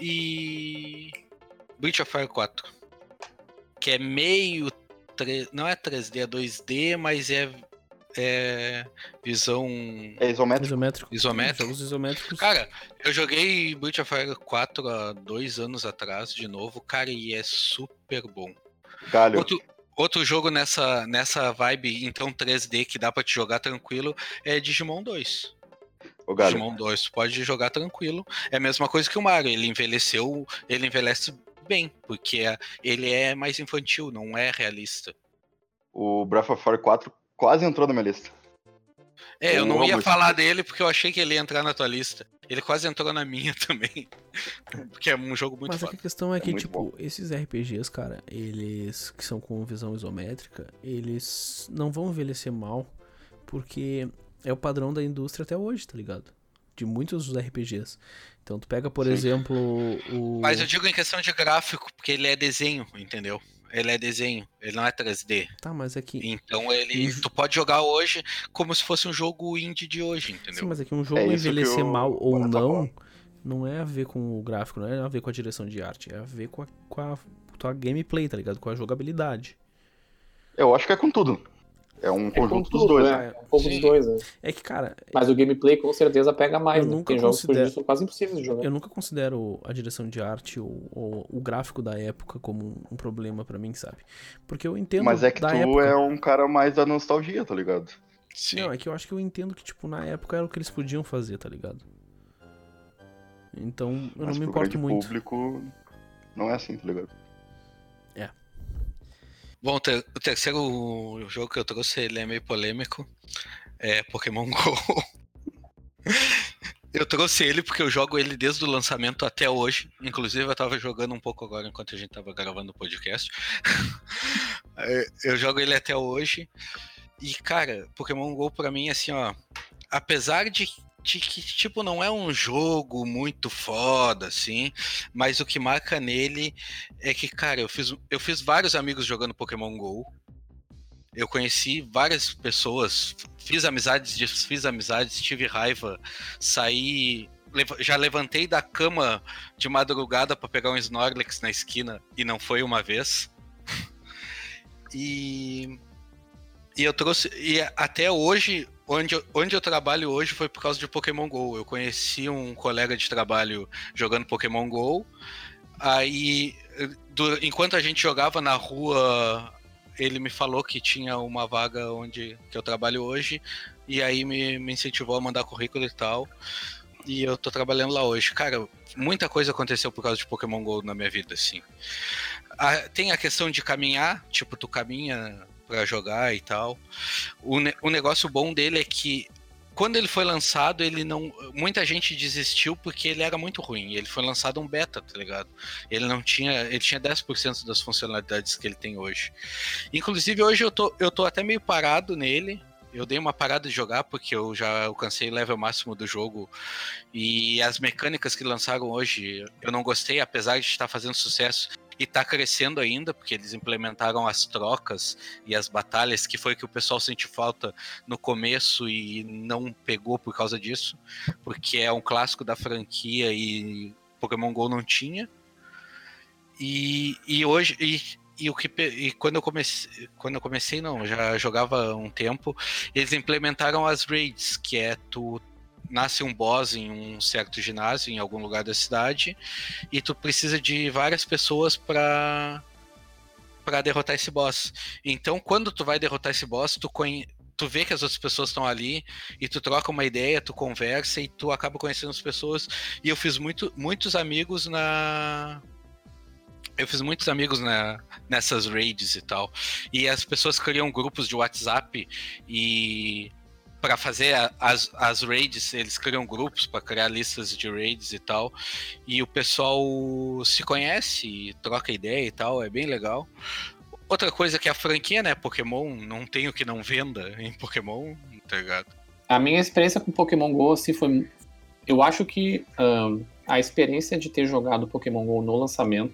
E Breath of Fire quatro. Que é meio... tre- Não é três D, é dois D, mas é, é visão É isométrico. Isométrico. isométrica. Jogos isométricos. Cara, eu joguei Breath of Fire quatro há dois anos atrás, de novo, cara, e é super bom. Galho. Outro, outro jogo nessa, nessa vibe, então três D, que dá pra te jogar tranquilo, é Digimon dois. Ô, Galho. Digimon dois, tu pode jogar tranquilo. É a mesma coisa que o Mario, ele envelheceu, ele envelhece bem, porque é- ele é mais infantil, não é realista. O Breath of Fire quatro quase entrou na minha lista. É, eu não Porra, ia mas- falar dele porque eu achei que ele ia entrar na tua lista. Ele quase entrou na minha também. Porque é um jogo muito Mas foda. a questão é que, muito tipo, esses R P Gs, cara, eles que são com visão isométrica, eles não vão envelhecer mal, porque é o padrão da indústria até hoje, tá ligado? De muitos dos R P Gs. Então tu pega, por Sim. exemplo, o... Mas eu digo em questão de gráfico, porque ele é desenho, entendeu? Ele é desenho, ele não é três D. Tá, mas é que... Então ele. Uhum. Tu pode jogar hoje como se fosse um jogo indie de hoje, entendeu? Sim, mas é que um jogo É isso que envelhecer o mal ou Barata não, fala. não é a ver com o gráfico, não é a ver com a direção de arte, é a ver com a, com a tua gameplay, tá ligado? Com a jogabilidade. Eu acho que é com tudo. É um É com conjunto dos tudo, dois. né? É um pouco Sim. dos dois, né? É que, cara, Mas o gameplay com certeza pega mais, Eu né? nunca Tem jogos que hoje em considero- dia são quase impossíveis de jogar. eu nunca considero a direção de arte ou, ou o gráfico da época como um, um problema pra mim, sabe? Porque eu entendo Mas é que tu da época. é um cara mais da nostalgia, tá ligado? Sim. Não, é que eu acho que eu entendo que, tipo, na época era o que eles podiam fazer, tá ligado? Então, eu Mas não me pro importo grande muito. público não é assim, tá ligado? Bom, o ter- o terceiro jogo que eu trouxe, ele é meio polêmico. É Pokémon GO. Eu trouxe ele porque eu jogo ele desde o lançamento até hoje. Inclusive, eu tava jogando um pouco agora enquanto a gente tava gravando o podcast. É, eu jogo ele até hoje. E, cara, Pokémon GO pra mim, assim, ó... Apesar de, de que, tipo, não é um jogo muito foda, assim... Mas o que marca nele é que, cara, eu fiz, eu fiz vários amigos jogando Pokémon GO. Eu conheci várias pessoas, fiz amizades, desfiz amizades, tive raiva, saí, lev- já levantei da cama de madrugada pra pegar um Snorlax na esquina e não foi uma vez. E, e eu trouxe, e até hoje, onde eu, onde eu trabalho hoje foi por causa de Pokémon GO. Eu conheci um colega de trabalho jogando Pokémon GO, aí do- enquanto a gente jogava na rua, ele me falou que tinha uma vaga onde que eu trabalho hoje, e aí me, me incentivou a mandar currículo e tal, e eu tô trabalhando lá hoje. Cara, muita coisa aconteceu por causa de Pokémon GO na minha vida, assim. A- tem a questão de caminhar, tipo, tu caminha pra jogar e tal. O, ne- o negócio bom dele é que quando ele foi lançado, ele não. Muita gente desistiu porque ele era muito ruim. Ele foi lançado um beta, tá ligado? Ele não tinha. Ele tinha dez por cento das funcionalidades que ele tem hoje. Inclusive, hoje eu tô, eu tô até meio parado nele. Eu dei uma parada de jogar porque eu já alcancei o level máximo do jogo. E as mecânicas que lançaram hoje, eu não gostei, apesar de estar fazendo sucesso. E tá crescendo ainda, porque eles implementaram as trocas e as batalhas, que foi que o pessoal sentiu falta no começo e não pegou por causa disso, porque é um clássico da franquia e Pokémon GO não tinha. E, e hoje... E, E, o que, e quando eu comecei, quando eu comecei, não, já jogava há um tempo, eles implementaram as raids, que é tu nasce um boss em um certo ginásio, em algum lugar da cidade, e tu precisa de várias pessoas para para derrotar esse boss. Então, quando tu vai derrotar esse boss, tu, conhe, tu vê que as outras pessoas estão ali, e tu troca uma ideia, tu conversa, e tu acaba conhecendo as pessoas, e eu fiz muito, muitos amigos na... Eu fiz muitos amigos na, nessas raids e tal. E as pessoas criam grupos de WhatsApp e para fazer a, as, as raids, eles criam grupos para criar listas de raids e tal. E o pessoal se conhece e troca ideia e tal, é bem legal. Outra coisa que a franquia, né, Pokémon, não tem o que não venda em Pokémon, tá ligado? A minha experiência com Pokémon GO, assim, foi... Eu acho que um, a experiência de ter jogado Pokémon GO no lançamento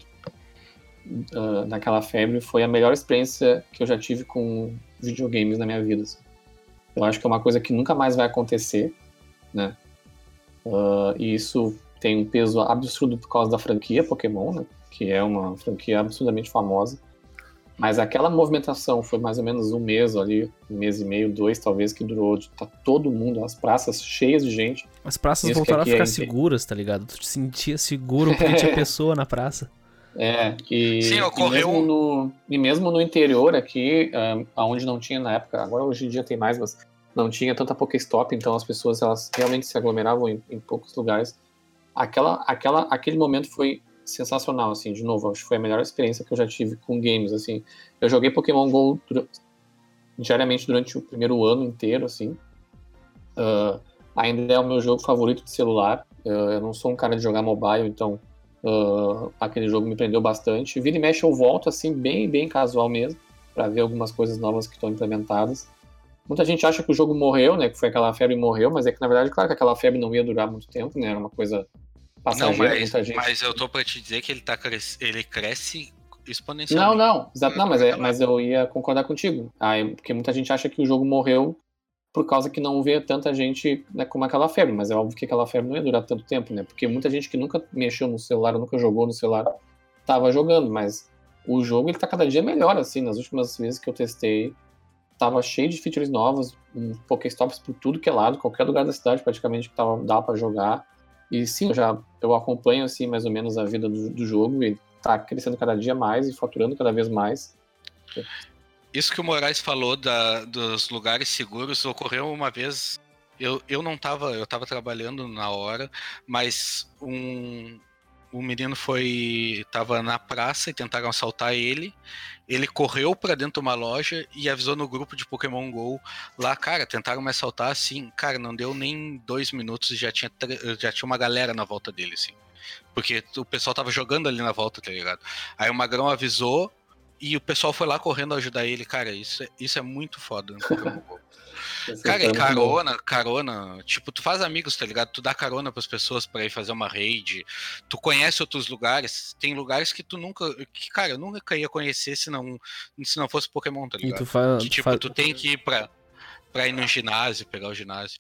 Uh, naquela febre foi a melhor experiência que eu já tive com videogames na minha vida. Assim. Eu acho que é uma coisa que nunca mais vai acontecer, né? Uh, e isso tem um peso absurdo por causa da franquia Pokémon, né? Que é uma franquia absurdamente famosa. Mas aquela movimentação foi mais ou menos um mês ali, um mês e meio, dois talvez, que durou de tá todo mundo, as praças cheias de gente. As praças Isso voltaram a ficar é seguras, tá ligado? Tu te sentia seguro porque tinha pessoa na praça. É, e, Sim, ocorreu... e, mesmo no, e mesmo no interior aqui, um, onde não tinha na época, agora hoje em dia tem mais, mas não tinha tanta Pokéstop, então as pessoas elas realmente se aglomeravam em, em poucos lugares. Aquela, aquela, aquele momento foi sensacional, assim, de novo, acho que foi a melhor experiência que eu já tive com games, assim. Eu joguei Pokémon GO diariamente durante o primeiro ano inteiro, assim. Uh, ainda é o meu jogo favorito de celular. Uh, eu não sou um cara de jogar mobile, então... Uh, aquele jogo me prendeu bastante. Vira e mexe eu volto assim, bem, bem casual mesmo, pra ver algumas coisas novas que estão implementadas. Muita gente acha que o jogo morreu, né, que foi aquela febre e morreu, mas é que na verdade, claro que aquela febre não ia durar muito tempo, né, era uma coisa passageira. Não, mas, muita gente... mas eu tô pra te dizer que ele, tá cres... ele cresce exponencialmente. Não, não, exato, não, mas, é, mas eu ia concordar contigo, ah, porque muita gente acha que o jogo morreu por causa que não vê tanta gente, né, como aquela febre, mas é óbvio que aquela febre não ia durar tanto tempo, né, porque muita gente que nunca mexeu no celular, nunca jogou no celular, tava jogando, mas o jogo ele tá cada dia melhor, assim, nas últimas vezes que eu testei, tava cheio de features novas, um Pokéstops por tudo que é lado, qualquer lugar da cidade praticamente que tava, dava pra jogar, e sim, eu já eu acompanho, assim, mais ou menos a vida do, do jogo, e tá crescendo cada dia mais e faturando cada vez mais. Isso que o Moraes falou da, dos lugares seguros ocorreu uma vez. Eu, eu não tava, eu tava trabalhando na hora, mas um, um menino foi, tava na praça e tentaram assaltar ele. Ele correu pra dentro de uma loja e avisou no grupo de Pokémon GO lá, cara, tentaram me assaltar assim, cara, não deu nem dois minutos e já tinha, já tinha uma galera na volta dele, assim. Porque o pessoal tava jogando ali na volta, tá ligado? Aí o Magrão avisou. E o pessoal foi lá correndo ajudar ele. Cara, isso é, isso é muito foda no Pokémon GO. Cara, e carona, carona. Tipo, tu faz amigos, tá ligado? Tu dá carona pras pessoas pra ir fazer uma raid. Tu conhece outros lugares. Tem lugares que tu nunca... Que, cara, eu nunca ia conhecer se não, se não fosse Pokémon, tá ligado? E tu faz, que, tu tipo, faz... tu tem que ir pra, pra ir no ginásio, pegar o ginásio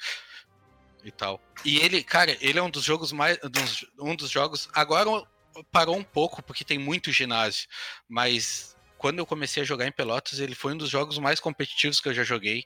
e tal. E ele, cara, ele é um dos jogos mais... Um dos jogos... Agora parou um pouco, porque tem muito ginásio. Mas... Quando eu comecei a jogar em Pelotas, ele foi um dos jogos mais competitivos que eu já joguei,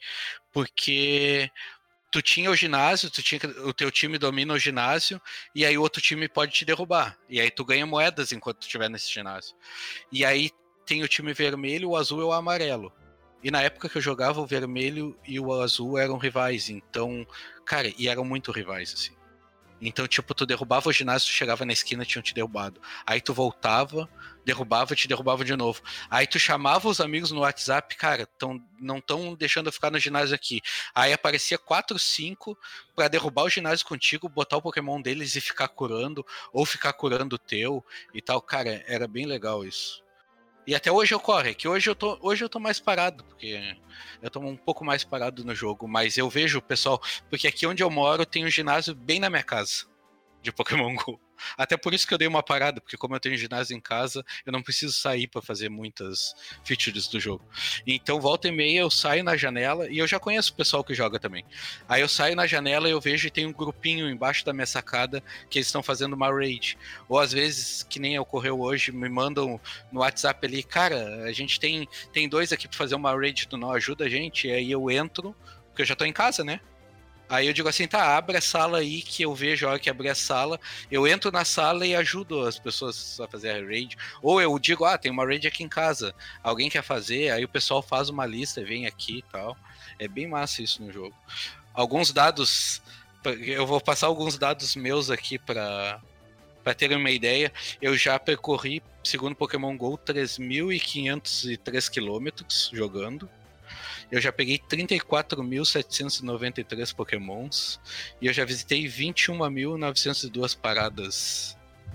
porque tu tinha o ginásio, tu tinha, o teu time domina o ginásio, e aí o outro time pode te derrubar, e aí tu ganha moedas enquanto tu estiver nesse ginásio. E aí tem o time vermelho, o azul e o amarelo. E na época que eu jogava, o vermelho e o azul eram rivais, então, cara, e eram muito rivais, assim. Então, tipo, tu derrubava o ginásio, tu chegava na esquina, tinham te derrubado. Aí tu voltava, derrubava, te derrubava de novo. Aí tu chamava os amigos no WhatsApp, cara, tão, não estão deixando eu ficar no ginásio aqui. Aí aparecia quatro, cinco pra derrubar o ginásio contigo, botar o Pokémon deles e ficar curando, ou ficar curando o teu e tal. Cara, era bem legal isso. E até hoje ocorre, que hoje eu tô, hoje eu tô mais parado, porque eu tô um pouco mais parado no jogo, mas eu vejo o pessoal, porque aqui onde eu moro tem um ginásio bem na minha casa de Pokémon GO. Até por isso que eu dei uma parada, porque como eu tenho ginásio em casa, eu não preciso sair para fazer muitas features do jogo. Então, volta e meia, eu saio na janela, e eu já conheço o pessoal que joga também. Aí eu saio na janela e eu vejo e tem um grupinho embaixo da minha sacada que eles estão fazendo uma raid. Ou às vezes, que nem ocorreu hoje, me mandam no WhatsApp ali, cara, a gente tem, tem dois aqui para fazer uma raid, tu não ajuda a gente? E aí eu entro, porque eu já tô em casa, né? Aí eu digo assim, tá, abre a sala aí que eu vejo a hora que abrir a sala, eu entro na sala e ajudo as pessoas a fazer a raid. Ou eu digo, ah, tem uma raid aqui em casa, alguém quer fazer? Aí o pessoal faz uma lista, vem aqui e tal. É bem massa isso no jogo. Alguns dados, eu vou passar alguns dados meus aqui para para terem uma ideia. Eu já percorri, segundo Pokémon GO, três mil e quinhentos e três quilômetros jogando. Eu já peguei trinta e quatro mil setecentos e noventa e três Pokémons e eu já visitei vinte e uma mil novecentas e dois paradas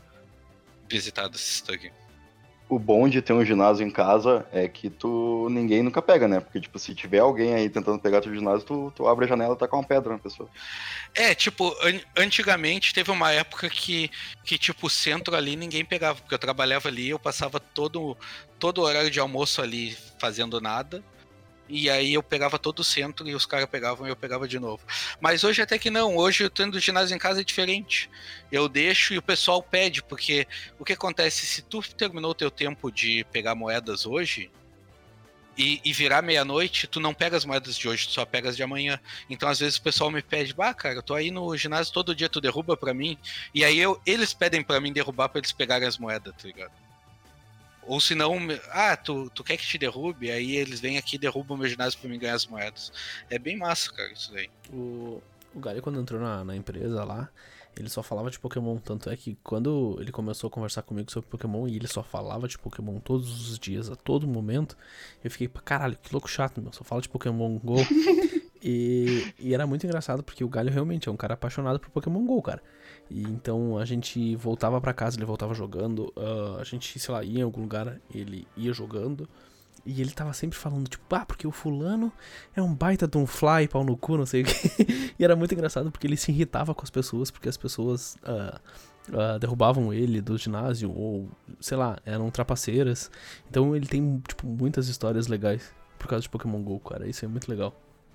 visitadas. Tô aqui. O bom de ter um ginásio em casa é que tu ninguém nunca pega, né? Porque, tipo, se tiver alguém aí tentando pegar teu ginásio, tu, tu abre a janela e taca uma pedra na pessoa. É, tipo, an- antigamente teve uma época que, que, tipo, o centro ali ninguém pegava, porque eu trabalhava ali, eu passava todo, todo o horário de almoço ali fazendo nada. E aí eu pegava todo o centro e os caras pegavam e eu pegava de novo. Mas hoje até que não, hoje eu tendo ginásio em casa é diferente. Eu deixo e o pessoal pede, porque o que acontece, se tu terminou o teu tempo de pegar moedas hoje e, e virar meia-noite, tu não pega as moedas de hoje, tu só pega as de amanhã. Então às vezes o pessoal me pede, bah cara, eu tô aí no ginásio todo dia, tu derruba pra mim. E aí eu, eles pedem pra mim derrubar pra eles pegarem as moedas, tá ligado? Ou se não, ah, tu, tu quer que te derrube? Aí eles vêm aqui e derrubam o meu ginásio pra mim ganhar as moedas. É bem massa, cara, isso daí. O, o Galho, quando entrou na, na empresa lá, ele só falava de Pokémon. Tanto é que quando ele começou a conversar comigo sobre Pokémon e ele só falava de Pokémon todos os dias, a todo momento, eu fiquei, caralho, que louco chato, meu, só fala de Pokémon GO. e, e era muito engraçado, porque o Galho realmente é um cara apaixonado por Pokémon GO, cara. E então a gente voltava pra casa, ele voltava jogando, uh, a gente, sei lá, ia em algum lugar, ele ia jogando, e ele tava sempre falando, tipo, ah, porque o fulano é um baita de um fly, pau no cu, não sei o que. E era muito engraçado, porque ele se irritava com as pessoas, porque as pessoas uh, uh, derrubavam ele do ginásio, ou, sei lá, eram trapaceiras. Então ele tem, tipo, muitas histórias legais por causa de Pokémon GO, cara, isso é muito legal.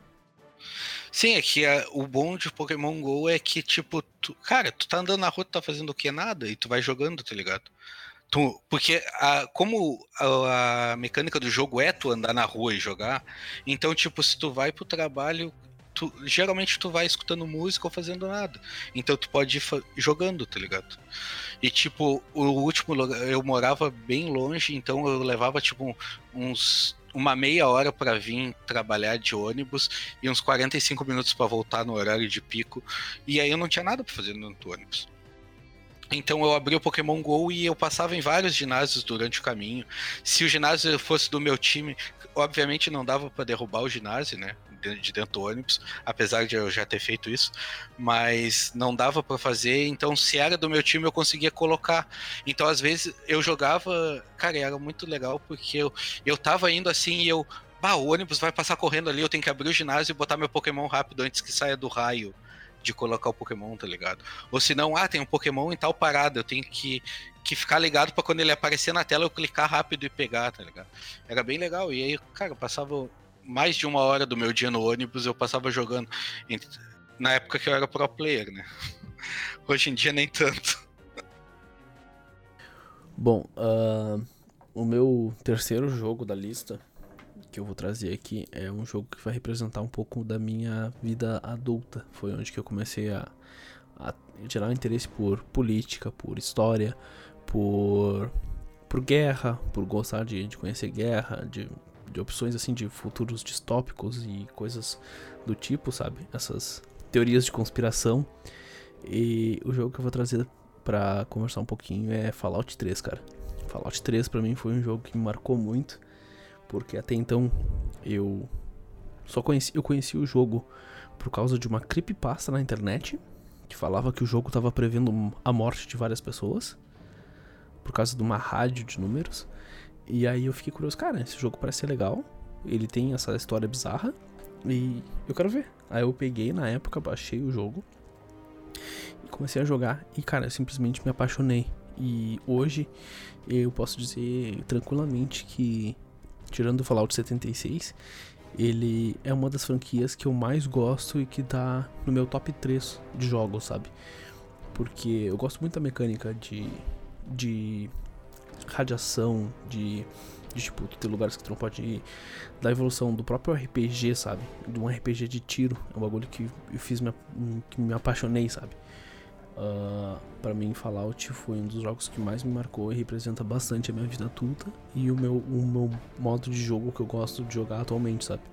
Sim, é que a, o bom de Pokémon GO é que, tipo, tu, cara, tu tá andando na rua, tu tá fazendo o que? Nada, e tu vai jogando, tá ligado? Tu, porque a, como a, a mecânica do jogo é tu andar na rua e jogar, então, tipo, se tu vai pro trabalho, tu, geralmente tu vai escutando música ou fazendo nada. Então tu pode ir jogando, tá ligado? E, tipo, o último lugar, eu morava bem longe, então eu levava, tipo, uns... uma meia hora para vir trabalhar de ônibus e uns quarenta e cinco minutos para voltar no horário de pico. E aí eu não tinha nada para fazer no ônibus. Então eu abri o Pokémon GO e eu passava em vários ginásios durante o caminho. Se o ginásio fosse do meu time, obviamente não dava para derrubar o ginásio, né? De dentro do ônibus, apesar de eu já ter feito isso, mas não dava para fazer, então se era do meu time eu conseguia colocar. Então às vezes eu jogava, cara, era muito legal porque eu, eu tava indo assim e eu, bah, o ônibus vai passar correndo ali, eu tenho que abrir o ginásio e botar meu Pokémon rápido antes que saia do raio de colocar o Pokémon, tá ligado? Ou se não, ah, tem um Pokémon em tal parada, eu tenho que, que ficar ligado pra quando ele aparecer na tela eu clicar rápido e pegar, tá ligado? Era bem legal, e aí, cara, eu passava mais de uma hora do meu dia no ônibus, eu passava jogando, na época que eu era pro player, né? Hoje em dia nem tanto. Bom, uh, o meu terceiro jogo da lista que eu vou trazer aqui é um jogo que vai representar um pouco da minha vida adulta. Foi onde que eu comecei a, a gerar um interesse por política, por história, por, por guerra, por gostar de, de conhecer guerra, de, de opções assim de futuros distópicos e coisas do tipo, sabe? Essas teorias de conspiração. E o jogo que eu vou trazer pra conversar um pouquinho é Fallout três, cara. Fallout três pra mim foi um jogo que me marcou muito, porque até então eu só conheci, eu conheci o jogo por causa de uma creepypasta na internet que falava que o jogo tava prevendo a morte de várias pessoas por causa de uma rádio de números. E aí eu fiquei curioso, cara, esse jogo parece ser legal, ele tem essa história bizarra e eu quero ver. Aí eu peguei na época, baixei o jogo e comecei a jogar e, cara, eu simplesmente me apaixonei. E hoje eu posso dizer tranquilamente que, tirando o Fallout setenta e seis, ele é uma das franquias que eu mais gosto e que tá no meu top três de jogos, sabe? Porque eu gosto muito da mecânica de, de radiação, de, de tipo, ter lugares que tu não pode ir, da evolução do próprio R P G, sabe? De um R P G de tiro, é um bagulho que eu fiz, me, que me apaixonei, sabe? Uh, pra mim, Fallout foi um dos jogos que mais me marcou e representa bastante a minha vida adulta e o meu, o meu modo de jogo que eu gosto de jogar atualmente, sabe?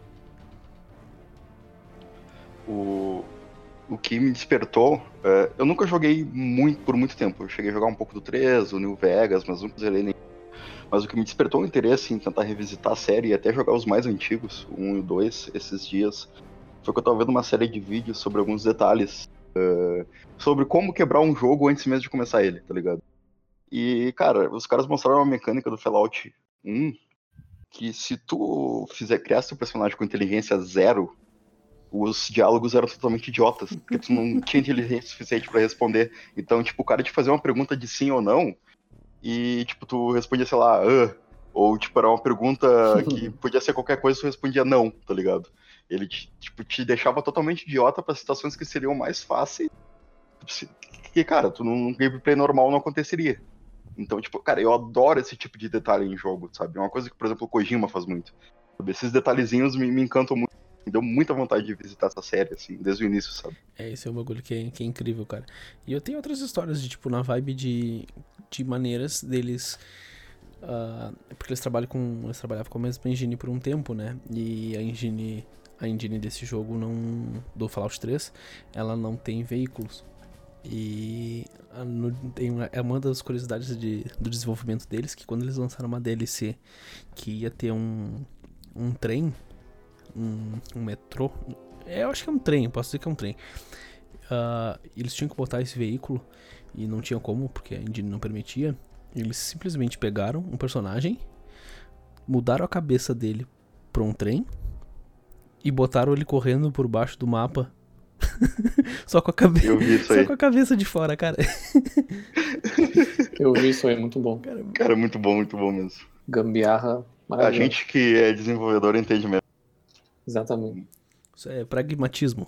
O, o que me despertou, é, eu nunca joguei muito por muito tempo. Eu cheguei a jogar um pouco do três, o New Vegas, mas nunca zerei nem. Mas o que me despertou o interesse em tentar revisitar a série e até jogar os mais antigos, o um e o dois, esses dias, foi que eu tava vendo uma série de vídeos sobre alguns detalhes. Uh, sobre como quebrar um jogo antes mesmo de começar ele, tá ligado? E, cara, os caras mostraram uma mecânica do Fallout um que se tu fizer criar seu personagem com inteligência zero, os diálogos eram totalmente idiotas, porque tu não tinha inteligência suficiente pra responder. Então, tipo, o cara te fazia uma pergunta de sim ou não e, tipo, tu respondia, sei lá, ah, ou, tipo, era uma pergunta que podia ser qualquer coisa e tu respondia não, tá ligado? Ele, tipo, te deixava totalmente idiota pra situações que seriam mais fáceis. Que, cara, tu num gameplay normal não aconteceria. Então, tipo, cara, eu adoro esse tipo de detalhe em jogo, sabe? É uma coisa que, por exemplo, o Kojima faz muito. Sabe? Esses detalhezinhos me, me encantam muito. Me deu muita vontade de visitar essa série, assim, desde o início, sabe? É, esse é um bagulho que é, que é incrível, cara. E eu tenho outras histórias de, tipo, na vibe de, de maneiras deles... Uh, porque eles trabalham com... Eles trabalhavam com a mesma engine por um tempo, né? E a engine... A engine desse jogo não... Do Fallout três, ela não tem veículos. E a, no, tem uma, é uma das curiosidades de, do desenvolvimento deles, que quando eles lançaram uma D L C que ia ter um, um trem, um, um metrô, é, eu acho que é um trem, posso dizer que é um trem, uh, eles tinham que botar esse veículo e não tinha como, porque a engine não permitia. Eles simplesmente pegaram um personagem, mudaram a cabeça dele pra um trem e botaram ele correndo por baixo do mapa. Só com a cabeça. Eu vi isso Só aí. com a cabeça de fora, cara. Eu vi isso aí, muito bom. Cara, Cara, muito bom, muito bom mesmo. Gambiarra A maravilhosa. gente que é desenvolvedor entende mesmo. Exatamente. isso é pragmatismo.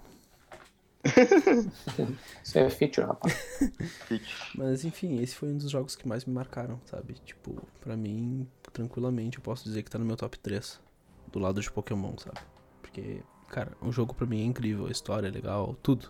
Isso é feature, rapaz. Mas enfim, esse foi um dos jogos que mais me marcaram, sabe? Tipo, pra mim, tranquilamente, eu posso dizer que tá no meu top três. Do lado de Pokémon, sabe? Porque, cara, o jogo pra mim é incrível. A história é legal, tudo.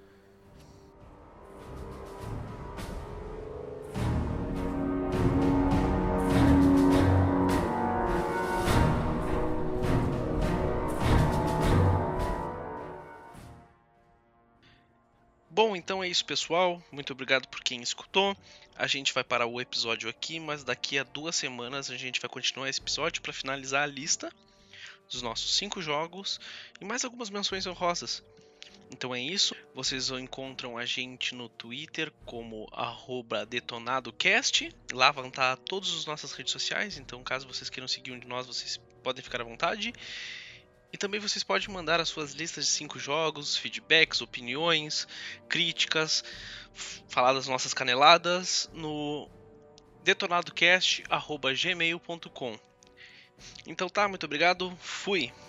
Bom, então é isso, pessoal. Muito obrigado por quem escutou. A gente vai parar o episódio aqui, mas daqui a duas semanas a gente vai continuar esse episódio para finalizar a lista dos nossos cinco jogos e mais algumas menções honrosas. Então é isso. Vocês encontram a gente no Twitter como arroba detonadocast. Lá vão estar todas as nossas redes sociais. Então, caso vocês queiram seguir um de nós, vocês podem ficar à vontade. E também vocês podem mandar as suas listas de cinco jogos, feedbacks, opiniões, críticas, falar das nossas caneladas no detonadocast arroba gmail ponto com. Então tá, muito obrigado, fui!